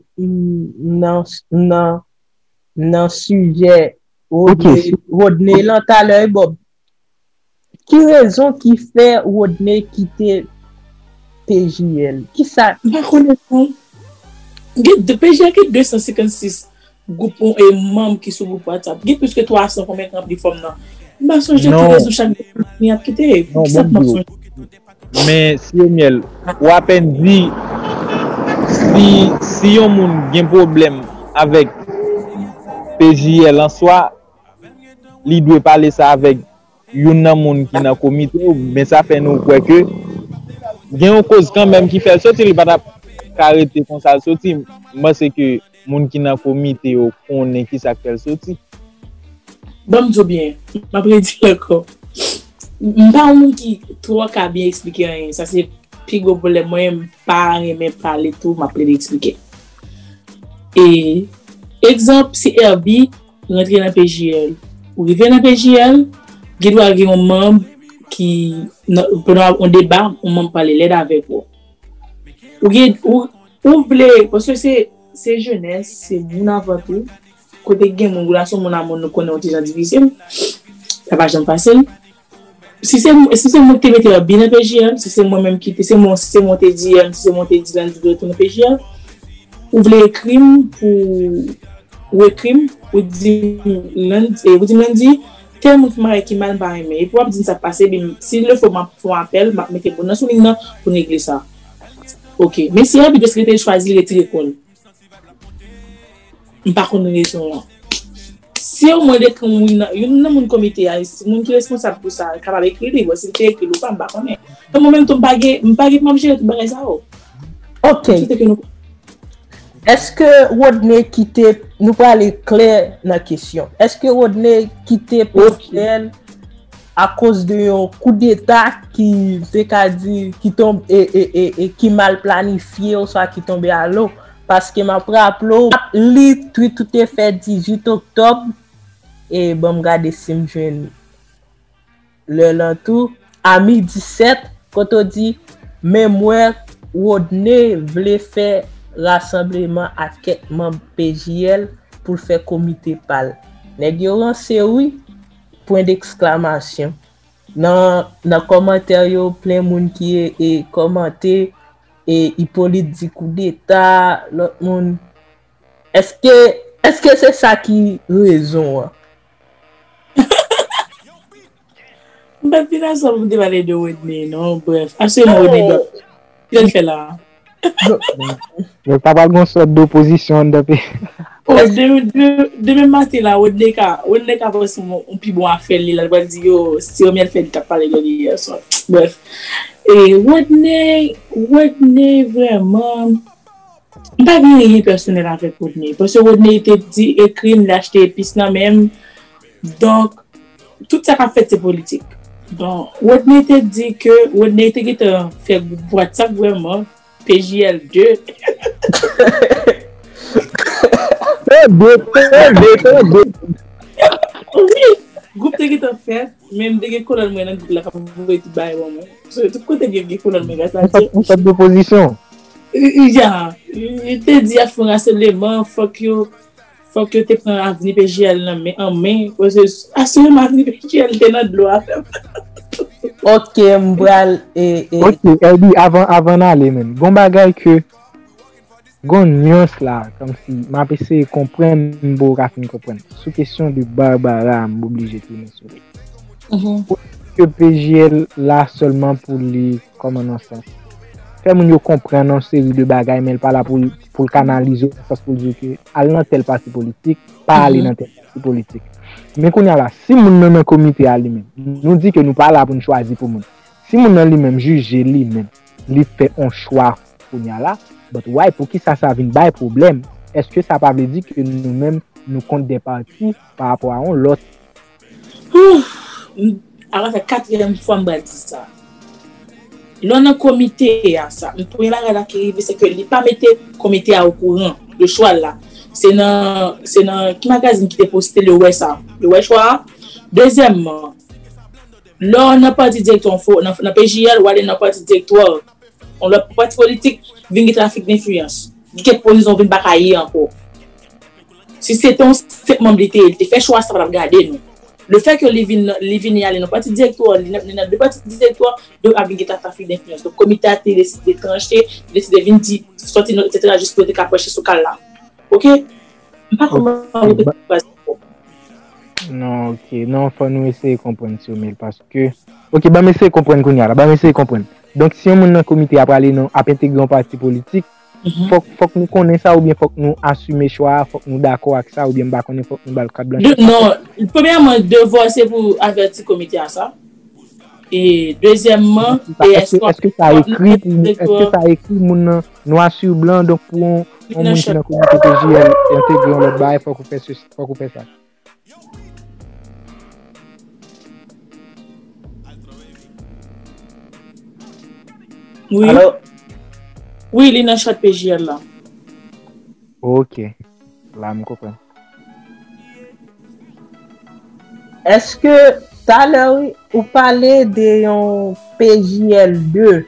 dans sujet Rodney là tout à l'heure Bob, qui raison qui fait Rodney quitter PJL? Qui ça? Pas connaissant. De PJL qui 256 groupes et membres qui sont groupe WhatsApp. Il y a plus que 300 combien de femmes là. Bah son j'ai tout raison chaque ni a quitter. Mais si miel ou à peine dit si yon moun gen problème avec PJL en soi, li doit parler ça avec yon nan moun qui dans comité, mais ça fait nous quoi que gen une cause quand même qui fait sortir, il pas arrêter comme ça sortir. Moi c'est que moun qui dans comité ou connaît qui ça fait sortir. Bon tout bien. M'a prédit encore. M'pas un monde qui trop qu'a bien expliquer rien. Ça c'est plus gros problème moi pas aimer parler tout m'a prédit expliquer. Et exemple si Herbie rentre dans PJL ou rive dans PJL, il doit avoir un membre qui pendant un débat, on membre parler l'aide avec vous. Ou voulez parce que c'est jeunesse, c'est mon avant tout. Côté gen mon relation mon amour nous connaît déjà difficile. Ça va jamais facile. Si c'est moi qui mettais bien dans PJL, si c'est moi même qui c'est mon te dit si c'est mon te dit dans de retourner PJL. Ou voulez écrire ou dire lundi tel monde mari qui mal pas aimer et pour dire ça passer s'il le faut appel m'a mettre bon dans souligne pour régler ça. OK, mais si a de secrétaire choisi retirer l'école. Par contre raison là. Si au moins de que mon comité a mon qui responsable pour ça capable écrire si c'est écrit ou pas connaît. Dans moment ton baguette m'a gérer tout bagage ça. OK. Est-ce que Rodney quitté nous pas aller clair dans la question. Est-ce que Rodney quitté PJL à cause de un coup d'état qui c'est-à-dire qui tombe et qui mal planifié ou soit qui tombe à l'eau parce que m'a rappelé li tout est fait 18 octobre et bon regarder sim jeune le l'entour à 17 quand on dit mais moi Rodney voulait faire rassemblement à quelques membres PJL pour faire comité pal. Nèg yo lancé oui point d'exclamation. Dans commentaire yo plein monde qui est commenté et Hippolyte dit coup d'état l'autre monde. Est-ce que c'est ça qui raison? Bah finalement ça me dévaler de Rodney non bref. Assez Rodney. Il fait là. Je pas une sorte d'opposition depuis. Demain matin là, Rodney ka parce on plus bon affaire là, va dire yo si on vient faire t'a parler de hier soir. Bref. Et Rodney vraiment pas rien personnel avec Rodney parce que Rodney était dit écrit l'acheter épice là même. Donc tout ça qu'a fait c'est politique. Donc Rodney était dit que Rodney était qui fait WhatsApp vraiment PJL 2. Groupe qui t'a fait même des colonnes moi dans la capoeira tout bail moi sur tout côté des colonnes mais ça c'est d'opposition ja il te dit à faire rassemblement faut que tu prends avenir PJL là mais en main parce que assurément avenir PJL t'es dans de l'eau. OK m'bral et OK elle dit avant d'aller même bon bagay que gon nuance là comme si m'a essayé comprendre bon rafine comprendre sous question de Barbara m'obligé tourner sur que PJL là seulement pour les comme un sens faire moun yo comprendre une série de bagages mais pas là pour canaliser parce pour dire que aller dans tel parti politique pas aller dans tel parti politique mais qu'on y a là si moun dans comité à lui-même nous dit que nous pas là pour nous choisir pour moun si moun dans lui-même juger lui-même lui fait un choix pour y a là but why pour qui ça vient bail problème est-ce que ça pas veut dire que nous-mêmes nous compte des partis par rapport à l'autre. Alors, c'est la 4e fois que je dis ça. L'on a comité à ça. Le premier bagage qui arrive, c'est que il pas mettre comité au courant. Le choix là. C'est dans qui magazine qui t'a posté le ouais ça. Le ouais choix. Deuxièmement, là on n'a pas dit directoire dans PJL ou aller dans parti directoire. On le parti politique vient trafic d'influence. Quelle position vient batailler encore. Si c'est ton membre il te fait choix ça va regarder nous. Le fait que les vignes aller dans parti directoire, dans deux partis directoire, donc avec ta trafic d'influence. Le comité a décidé de trancher, décidé de venir dire sortir etc. juste pour te capocher ce cas là. OK? Pas comment non, OK. Non, faut nous essayer de comprendre sur mail parce que OK, bah mais essayer de comprendre qu'on y a là, bah mais essayer de comprendre. Donc si on dans comité après aller non à intégrer un parti politique, faut que nous connaissions ça ou bien faut que nous assumer choix, faut que nous d'accord avec ça ou bien bah connait faut que nous bal carte blanche. Non, premièrement devoir c'est pour avertir comité à ça. Et deuxièmement, est-ce que ça écrit mon noir sur blanc donc pour on monde qui dans comité PJL intégrer l'autre bail faut qu'on fait ça. Oui. Alors, oui, il est dans chat PJL là. OK. Là, je comprends. est-ce que tout à l'heure, vous parlez de PJL 2?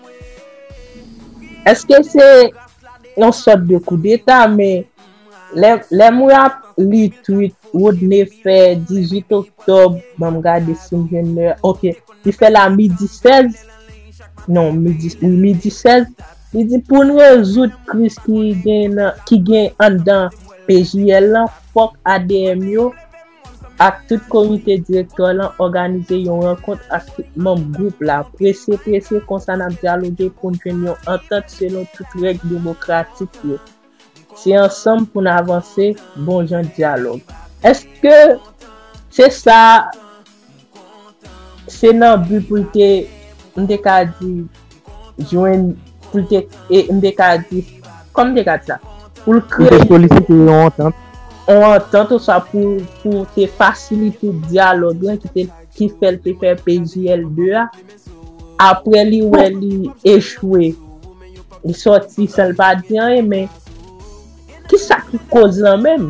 Est-ce que c'est une sorte de coup d'état, mais les mois li tweet Rodney fait 18 octobre, je regarde si OK, il fait la midi 16. Non, midi 16. Il dit pour nous résoudre crise qui gagne en dedans PJL là, faut ADM ak tout comité directeur là organiser une rencontre avec membre groupe là pressé concernant dialoguer pour une entente selon toutes règles démocratiques. C'est ensemble pour avancer bon genre dialogue. Est-ce que c'est ça c'est non but pour te ndeka di joindre pour te et ndeka di comme ndeka ça pour créer politique et entente on entend tout ça pour te faciliter le dialogue qui fait le PJL2 après lui échoué il sorti ça pas dire mais qui ça qui cause là même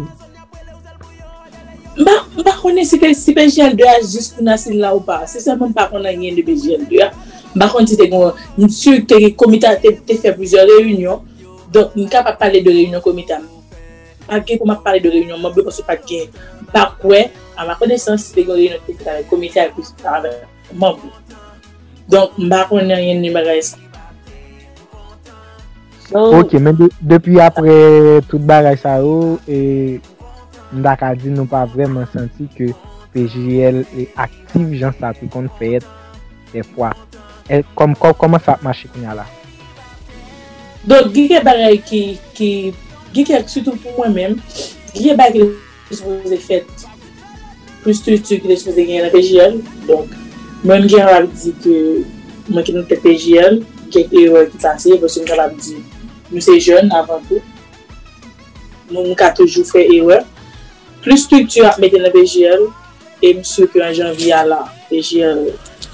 bah connais si PJL2 juste pour nasser là ou pas c'est seulement pas qu'on a rien de PJL2 bah quand c'était sûr que le comité a fait plusieurs réunions donc on capable parler de réunion comité pas pour parler de réunion membre parce que pas quoi à ma connaissance c'est une réunion avec comité avec membre donc bah on a rien de bagage. OK, mais depuis après toute bagage ça et m'daka dit nous pas vraiment senti que PJL est actif genre ça tout qu'on fait des fois et comment ça marche là. Donc il y a bagage qui surtout pour moi-même, il y a des choses qui sont faites plus structurées que les choses qui sont dans la PJL. Donc, même j'ai dit que moi qui suis dans la PJL, j'ai des erreurs qui passent parce que j'ai dit nous sommes jeunes avant tout. Nous avons toujours fait erreur. Plus structuré à mettre dans la PJL et monsieur qu'en janvier à la PJL.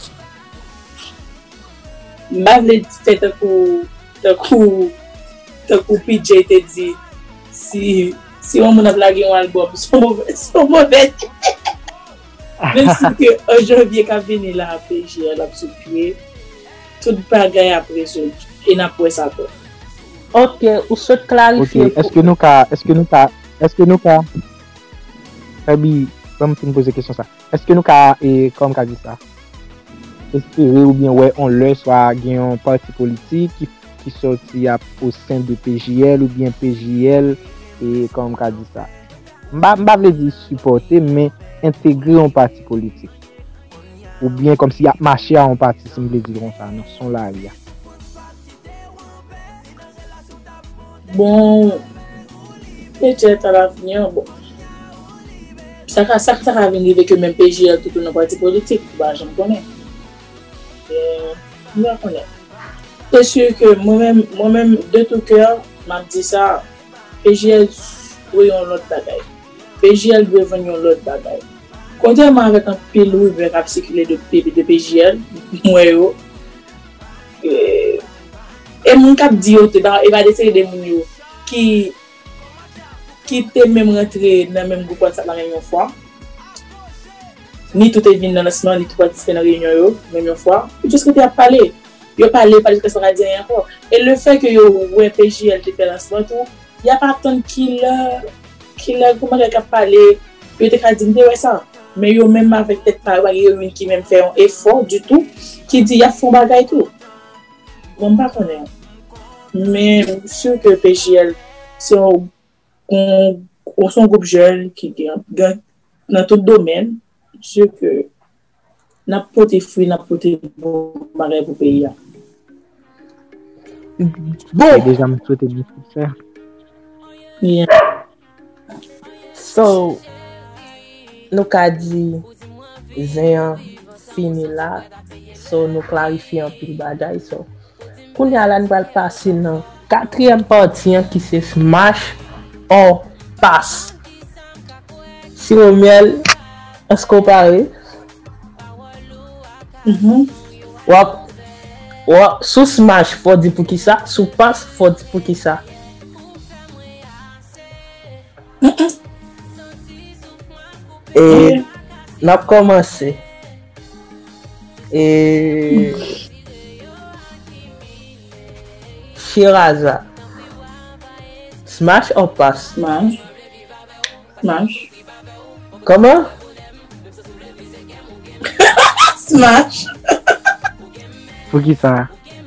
Je vais faire un coup PJ te dit si on a blagué un album, c'est mauvais. Même si que en janvier quand venu là PJL a sous pied, tout bagaille après ça et n'a pas ça quoi. OK, ou se clarifier. OK, est-ce que nous Fabi, comme tu me poses question ça. Est-ce que nous comme qu'a dit ça? Espérer ou bien ouais on le soit gagne un parti politique qui sorti au sein de PJL ou bien PJL et comme qu'a dit ça. M'ba veut dire supporter mais intégrer un parti politique. Ou bien comme si y a marché à un parti si me diront ça non son là il y a. Bon peut-être à l'avenir bon. Ça va venir avec même PJL tout un parti politique, bah je me connais. Je me connais. C'est sûr que moi-même de tout cœur, m'a dit ça, PJL oui on l'autre bagaille. PJL doit venir l'autre bagaille. Contrairement avec un pile ou qui a circulé de PJL, moi yo. Et mon cap dit il va essayer des moun yo qui te même rentré dans même groupe WhatsApp la même fois. Ni tout est venu dans lancement, ni tout participer dans la réunion yo même fois. Juste que tu as parlé. Yo parlé que ça va dire encore. Et le fait que yo ouais PJL te fait lancement tout, il y a pas tant qui comment quelqu'un parler, yo te ka dit ouais ça. Mais yo même avec tête pas une qui même fait un effort du tout qui dit y a fond bagay tout. Bon pas connaître. Mais sûr que PJL c'est son groupe jeune qui dans tout domaine, sûr que n'a porté fruit, n'a porté bon bagay pour pays. Bon, déjà me souhaiter du succès. Yeah. So, nous ka dit Zéan fini là, so nous clarifions un peu le bagay. So, qu'on y a là, nous allons passer dans quatrième partie qui c'est smash or pass. Si on miel, est-ce qu'on parle? Sous smash, faut dire pour qui ça? Sous pass, faut dire pour qui ça? Et on a commencé. Et Shiraza. Smash ou pass? Smash. Comment? Smash. Pour qui ça?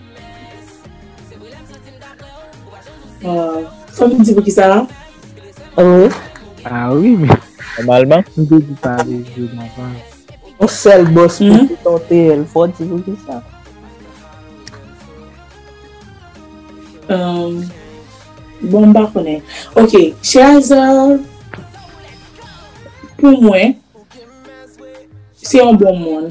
Faut me dire pour qui ça? Oui. Ah oui, mais Normalement. on peut dire ça les jeux d'enfants. On sait le boss pour tenter, il faut dire pour qui ça? Bon, bah, connaît. Ok, Shiraza, pour moi, c'est un bon monde.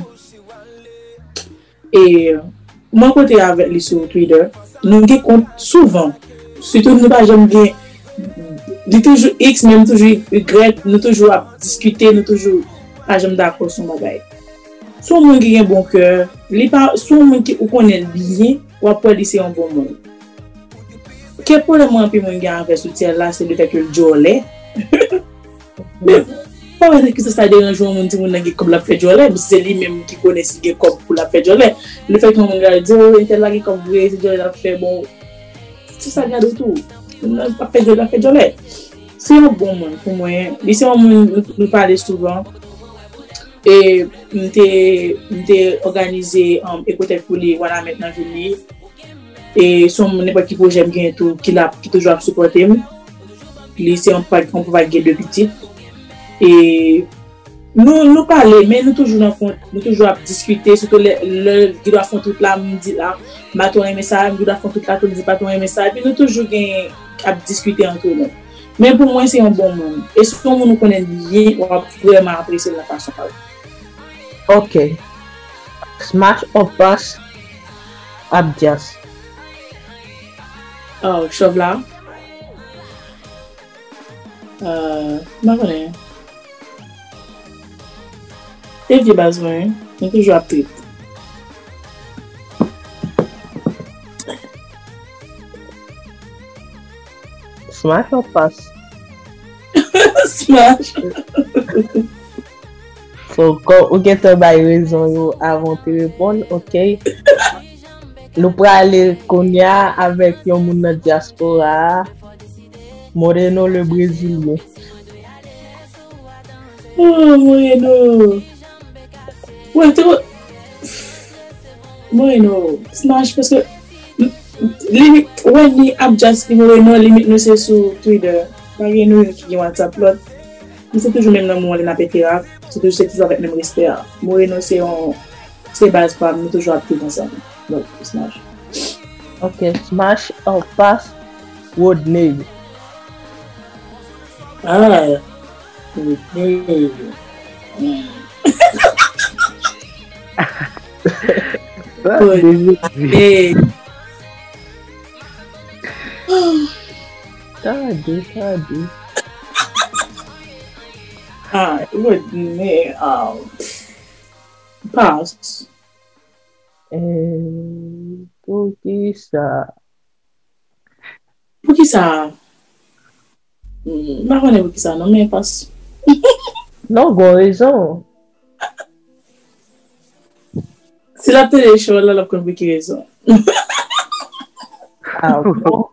Et moi, côté avec lui sur Twitter, nous avons compte souvent. Surtout, nous pas jamais bien. De toujours X, même toujours Y, nous toujours à discuter, nous toujours pas jamais d'accord sur ma bagaille. Soit monde qui a un bon cœur, soit monde qui connaît bien, ou après c'est un bon monde. Quel problème moi puis mon gars avec soutien là, c'est le fait que le jolé. Mais pas que ça dérange mon petit monde qui comme la fait jolé, mais c'est lui même qui connaît si qui comme pour la fait jolé. Le fait que mon gars dit oh, il là qui comme vrai, c'est jolé la fait bon. C'est ça garde tout. On pas fait jolé, la fait jolé. C'est un bon monde pour moi. Ici on nous parle souvent. Et m'était organisé écouter pour les voilà maintenant venir. Et son n'importe qui projet bien tout qui toujours à supporter moi. Lui c'est un propagande de petit et nous parler mais nous toujours à discuter surtout le qui doit faire toute la me dit là ma ton aimer ça il doit faire toute la tout dit pas ton aimer ça et puis nous toujours à discuter entre nous. Mais pour moi c'est un bon monde et si on nous connaît bien on va vraiment apprécier la façon de parler. Ok. Smash or pass? Abdias. Oh, chauve là. Ma connais. Et du besoin, on toujours appris. Smash or pass? Smash. So, quand vous avez raison avant de répondre, ok. Nous pourrons aller Konya avec un monde de diaspora, Moreno le Brésilien. Oh, Moreno. Ouais, Moreno, Smash parce que limite, ouais, ni Abjas, ni Moreno, limite nous c'est sur Twitter. Pas rien nous qui WhatsApp là. Nous c'est toujours même dans mon na pétera, c'est toujours avec même respect. Moreno c'est base pas nous toujours actifs ensemble. Donc, Smash. Ok, Smash or pass? Word name. Ah. Tadi. would me pass. Pour qui ça? Pour qui ça? Pas pour qui ça, non, mais passe. Non, bon raison. C'est la télé show là, la pour qui raison. Ah bon?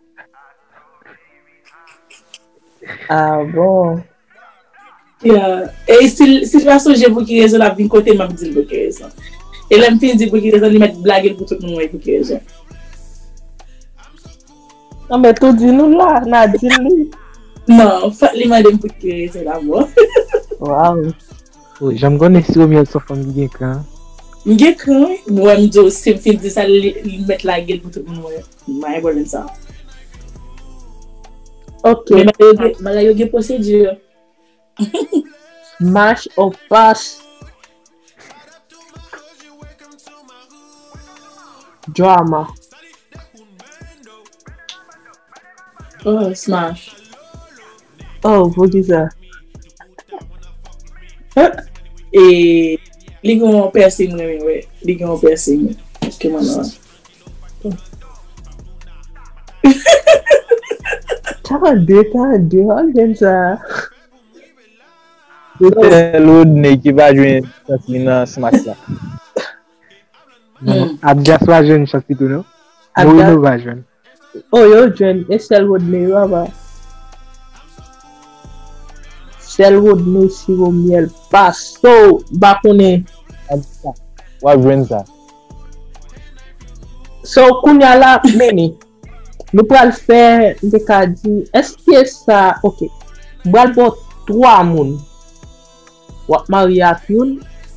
Ah bon? Yeah. Et si la soje pour qui raison, la vin côté m'a dit pour qui raison. Et là, me fin dit pour qui raison, il met blague pour tout le monde pour qui raison. Non, mais tout dit nous là, n'a dit lui. Non, il m'a dit pour qui raison d'abord. Wow. J'aime connaître si au mieux sauf en bien quand. M'gé quand, moi me dit si me fin dit ça, il met la gueule pour tout le monde. M'a bon ça. Ok. Mais là, il y a procédure. Smash or pass? Drama. Oh, smash. Oh, pour qui ça? Et les gars ont percé, ouais. Les gars ont percé. Que maintenant. 42, regarde ça. C'est l'autre qui va jouer dans ce match-là. Abdia soit jeune, chaque tout, non? Abdia va jeune. Oh, yo jeune. Et Selwoodney, là-bas. Selwoodney, sirop miel. Passe. So, bakone. Ouais, jeune ça. So, kounya la, meni. Nous pourrons le faire, est-ce que ça, ok. Nous pour 3 moun. Wap maria youn.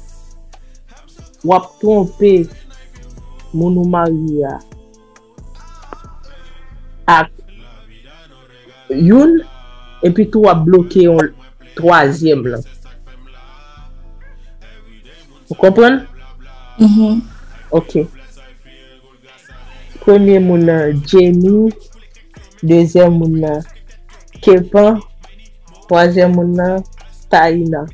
Wap tromper moun ou maria. Ak youn. Et puis tout wap bloquer un 3e là. Vous comprenez? Ok. Premier moun Jenny, deuxième moun Kevin, troisième moun Taina.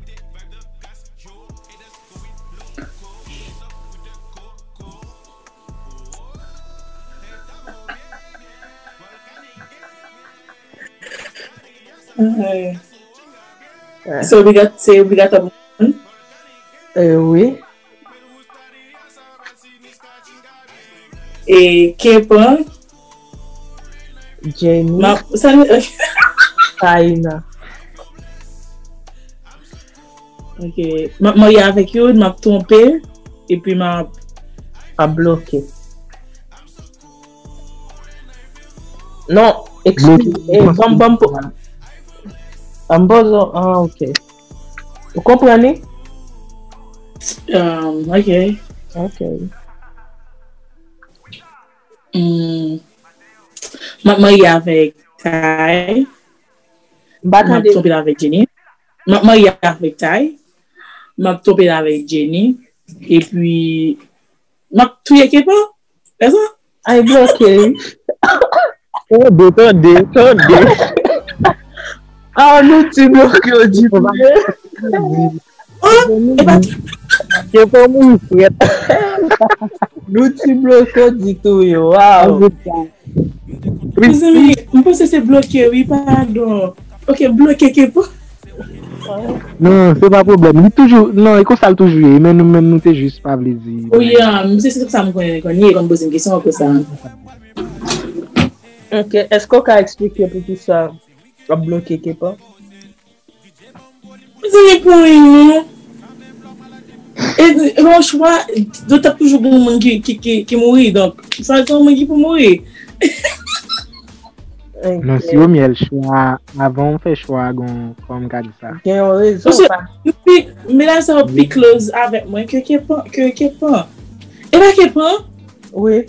C'est obligatoire. Oui. Et Kevin, Jenny, Taina. Ok. Moi, y avec eux, m'a trompé et puis m'a bloqué. Non, expliquez. Ah, ok. Vous comprenez? Ok. Ok. Moi, y avec Tai. M'a trompé avec Jenny. Moi, y avec Tai. M'a trompé avec Jenny. Et puis, m'a tout y pas? C'est ça? Ah, bloqué. Attendez. Ah, nous, tu bloqué au dit. C'est pas mon frère. Nous, tu bloqué au dit tout, yo. Wow. Mes amis, je pense que c'est bloqué, oui, pardon. Ok, bloqué, qu'est-ce que Non, c'est pas problème. Il toujours, non, il constate toujours, mais nous, t'es juste pas plaisir. Oui, c'est ça que je me connais, quand je pose une question comme ça. Ok, est-ce qu'on peut expliquer pour tout ça? On bloqué quelque part? C'est pour rien. Et mon choix, d'autres toujours bon monde qui mourit, donc ça c'est un monde qui peut mourir. Non, si au miel choix, avant on fait choix comme garde ça. Il y a raison. Mais là ça va plus close avec moi que pas. Et là que pas? Oui.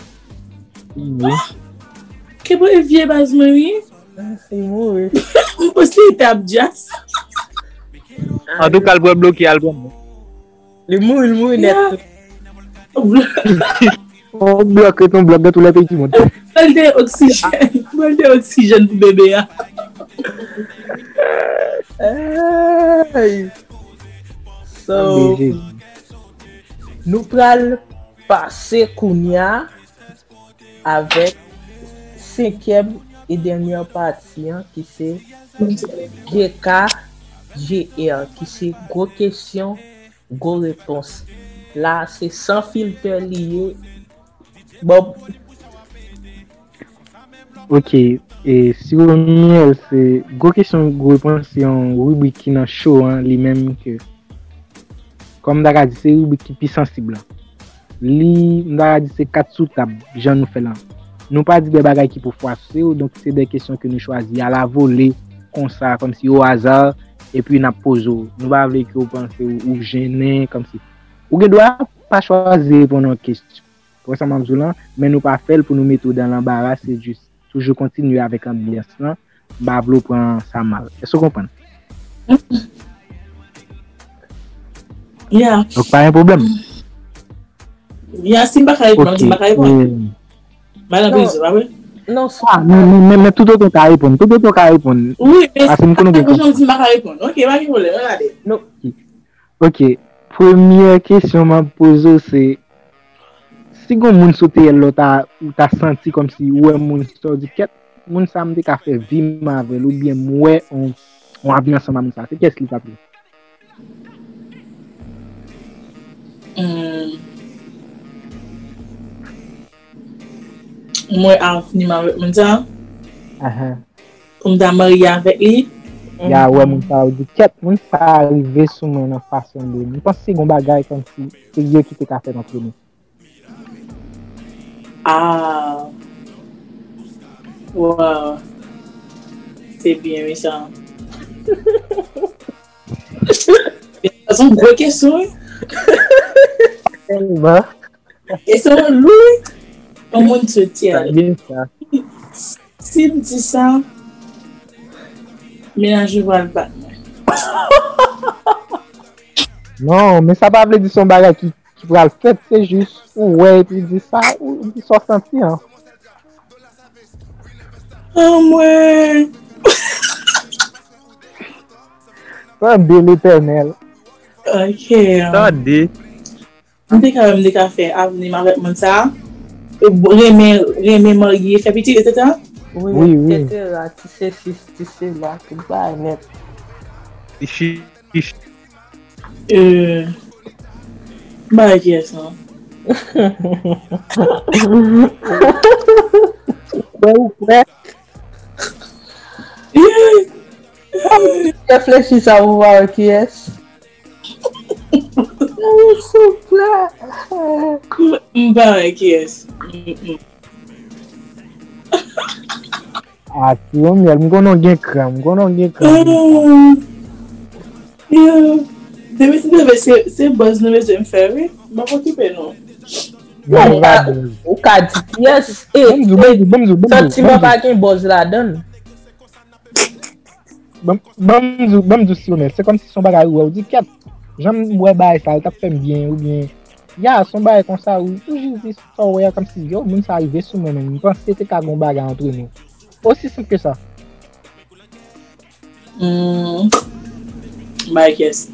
Que pas vieux base oui. C'est mourir. On peut se l'étape jazz. En tout cas, le bois bloqué album. Le mourir net. On bloque ton bloc de tous les pays du monde. Bol de oxygène pour bébé. So, nous pral passer Kounia avec cinquième et dernière partie hein, qui c'est GKGR qui c'est gros question, gros réponse. Là, c'est sans filtre lié. Bon. Ok, et si vous miel, c'est gros question, gros réponse, c'est un rubrique qui est show, hein, lui-même que, comme d'habitude, dit, c'est une rubrique qui est plus sensible. Lui, d'habitude, c'est 4 sous-tables, j'en nous fait là. Nous pas dit des bagages qui pour froisser, donc c'est des questions que nous choisissons à la volée, comme ça, comme si au hasard, et puis nous posons. Nous pas voulu que vous pensez ou gêner, comme si. Ou ne doit pas choisir pour nos questions. Pour ça, mais nous pas faire pour nous mettre dans l'embarras, c'est juste. Toujours continuer avec ambiance là, bah vlo prend ça mal. Est-ce que vous comprenez? Yeah. Donc pas un problème. Yeah, si m'a répondre, si m'a répondre. Madame Brise, ah oui. Non, ça mais tout autre cas répondre, tout autre cas répondre. Oui, mais parce que nous connaissons si m'a répondre. OK, pas de problème, regardez. non. OK. Première question m'a posée c'est si gon moun sote l'autre ou t'as senti comme si ouais moun sort du quête, moun ça me ka fait vivre avec ou bien ouais on a bien ensemble ça. C'est qu'est-ce qu'il t'a pris? Moi a fini avec mon temps. Comme da marié avec lui. Ya ouais moun ça du quête, moun ça arrivé sous mon façon de. Je pense que gon bagay comme si c'est Dieu qui t'a fait entre nous. Ah. Wow. C'est bien méchant. C'est une grosse question. Question lourde. Comment tu te tiens? Bien ça. Si me dit ça, mélange va le battre. Non, mais ça pas veut dire son bagage qui va le faire, c'est juste ouais, puis dit ça ou il soit senti hein. Oh ouais. C'est bien l'éternel. OK. Attendez. On peut quand même des cafés avenir avec mon ça. Remer marié, fait petit, etc. Oui. Etc. Tu sais là, tout va net. Bah, qui est ça? Ouais. Réfléchis ça, vous voir qui est. Bah, qui est? Ah, tu vois, mais je connais crème. C'est boss nous me faire, oui. Bah, occuper non. Ou ka dit yes. Sentiment pas qu'un boss la donne. C'est comme si son bagage ou dit quatre. J'aime ouais bail ça t'a fait bien ou bien ya son bail comme ça ou toujours dit ça ouais comme si yo moun ça arrivé sur moi même je pense que c'était ka gon bagage entre nous aussi simple que ça. Bah yes.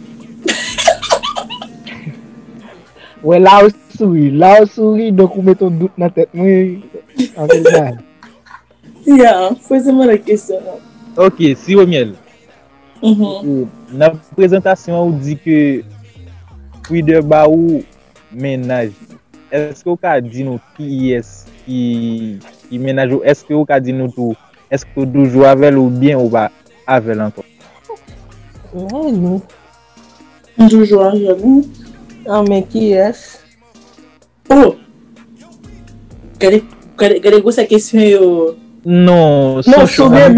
Ouais là au souris donc on met ton doute dans tête moi en fait. Yeah, posez-moi la question. Ok, si au miel. Dans la présentation, on dit que puis de baou ménage. Est-ce que vous pouvez dire nous qui est qui ménage? Est-ce que vous pouvez dire nous tout? Est-ce que vous jouez avec ou bien ou pas avec encore? Ouais, nous. On joue avec nous. Ah, mais qui est? Oh! Regardez cette question. Non, sourire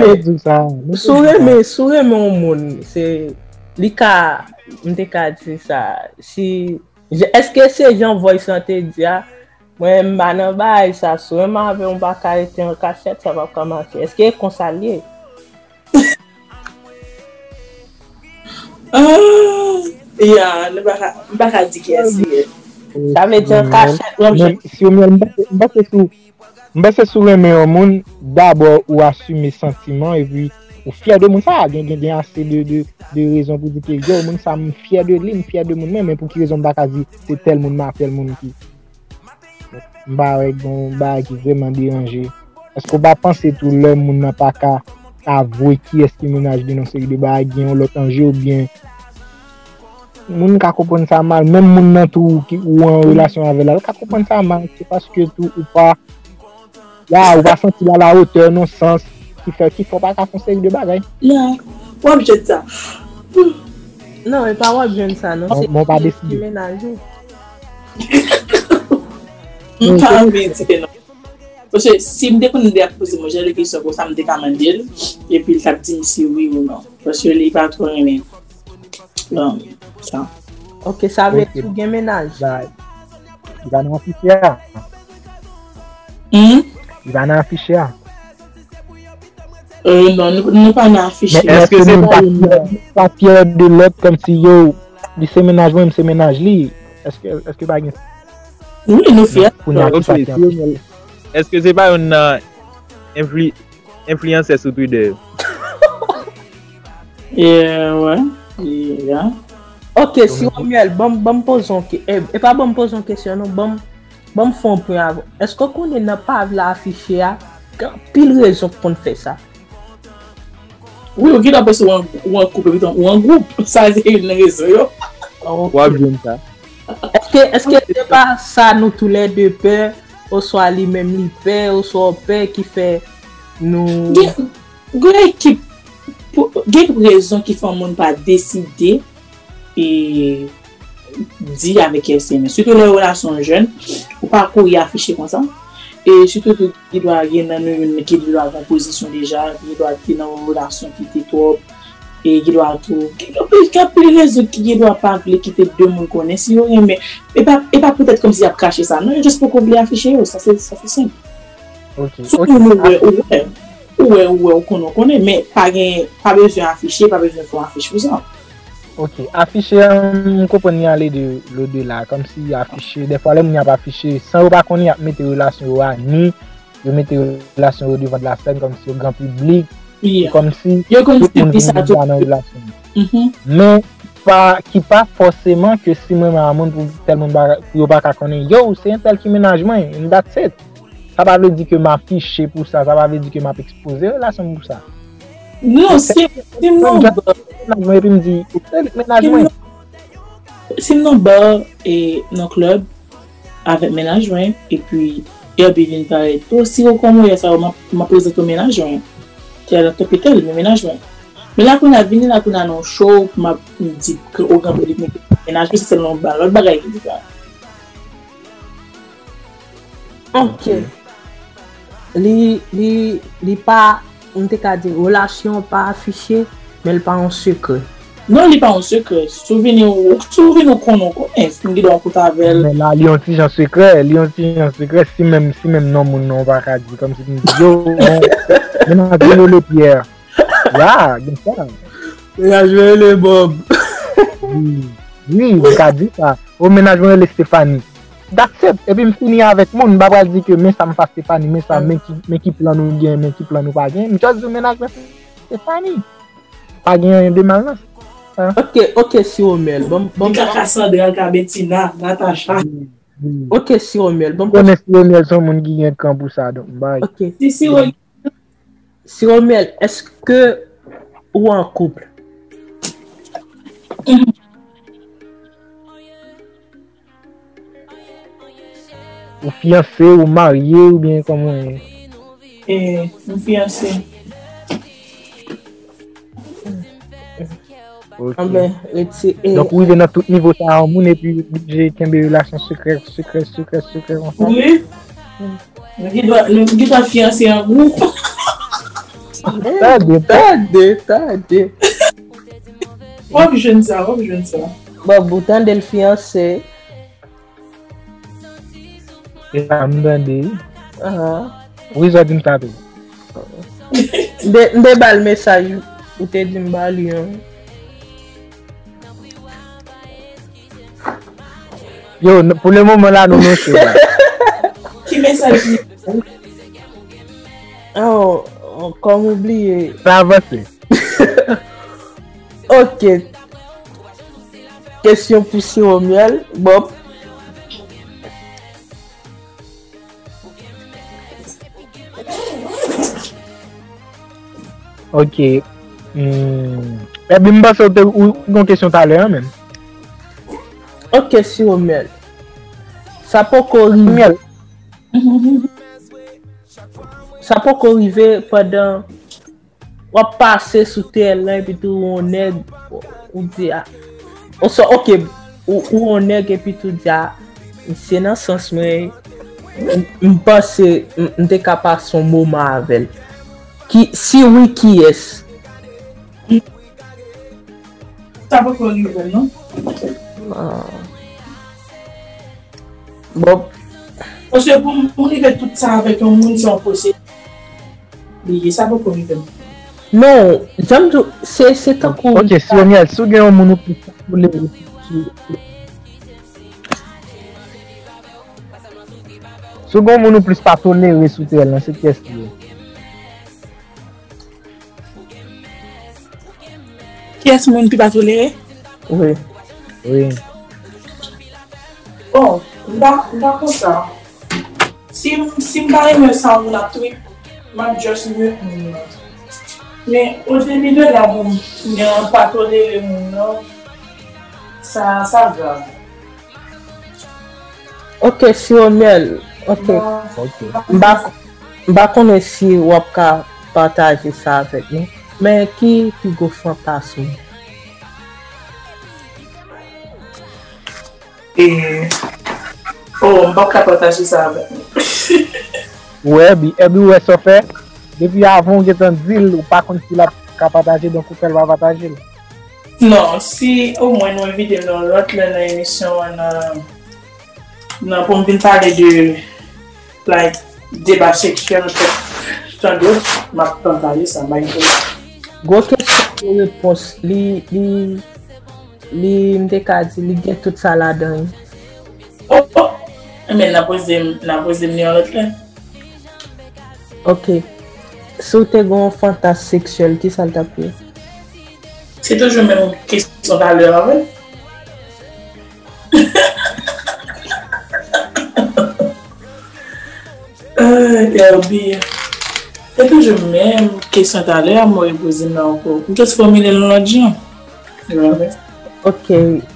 mon monde, c'est lika m'deka dit ça. Si est-ce que ces gens voient santé dire moi manan ba ça sûrement avec on va cariter en cachette ça va commencer. Est-ce que consalier? Yeah, ne pas dire que ça veut dire cachette. Si on me sur le monde d'abord ou assumer sentiment et puis ou fier de moun ça, gen assez de raison pour dire que yo moun ça me fier de lui, me fier de moun mais pour qui raison pas dire c'est tel moun qui qui vraiment dérangé. Est-ce qu'on va penser tout le monde n'a pas qu'à avouer qui est-ce qui ménage de nos séries de bagages ou l'autre enjeu ou bien moun ka comprendre ça mal, même moun nan tout qui ou en relation avec la, ka comprendre ça mal, c'est parce que tout ou pas là on va sentir à la hauteur non sens qui fait qu'il faut pas qu'à faire série de bagages. Non, moi je dis ça. Non, mais pas moi bien ça non, c'est mon pas décider. Ménager. Pas envie de dire non. Parce que si me dépend de poser moi j'ai les questions pour ça me décamender et puis il t'a dit si oui ou non parce que il pas trop aimé. Non, ça. OK, ça veut dire gain ménage. Il va nous afficher. Il va nous afficher. Non, nous pas afficher. Mais est-ce que c'est pas papier de l'autre comme si yo du séménage même séménage li est-ce que pas oui nous fait est-ce que c'est pas une influence sur Twitter? Ouais. Yeah. OK, si Romuel, bon posons et pas bon posons question non, bon fond point avant. Est-ce que qu'on n'a pas la afficher à pile raison pour faire ça? Oui, OK, d'après ou un couple ou un groupe, ça c'est une raison yo. Ouais, bien ça. Est-ce que c'est pas ça nous tous les deux peur, ou soit lui même lui peur, ou soit peur qui fait nous équipe quelle raison qui fait un monde pas décider et dire avec quelqu'un surtout les relations jeunes ou pas courir afficher comme ça et surtout il doit y avoir une qui doit avoir position déjà il doit être dans une relation qui était trop et qui doit tout plus raison qui doit pas vouloir quitter deux monde connaît si mais et pas peut-être comme si il a caché ça non juste pour qu'on oublie afficher ça fait simple. OK. Ouais, on connaît, mais pas besoin d'afficher, pas besoin de faire afficher pour ça. OK. Afficher, on comprend aller de l'au-delà, comme si afficher, des fois, là, on n'y a pas affiché, sans pas qu'on y a mis des relations à ni, de mettre des relations au devant de la scène, comme si au grand public, comme si tout le monde est dans une relation. Mais, qui pas forcément que si moi, un monde pour tel monde, pour pas connaître, yo, c'est un tel qui ménagement, une date 7. Ça va veut dire que m'a affiché pour ça, ça va veut dire que m'a exposé relation pour ça. Non, c'est non. Et puis me dit ménagement. C'est non bar et non club avec ménagement et puis il vient parler. Toi si on comment ça m'a posé ton ménagement. Tu as le pétel le ménagement. Mais là qu'on a venu là qu'on a un show m'a dit que au grand public ménagement c'est non bar l'autre bagaille qui dit ça. OK. Li pas on te ka dire relation pas affichée mais elle pas en secret. Non, il pas en secret. Souvenir qu'on connaît, il doit écouter avec. Mais là, il y a un petit en secret, si même non mon nom va pas dire comme si yo maintenant donne le Pierre. Là, comme ça. Il a joué le Bob. Oui, on a dit ça. Au ménagement de Stéphanie. D'accepte et puis me finir avec moi, on va pas dire que mais ça me fait Stéphanie, mais ça mais qui plan nous bien, mais qui plan nous pas bien. Mais tu dis ménagement Stéphanie. Pas gain de mal. OK, si Romel. Bon Cassandra, Bettina, Natacha. OK, si Romel. Bon connais si Romel son monde qui vient de camp pour ça donc. Bye. OK. Si Romel, est-ce que ou en couple? Ou fiancé ou marié ou bien comment? Ou fiancé. Okay. Donc oui, dans tout niveau ça, on est plus obligé de avoir des relations secrètes. Oui. Nous doit fiancer en groupe. T'as. Oh, je ne sais pas. Bon, bouton de fiancé. Et ça me donne oui, ça dit ça. De bal message ou te dit m'bali. Yo, pour le moment là, nous Qui message? Oh, Comme oublié. Ça avance. Ok. Question pour sirop miel. Bob. Ok. Et bien, je vais faire une question tout à l'heure même. Ok, sirop miel. Ça peut arriver. Ça peut arriver pendant. On passe sous terre là et puis tout on est. On dit. Ok. Ou on est et puis tout dit. C'est dans ce sens mais. Je pense que je suis capable de son moment avec. Si oui, qui est-ce? Ça peut arriver, non? Bon. Parce que pour arriver tout ça avec un monde qui est possible. Ça peut arriver. Non, j'aime tout. C'est un coup. Ok, si on y a, si on a un monopole pour les. Second mono plus pas toléré sous terre, c'est qu'est-ce que Qui est-ce que monde peut pas tolérer? Oui. oui. Bon, d'accord ça. Si je me sens mon truc, je juste mieux. Mais au début de la boum, je n'ai pas toléré mon nom. Ça va. Ok, si on miel. Ok. Je connais si on peut partager ça avec nous. Mais qui est le fantasme? Et. Oh, on va pas partager ça avec nous. Ouais, ouais, ça fait. Depuis avant, on est en deal, ou pas contre qui l'a partager, donc elle va partager. Non, si au moins nous invitons dans l'autre émission, pour me parler de like, débat sexuel, tant d'autres, je vais parler ça. Gros question de réponse, li m'dekadi, tout ça là-dedans. Oh, mais la posé en l'autre là. Ok. Si tu as un fantasme sexuel, qui ça t'a pris? C'est toujours la même question à l'heure avec. C'est toujours la même question à l'heure, moi, je pose encore. Qu'est-ce que formuler l'autre gens? Ok.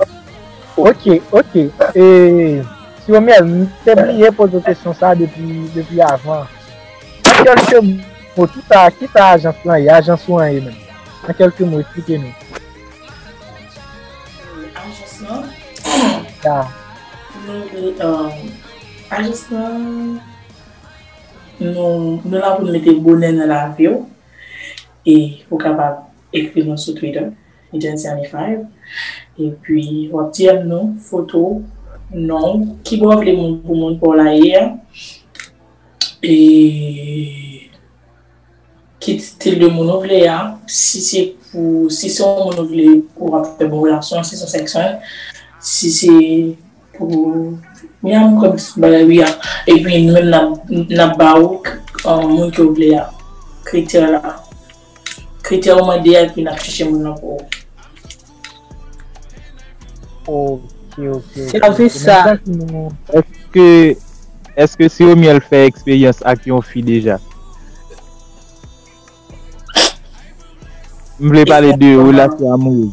Et si on met oublié poser question ça depuis avant. Quelques mots, qui t'a agence là, il y a agence là même. En quelques mots, expliquez-nous. Agence là? Agence là, nous là pour mettre bonnet dans la vie et vous capable écrire sur Twitter, Agent75. Et puis, on tire nos photos, non, qui doivent les monde pour la hier. Et qui style de monovelé, si c'est on monovelé pour avoir de bonnes relations, si c'est sexuel, si c'est pour. Bien comme et puis même na baou mon qui voulait critère là critère au modèle et puis na chercher mon pour ok c'est vu ça. Est-ce que si on miel fait expérience avec une fille déjà? Je voulais parler de relation amoureuse.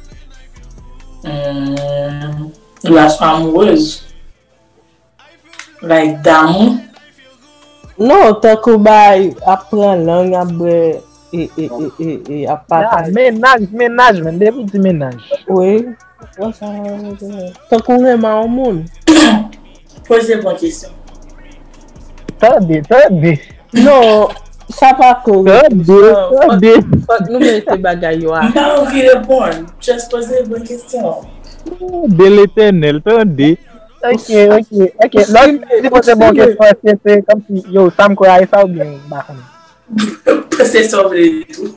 Relation amoureuse. Like d'amour? Non, tant que bail apprendre langue après et à partager. Ménage, même des petits ménages. Oui. Tant qu'on aime au monde. Posez bonne question. Attendez. Non, ça va correct. Attendez. Nous mettons bagaille. Non, vous répondre. Juste poser bonne question. De l'éternel, attendez. Ok. Là, si vous avez une bonne question, c'est comme si yo, Sam quoi ça ou bien C'est sauvé tout.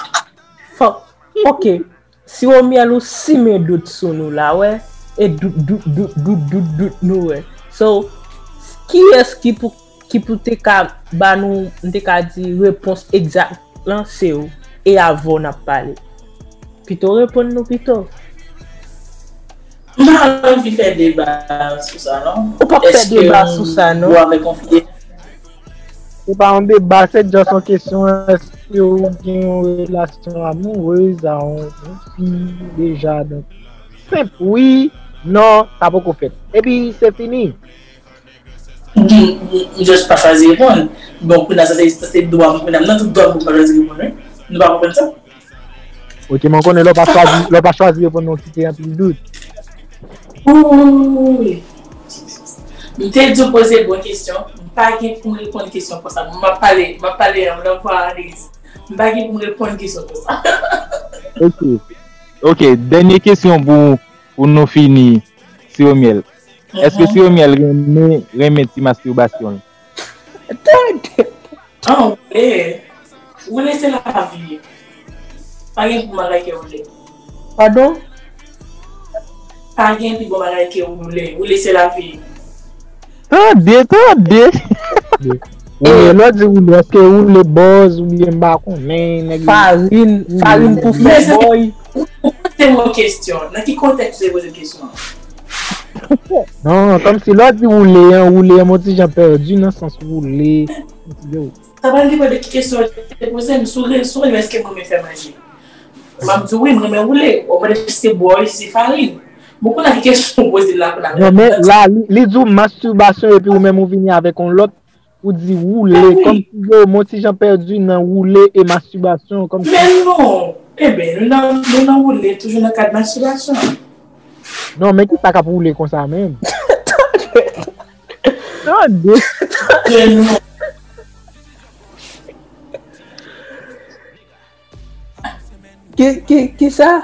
Ok. Si on met alors 6 doutes sur nous là, ouais, et doute nous, ouais. So, qui est-ce qui pour qui peut te ba nous te dire réponse exacte là c'est où et avant n'a parlé. Plutôt répondre nous plutôt. On a envie de faire débat sur ça, non? On peut faire débat sur ça, non? C'est pas un débat, c'est juste une question. Est-ce que vous avez une relation amoureuse à une fille déjà? Donc, simple, oui, non, t'as beaucoup fait. Et puis, c'est fini. Je ne pas choisir répondre. Donc, c'est droit. Nous avons tout droit pour choisir répondre. Nous ne pas comprendre ça. Ok, mais on connaît l'on pas choisi pour nous quitter un peu de doute. Oui. Je t'ai dit poser bonne question. Pas pour me répondre à une question pour ça. Je vais parler, on va voir Alice. Je pas pour me répondre à une question pour ça. Ok, dernière question pour nous finir, Siro Miel. Est-ce que Siro Miel remet la masturbation? Ah oui. Vous laissez la vie. Pas pour me que vous voulez. Pardon? Pas pour me que vous voulez. Vous laissez la vie. Attendez. Et l'autre dit, est-ce que vous les boss ou bien farine pour faire boy? C'est mon question. Dans quel contexte vous posez une question? Non, comme si l'autre dit rouler, moi aussi j'ai perdu dans le sens rouler. Ça va dépendre de quelle question vous posez. Je souris, est-ce que vous me faites manger? Je me dis oui, je me rouler. On va dire que c'est boy, c'est farine. Beaucoup de questions posées là pour la. Non, mais là, les deux masturbation et puis ou même vous venez avec un l'autre, vous dites rouler, comme si moi aussi j'ai perdu dans rouler et masturbation. Comme mais non! Eh bien, nous n'avons roulé toujours dans le cas de masturbation. Non, mais qui pas qu'à rouler comme ça même? Qui ça?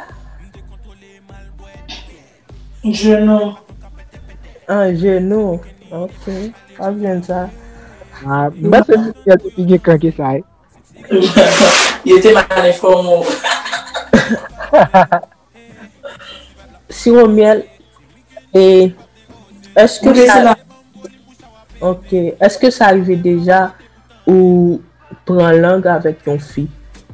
Genou. Un genou. Ok. Pas bien ça. Ah, bah c'est quelqu'un qui ça. Il était mal informé. Siro Miel, et est-ce que ça... Ok. Est-ce que ça arrive déjà ou prend langue avec ton fille?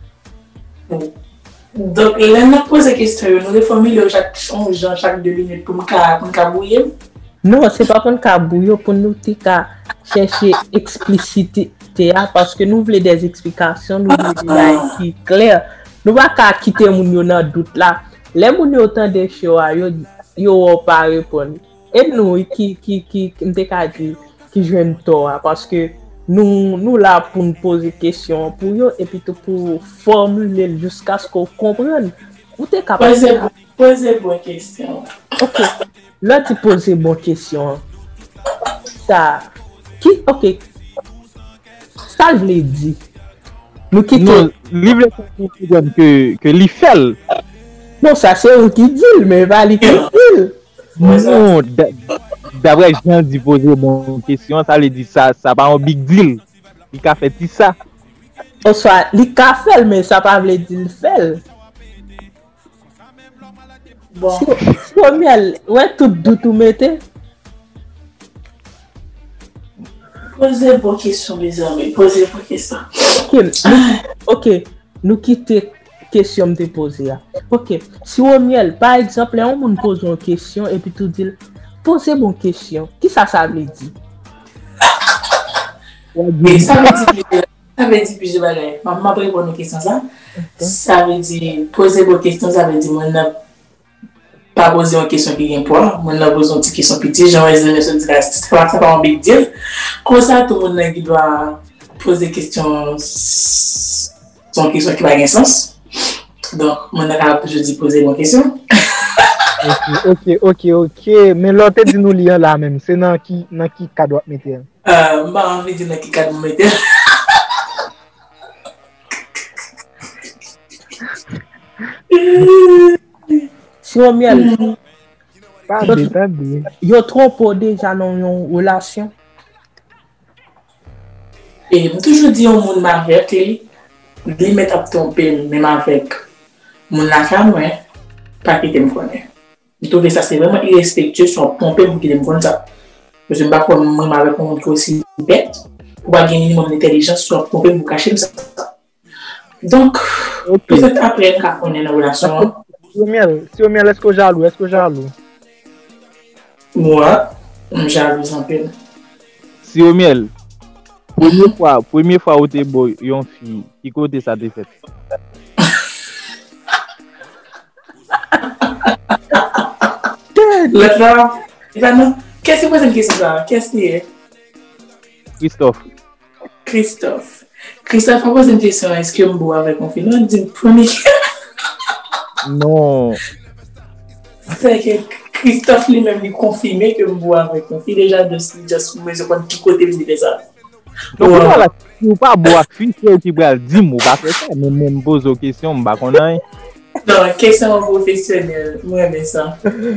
Donc, là, on a posé la question, nous reformulons chaque 2 minutes pour me bouillir. Non, c'est pas pour nous bouillir, pour nous chercher explicité, parce que nous voulons des explications, nous voulons des choses qui claires. Nous ne pouvons pas quitter mon dans doute là. Les gens qui ont autant de choses, ils n'ont pas répondre. Et nous qui jouons tort, parce que nous là pour nous poser des questions pour eux et puis pour formuler jusqu'à ce qu'on comprenne. Vous êtes capable de poser bonne question. Ok. Là tu poses bonne question. Ça ok. Ça je l'ai dit. Nous quittons. Livre que l'IFEL. Non, ça c'est eux qui dit, mais pas lui qui dit. Non, d'après Jean dit poser bonne question, ça lui dit ça pas un big deal. Il a fait ça. Ou soit, il a fait, mais ça pas veut dire le fait. Bon. Si on met, ouais, tout mettez. Posez bonne question, mes amis. Posez bonne question. Ok, nous quittons question de poser. Ok, si on miel, par exemple, on nous pose une question et puis tout dit, posez bonne question. Qui ça veut dire? Mais ça veut dire plus de bagages. Maman répond une question ça. Ça veut dire poser bonne question, ça veut dire moi pas poser une question qui est poids, moi n'a poser une petite question petite, genre c'est pas un big deal. Comme ça tout le monde qui doit poser question son question qui va avoir sens. Donc moi n'a pas je dis poser une question. Ok. Mais l'autre dit nous lire là même, c'est dans qui cadre mettre. M'a envie de dire dans qui cadre mettre. Si on miel, yo trop déjà dans une relation. Et je toujours dit au monde avec lui mettre à tromper même avec mon femme pas qui me connaît. Je trouve ça c'est vraiment irrespectueux son tromper pour qu'il me connaisse ça. Je ne sais pas comment moi avec un monde aussi bête. ou pas gagner minimum d'intelligence, soit pour vous cacher ça. Donc, peut-être après, quand on est dans la relation. Si au miel, est-ce que jaloux? Moi, jalouse un peu. Si au miel, première fois où t'es beau, yon fille, qui côté ça t'est fait? Non. Qu'est-ce que c'est une question ça? Qu'est-ce que c'est? Christophe, on pose une question. Est-ce que je bois avec mon fils? Non, dis premier. Non. C'est que Christophe lui-même lui confirmé que je bois avec mon fils. Déjà, je sais pas qui côté me dit ça. Donc, voilà, si vous pas boire fille, c'est qui va dire, moi, pas faire ça, mais même pose aux questions, je ne sais pas. Non, question professionnelle, moi, mais ça.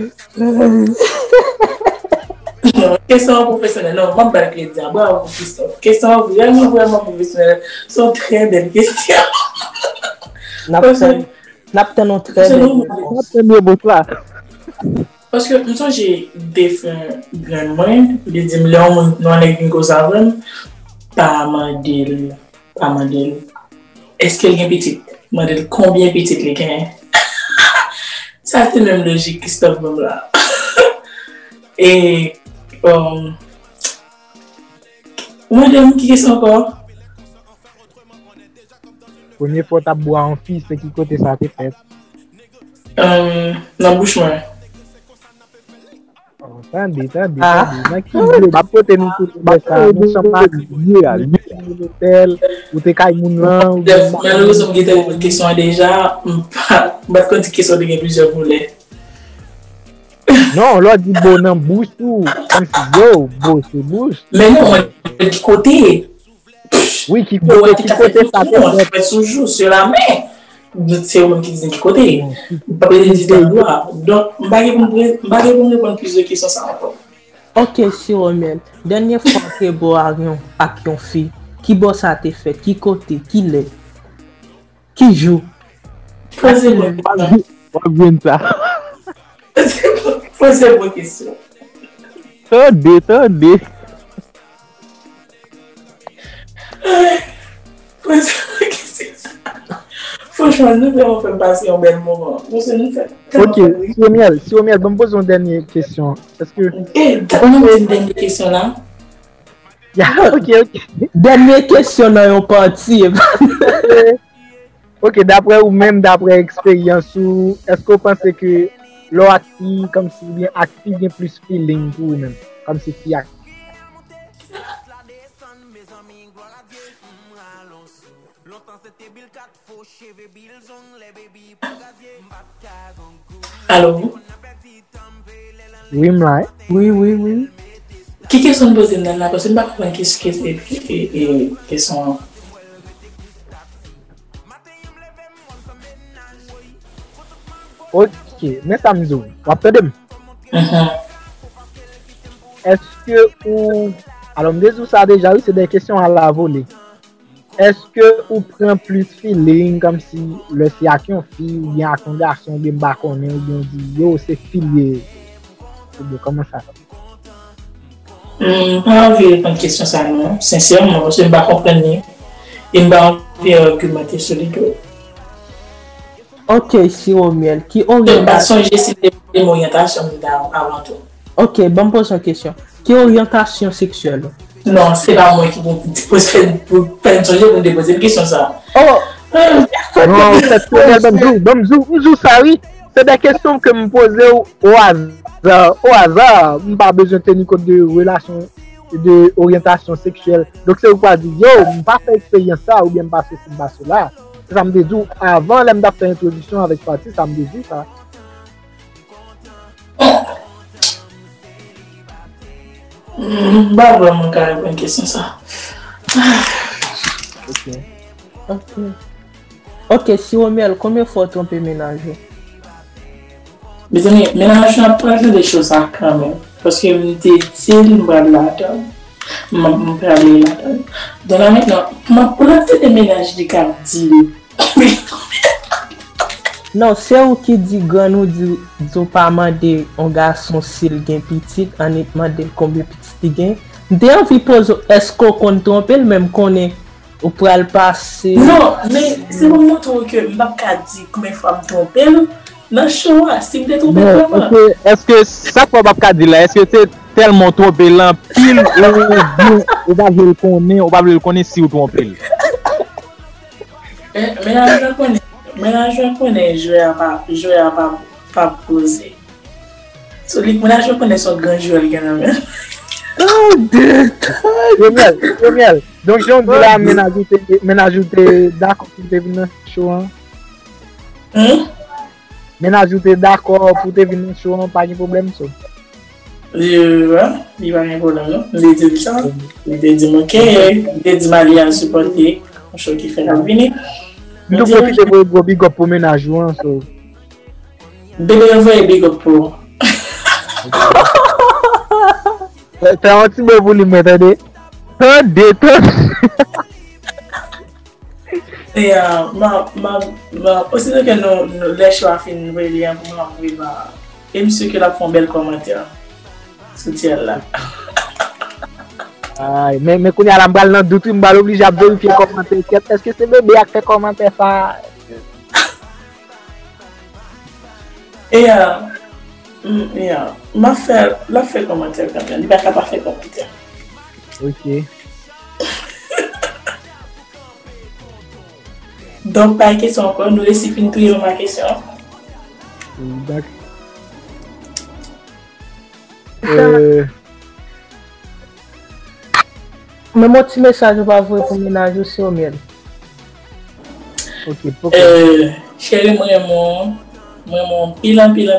Non, question professionnelle, non, moi, je ne vais pas dire, bravo, Christophe. Question vraiment professionnelle, sont très belles questions. N'abtenons très bien. Parce que, nous, j'ai défait grand moins, je dis, là, on a une cause avant, pas Mandel. Est-ce qu'elle est petite? Mandel, combien petite les gars? Ça, c'est même logique, Christophe, là. Et, madame, qui est encore? Première fois que tu as boire en fils, c'est qui côté ça t'est fait? Dans bouche-moi. Attendez. Ma pote nous sommes pas liés à l'hôtel, ou t'es caille moun lan. Malheureusement, j'ai une question déjà. Par contre, question de plusieurs volets. Non, là, dit bon en bouche tout. Comme si yo, beau, c'est bouche. Mais non, du côté. Oui, qui côté ça fait toujours sur la main. C'est au même qui dit qui côté. Pas besoin de dire de doigt. Donc, je vais répondre plus de questions ça encore. Ok, si Romel. Dernière fois que vous avez une fille, qui bosse à tes fêtes, qui côté, qui l'est, qui joue. Posez-moi une question. Attendez. Posez-moi une question. Franchement, nous devons faire passer un bel moment. Ok, si Omiel, je me pose une dernière question. Est-ce que... Donne-moi une dernière question là. Ok. Dernière question dans une partie. Ok, d'après ou même d'après expérience, est-ce que vous pensez que l'actif, comme si bien actif, bien plus feeling pour vous-même, comme si c'est actif? Allô? Oui, moi. Oui. Qui question de poser dans la parce que je ne sais pas qui sont. Ok, mais ça me dit, attendez. Est-ce que vous... Alors, me dites ça déjà, oui, c'est des questions à la volée. Est-ce que vous prenez plus feeling comme si le c'est à une fille ou bien à un garçon ou bien baconné ou bien dit yo c'est filié? Comment ça? Pas envie de répondre à question ça non. Sincèrement, parce que je ne comprends pas. Et je ne pas envie d'argumenter sur les deux. Ok, si Romiel, qui orientation? J'ai cité l'orientation avant tout. Ok, bon, pose une question. Qui orientation sexuelle? Non, c'est pas moi qui vous pose pour me déposer une question ça. Oh! Non, c'est bonjour, ça oui. C'est des questions que me posais au hasard. Je n'ai pas besoin de tenir compte de relation, de orientation sexuelle. Donc c'est pourquoi je dis, yo, je n'ai pas fait expérience ça ou bien pas ce là. Ça me dit, avant de faire une introduction avec Patrice, ça me dit ça. Bah vraiment carrément une question ça. Ok, si Romiel, combien de fois tu peux ménager? Mes amis, ménage n'a pas des choses à quand même. Parce que je me dis, si je me parle là-dedans, je me parle là-dedans. Donc là maintenant, pour la petite ménage du cap dit. Non, c'est où qui dit grand ou dit pas demander un garçon s'il gagne petit, en demandé combien petit il gagne. M'te envie pose est-ce qu'on compte tromper même qu'on est ou pour le passer. Non, mais c'est pour montrer que m'a pas dit combien de fois me tromper dans le show, si me tromper vraiment. Est-ce que ça quoi pas dire là, est-ce que c'est tellement trompé là pile ou va le connaître, on va le connaître si ou trompé. Ménage connaît jouer à pas poser. Celui que ménage connaît son grand joueur également. Oh Dieu. Génial. Donc on dit là ménage d'accord pour te venir show hein. Ménage d'accord pour te venir show pas de problème ça. Il va rien problème non. Il dit ça. Il dit OK, il dit Marie à supporter un show qui fait la venir. Donc profiter pour big up pour ménage hein ça. Bébé envoie big up pour. C'est un petit peu pour lui mettre des Et aussi que nous les choix fin William pour m'envoyer et monsieur qui l'a fait un bel commentaire soutien là. Mais qu'on y a la balle dans doute une balle obligé à vérifier commentaire est-ce que c'est bébé qui fait commentaire ça et m'a fait commentaire quand même il va pas faire commentaire. OK. Donc, pas de question encore, nous laissons finir ma question. D'accord. Mais mon petit message va vous pour ménage aussi au miel. OK. Chérie, moi, pile.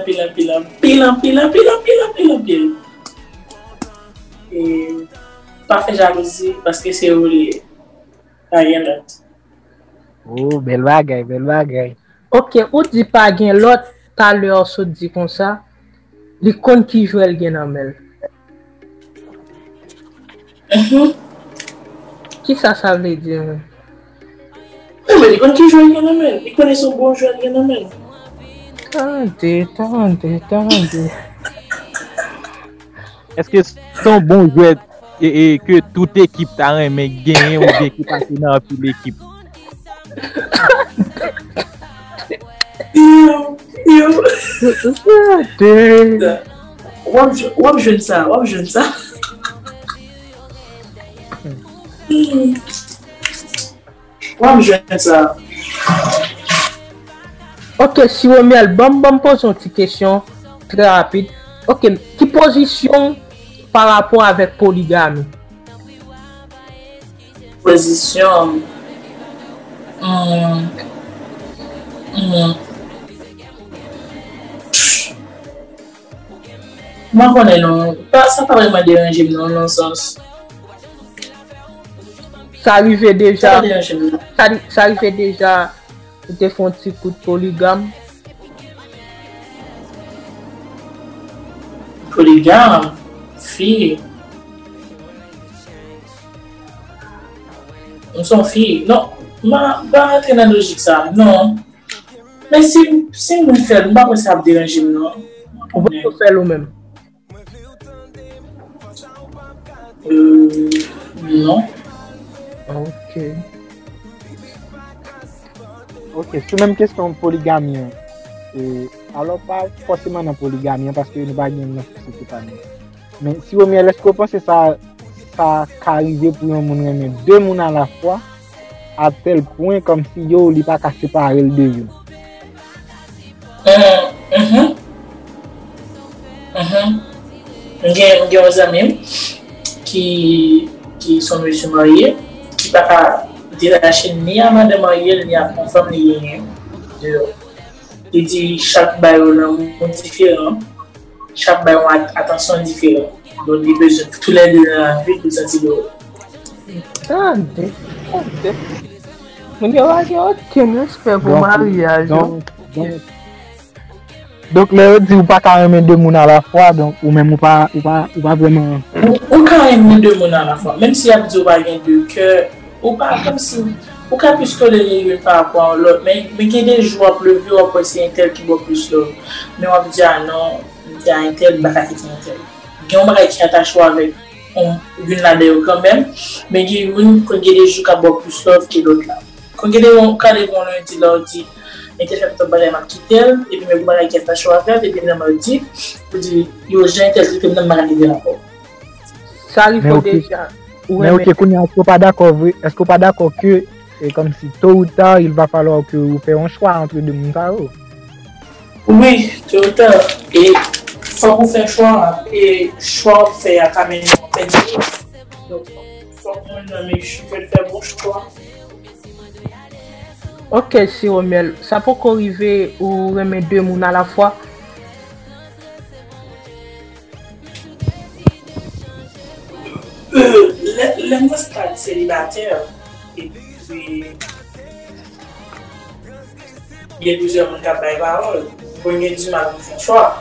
Et pas faire jalousie parce que c'est oublié. Rien d'autre. Oh, belle bagaille. Ok, ou dit pas gen l'autre tout à l'heure se dit comme ça. Les comptes qui jouent le gen en mel. Qui ça veut dire? Mais les comptes qui jouent le gen en mel, ils connaissent son bon joueur le gen en mel. Attendez. Est-ce que son bon joueur et que toute équipe t'a aimé gagner ou bien qui passe dans toute l'équipe? Yo. Wap jeune ça. Ok, si on met le bon pose une petite question très rapide. Ok, qui position par rapport avec polygamie? Position. Moi, connais non. Ça pas vraiment dérangé dans le sens. Ça arrivait déjà. Ça arrivait déjà de faire un petit coup de polygame. Polygame, fille. On s'en fille. Non, pas entrer dans la logique ça. Non. Mais si vous me faites, pas que ça va déranger non. On va tout faire nous-mêmes. Non. Ok, c'est même question de polygamie. Alors pas forcément dans polygamie parce que nous pas gagner c'est pas nous. Mais si vous est-ce que vous pensez ça arrive pour un monde aimer deux monde à la fois à tel point comme si yo li pas qu'à séparer le deux. J'ai des amis qui sont monsieur mariés qui pas détacher ni à madame mariée ni à mon femme ni rien. Il dit chaque bail est différent, chaque bail a attention différente. Donc il besoin tous les deux dans la vie pour sentir l'autre. Attendez. Mais il y a aucun respect pour mariage. Donc là dit ou pas carrément deux monde à la fois donc ou même ou pas vraiment ou carrément deux monde à la fois même si y a dit ou pas gain de cœur ou pas comme si ou pas plus tolérer par rapport à l'autre mais il y a des jours pleuve ou après c'est un tel qui boit plus l'autre mais on va dire non il y a un tel bah c'est un tel il y a un bagage qui attache avec une là-dedans quand même. Mais il y a des gens qui ont plus love que l'autre là. Quand ils vont lundi, leur dit, mais tu fais ton bagage à quitter, et puis, mais vous bagage qui est pas choix à faire, et puis, ils dit, vous dites, il y a des gens qui ont même arrivé là-bas. Ça arrive déjà. Mais ok, est-ce qu'on pas d'accord, est-ce qu'on pas d'accord que c'est comme si tôt ou tard, il va falloir que vous fassiez un choix entre deux mondes? Oui, tôt ou tard. Et faut vous faire choix, et choix fait à quand même donc, faut qu'on ait faire bon choix. Ok, si Romuel, ça peut arriver ou remettre deux mondes à la fois? Le stade célibataire, et puis il y a plusieurs gens qui ont des paroles, pour y du mal pour faire choix.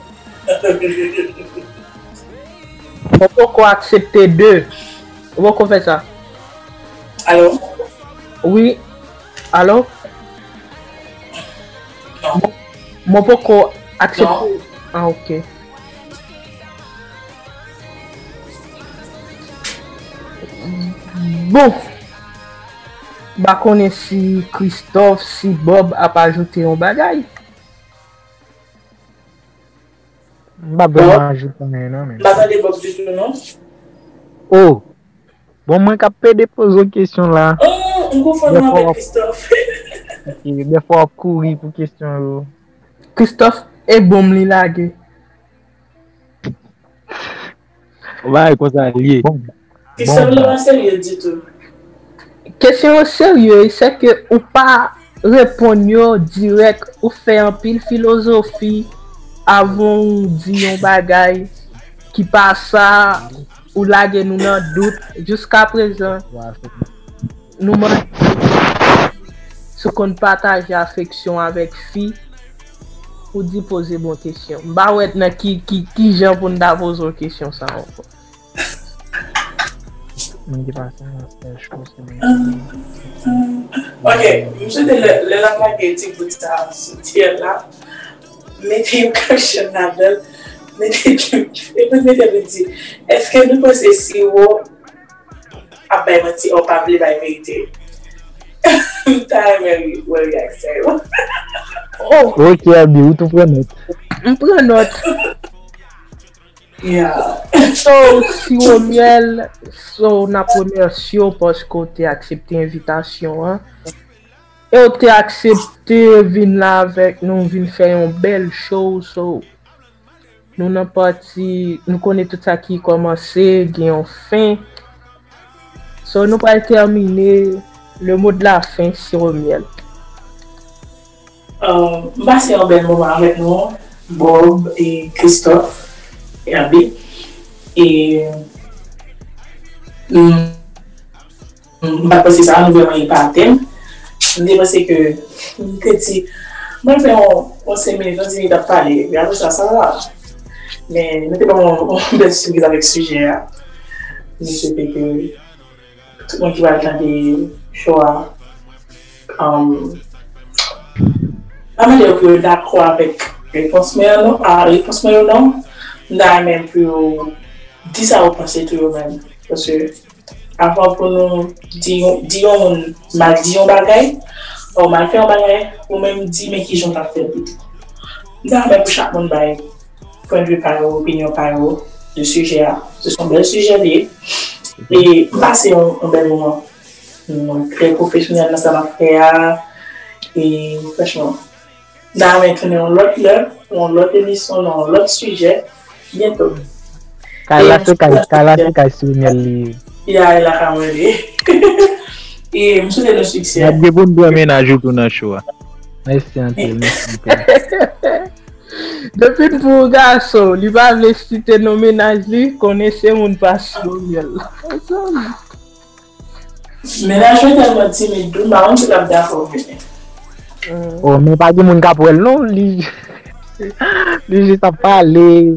Pourquoi accepter deux? Pourquoi on fait ça? Allô? Oui. Allô? Non. Moi, pourquoi accepter? Non. Ah, ok. Bon. Bah, connais si Christophe, si Bob a pas ajouté un bagage. Pas vraiment ajouter rien, non, mais. Pas de Bob du tout, non? Oh! Bon, moi, je peux poser une question là. Oh, on confond avec Christophe. Des fois, on courir pour question. Christophe est bon, li lague. Ouais, quoi ça lié. Christophe, le sérieux du tout. Question sérieuse, c'est que ou pas répondre direct ou faire un pile philosophie avant dire un bagay qui passe ça ou lague nous dans doute jusqu'à présent. Nous ce qu'on partage affection avec fille pour dire poser bonne question. Bah ouais, qui gens pour nous poser une question ça encore. Ok, monsieur de la marketing pour ça, soutien là, mettez une question là-dedans, mettez dire, est-ce que nous pensons si vous avez menti ou pas la vérité? Time very exciting. Oh, ok, Abi, où tu prends note? on prend note. Yeah. So, si Romuel, so, na première show parce que tu as accepté l'invitation, hein. Et tu as accepté venir là avec nous, venir faire une belle show, so. Nous n'avons parti, nous connaissons tout ça qui commencé, qui ont fin. So, nous pas terminer le mot de la fin sur Romuel. C'est un bel moment avec nous, Bob et Christophe. Et Abi. Et parce que ça nous vraiment pas thème. Je pense que petit moi fait on 5 minutes, 10 minutes à parler, mais après ça va. Mais mettez pas mon belle surprise avec ce sujet. Je sais que tout le monde qui va attendre des choix pas mal de d'accord avec réponse mais non, réponse mais non. Là, même pour dire ça, vous pensez tout vous-même. Parce que, avant pour nous dire mal dire un bagay, ou mal faire un bagay, ou même dire, mais qui j'en ai fait. Là, même pour chaque monde, point de vue par eux, opinion par eux, le sujet, ce sont des sujets. Et passer un bel moment. Très professionnel dans sa matière. Et franchement, là, maintenant, on l'autre émission, on l'autre sujet. Bientôt. Kala sur Nelly. Il a ramené. Et je souhaite le succès. Il y a des bons ménages pour notre show. Merci, Antoine. Depuis pour garçon, il va le citer nos ménages, lui, connaissez mon passion. Ménage est tellement timide, tout le monde est d'accord. Oh, mais pas de mon capouel, non, lui. Lui, je sais pas aller.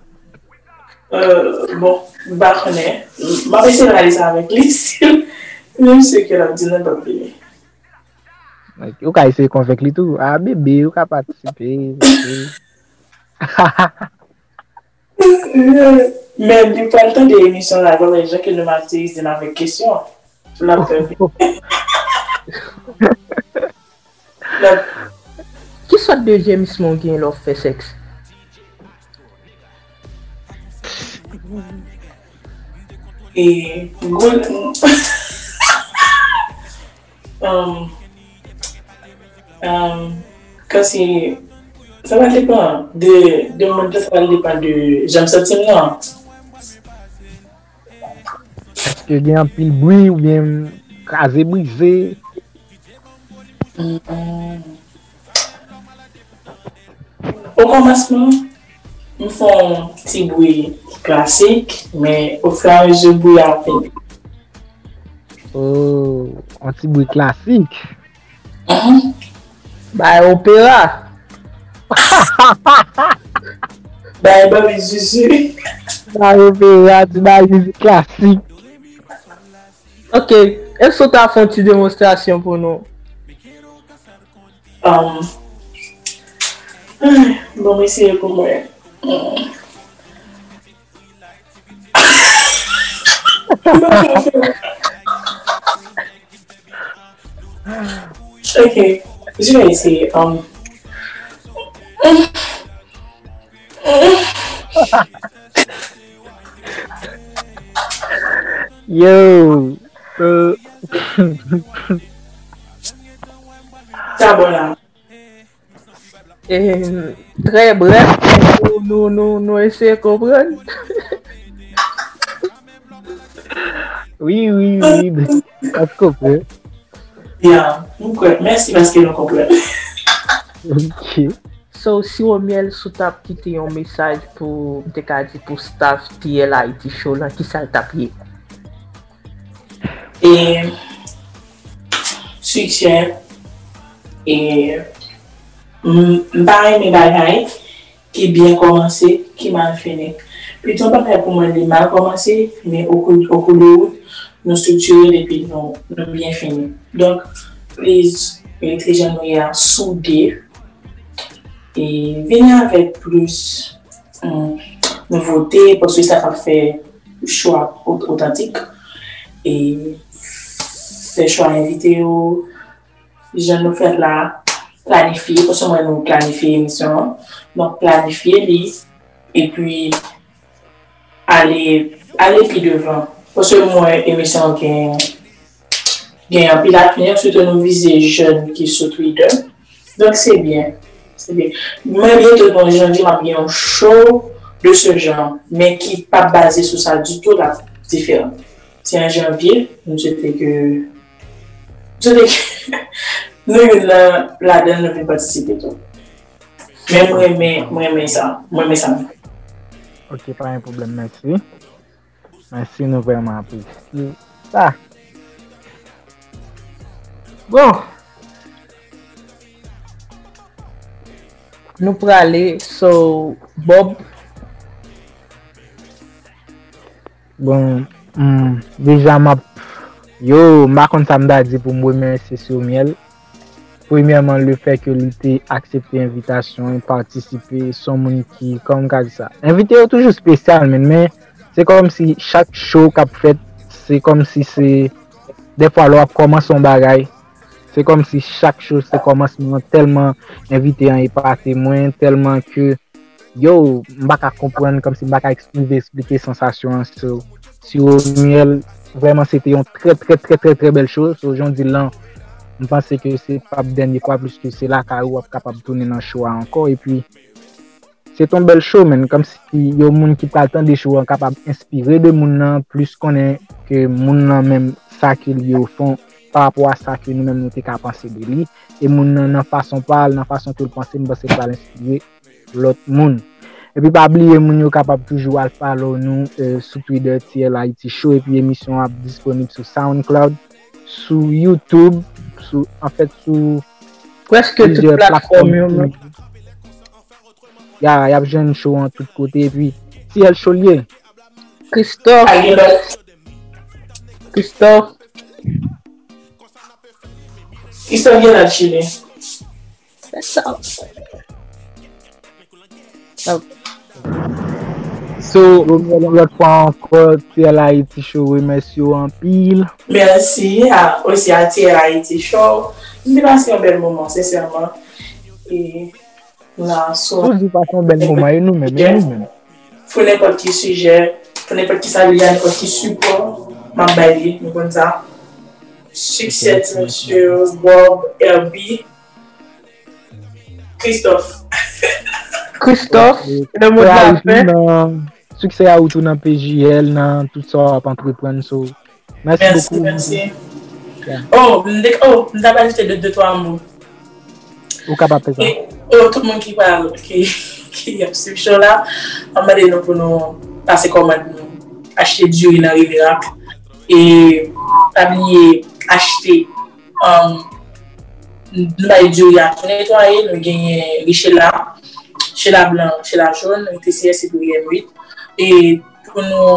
Bon, je vais essayer de réaliser avec lui, même si je l'ai dit n'importe plus. Ou ka essayer de convaincre lui tout. Ah, bébé, ou ka participer. Mais du pas le temps de l'émission là, comme les gens qui nous martyrisent avec question. Tu l'as fait. Qui soit de James Mongen leur fait sexe? Et quand c'est ça va dépendre de mon ça va dépendre de j'aime ça là. Est-ce que il y a un pile bruit ou bien crasé brisé? Au commencement, nous faisons un petit bruit classique, mais au fur et à mesure, bruit rapide. Oh, un petit bruit classique. Bah, opéra. Bah, mais je suis. Ah, opéra, tu m'as dit classique. Ok, est-ce que tu as fait une petite démonstration pour nous? Bon, mais c'est pour moi. Ok, je vais essayer. Yo. Ça bon là. Très bref, nous essayons de comprendre. Oui. Est-ce qu'on peut? Bien, merci parce que nous comprenons. Ok. So, si on miel sous tap quitter un message pour pour staff TLA IT show là, qui ça tapé? Et succès et mes bagailles qui bien commencé, qui mal fini. Plutôt pas fait pour moi les mal commencé, mais au cours de route, nous structurer et puis nous bien fini. Donc, les gens nous y a soudé et venir avec plus nouveautés parce que ça va faire choix authentique et faire choix invité aux gens nous faire là planifier parce que moi nous planifier l'émission donc planifier les et puis aller plus devant parce que moi émission qui gagne un pile à venir surtout nous viser jeunes qui sont Twitter donc c'est bien. Moi, bientôt, dans janvier, il y a un show de ce genre, mais qui n'est pas basé sur ça du tout, là, différent. C'est en janvier, nous c'était que. Nous, là-dedans, nous devons participer tout. Mais moi, j'aime ça. Ok, pas un problème, merci. Merci, nous vraiment apprécié. Ça. Bon. Nous pour aller so Bob. Bon, déjà ma contre ça m'a dit pour me remercier sur miel. Premièrement le fait que l'été accepté l'invitation et participer son monde qui comme ça. Invité est toujours spécial mais c'est comme si chaque show qu'a fait c'est comme si c'est des fois là commence son bagage. C'est comme si chaque chose se commence tellement invité à y pas témoin tellement que yo m'pas comprendre comme si m'pas expliquer sensation sur miel vraiment c'était une très belle chose aujourd'hui là je pense que c'est pas dernière fois plus que c'est là qu'on est capable de tourner dans le show encore et puis c'est une belle show mais comme si yo monde qui pas le temps des shows capable d'inspirer de monde plus connaît que monde même ça qu'ils au fond par rapport à ça que nous-mêmes nous t'es penser de lui et moun nan façon parle nan façon que le penser nous c'est pas l'inspirer l'autre monde et puis pas oublier moun yo capable toujours à follow nous sur Twitter TLA IT show et puis émission disponible sur SoundCloud sur YouTube sur en fait sur presque toutes les plateformes y a jeune show en tous côtés et puis TL show lié Christophe Ils sont bien à Chili. C'est ça. So, l'autre fois encore, TL Haïti Show, remercie en pile. Merci aussi à TL Haïti Show. Je passe un bel moment, sincèrement. Et là, Tout dit pas un bel moment, et nous-mêmes. Pour n'importe qui sujet, pour n'importe qui salut, n'importe qui support, ma baille, nous comme ça. Succès, monsieur Bob, Herbie, Christophe, le mot de la fin. Succès à tout dans PJL, dans tout ça, pour entreprendre. Merci beaucoup. Merci. Oh, nous avons ajouté deux, trois mots. Ou capable de faire ça. Tout le monde qui parle, qui a ce show là, on m'a dit pour nous passer commande, acheter du riz dans Riviera et acheter nous avons du riz à nettoyer, nous gagnons chez la blanc, chez la jaune, TCS et PM8 et pour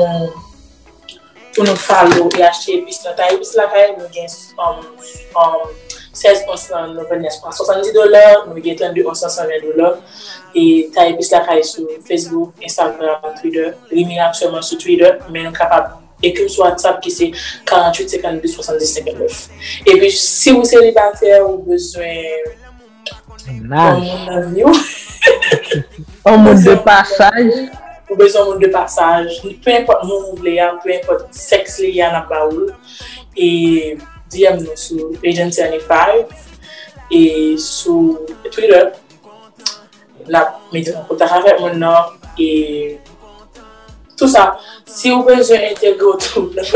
nous follow et acheter puis la taille, nous gagnons 16% nous venons à $70, nous gagnons $120 et taille puis la taille sur Facebook, Instagram, Twitter, Rimi actuellement sur Twitter, mais nous sommes capables d'écrire sur WhatsApp qui c'est 48 52 70 59. Et puis si vous êtes célibataire ou besoin un mode de passage. Ou besoin de mode de passage, peu importe mon voulez, peu importe sexe il y a dans baoul et DM nous sur Agent 25 et sur Twitter. Là, mettez en contact avec mon nom et tout ça. Si vous besoin d'intégrer tout la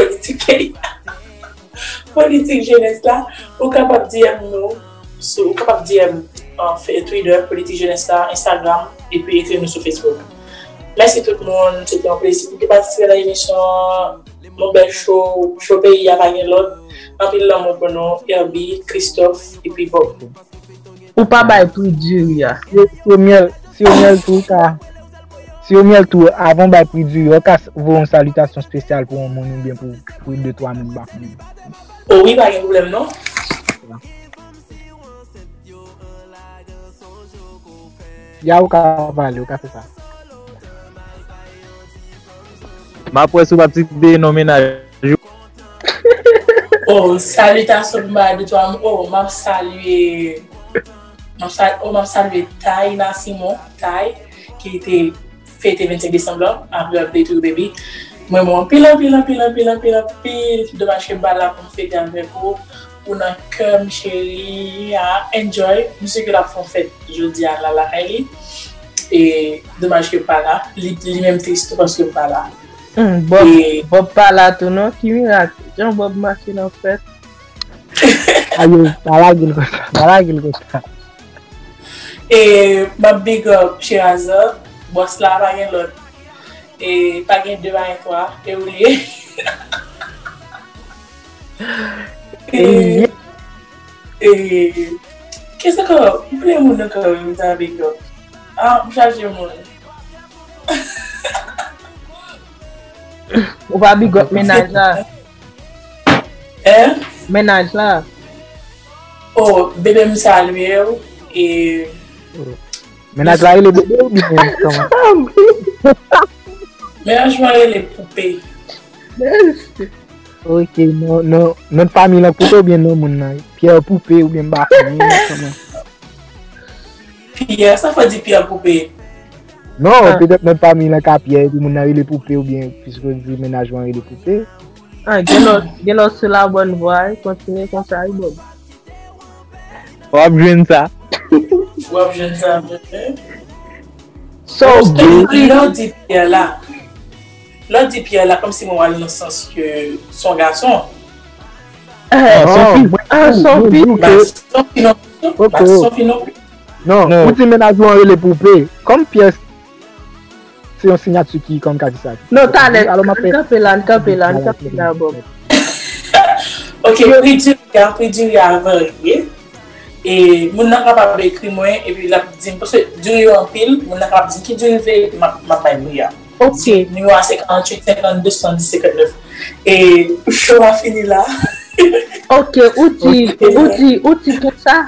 politique jeunesse là, vous capable DM nous sur DM Twitter, politique jeunesse là, Instagram et puis écrire nous sur Facebook. Merci tout le monde, c'était un plaisir de participer à l'émission. Mon bel show pays à l'autre. En plus, l'amour pour nous, Herbie, Christophe et puis Bob. Ou pas pour du Si on met tout avant de prix du vous une salutation spéciale pour mon bien pour 2-3 minutes. Oh oui, pas de problème, non? Ya ou ka parler, ou ka faire ça. Ma presse ou ma petite dénomination. Oh, salutations de toi. Oh, m'a salué. M'a salué Taïna Simon, Taï, qui était fêté 25 décembre, après le tout baby. Moi, mon pile, dommage que là pour fêter avec vous. Pour un cœur, chérie, enjoy. Monsieur que la font fête, je dis à la Haïli. Et dommage que pas là. Lui-même triste parce que pas là. Bob pas là tout non qui miracle Jean Bob marché en fait ayo para gil ko et ma big up chez Azar boss là pas rien l'autre et pas gain devant toi et oublié et qu'est-ce que plein monde que ça big up charger monde on va big up ménage là. Ménage là. Oh, bébé me salue et ménage là il est bébé ou bien comment? Ménage là les poupées. OK, non, notre famille la poupée ou bien non mon Pierre poupée ou bien bah comment? Pierre, ça fait dire Pierre poupée. Non, peut-être notre famille la Pierre, puis mon les poupées ou bien puisque dit ménagement et les poupées. Gelo sur la bonne voie, continuez comme ça, Bob. On va bien ça. So, l'autre dit Pierre là, comme si moi dans le sens que son garçon. Son fils. Non, vous dites ménagement et les poupées, comme pièce. C'est une signature qui comme qu'a dit ça. Non, t'as l'air. Capellan, Bob. Ok, prix du varié. Et mon n'a pas écrit moi et puis la dit parce que du en pile, mon n'a pas dit qui du fait ma paille. Ok. Numéro 58 52 70 59. Et show a fini là. Ok, outil tout ça.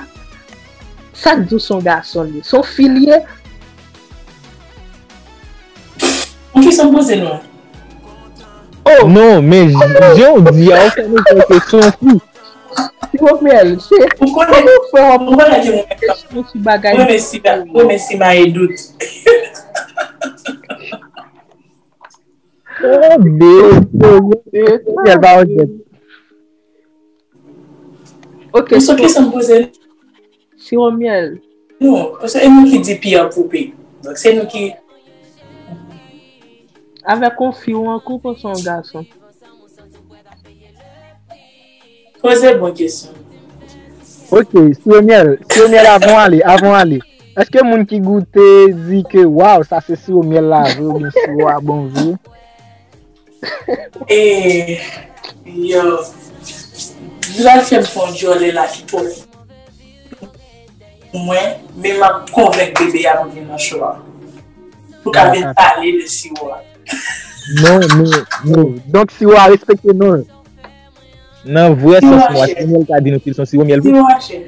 Ça dit son garçon, son filier. On qui s'en pose non? Oh non, mais j'ai dit, on fait une question fou. Siromiel, c'est On connaît question sur bagage. Oui, merci, ma doute. Oh, elle va au jet. Ok, On qui s'en pose Siromiel. non, parce que c'est nous qui dit pire poupée. Donc c'est nous qui. Avec un fille ou un couple ou son garçon? Posez bonne question. Ok, Siromiel, avant aller. Est-ce que moun qui goûte dit que waouh, ça c'est Siromiel là, ou bien Siroa bonjour? Et yo, la femme fondue là qui pour moi, mais m'a convaincu bébé à venir dans le choix. Pour qu'elle parler de Siroa. Non. Donc Siroa respecte non. Non, vrai sens moi, Siromiel qui a dit nous qu'ils sont Siromiel. Siroa cher.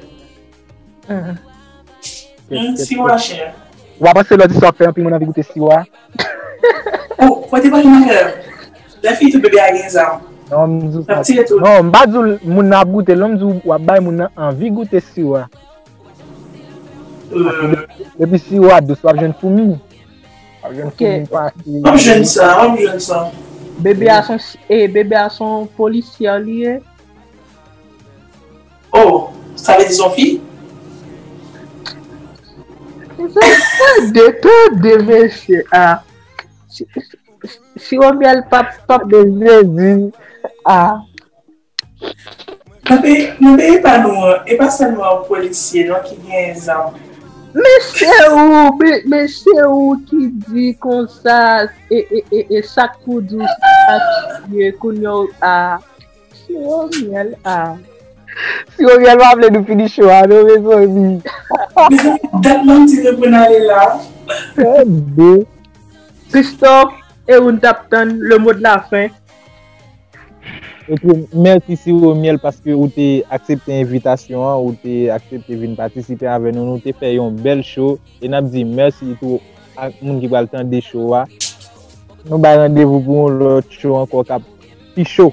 Siroa cher. Ou après c'est l'autre histoire fait un peu mon envie goûter Siroa. Oh, faut te parler la fille de bébé à 15 ans. Non, mbazou moun a goûté l'homme zou ou bay moun envie goûter Siroa. Et puis Siroa de soit jeune fourmi. On jeune ça. Bébé a son policier lié. Oh, ça veut dire son fille? De monsieur. Siromiel pape de Jésus. Ne pas nous, et pas seulement un policier, non, qui vient les armes. Mais c'est où qui dit comme ça et ça coûte Siromiel Siromiel va appeler nous finir chaud, non raison. D'accord, tu veux aller là. Christophe, et on tape le mot de la fin. Ok, merci Siromiel parce que vous avez accepté l'invitation, vous avez accepté de venir participer avec nous, nous avons fait un bel show et nous avons dit merci pour les gens qui ont le temps de show. Nous avons rendez-vous pour l'autre show encore plus chaud.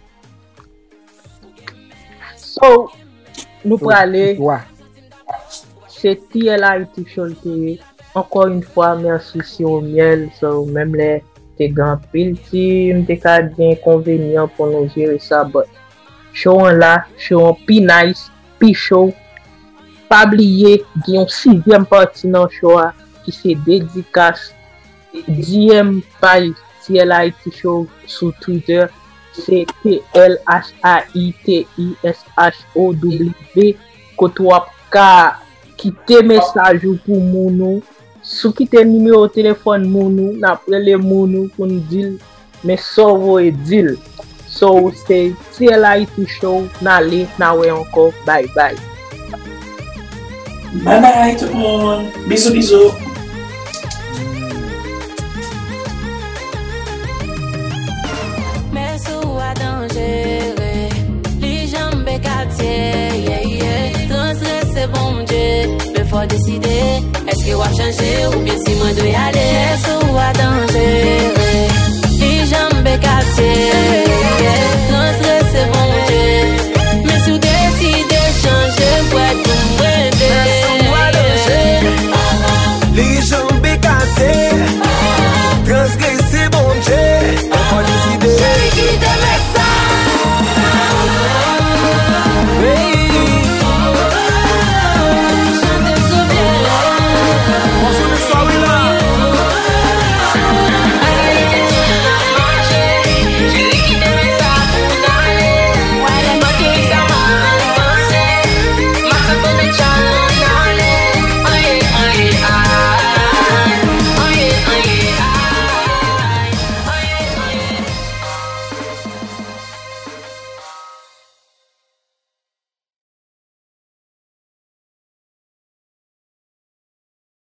So, nous pour aller, c'est TLIT Show. Encore une fois, merci Siromiel, so même les grand pile ti m'te ka gen inconvénient pour nous gérer ça but show là show pi nice pi show pas oublier qu'il y a une 6e partie dans show qui c'est dédicace 10e page TLIT Show sur Twitter c'est TLHAITISHOW koto ka quitter message pour moun sou ki te numéro téléphone mounou n'a prele mounou pour nous dire mais so et deal so c'est TLIT Show n'allez na ouais encore bye bye tout le monde bisous mais sous à danger les jambes quartier transgresser c'est bon Dieu faut décider est-ce que va changer ou bien si moi dois y aller sous à danger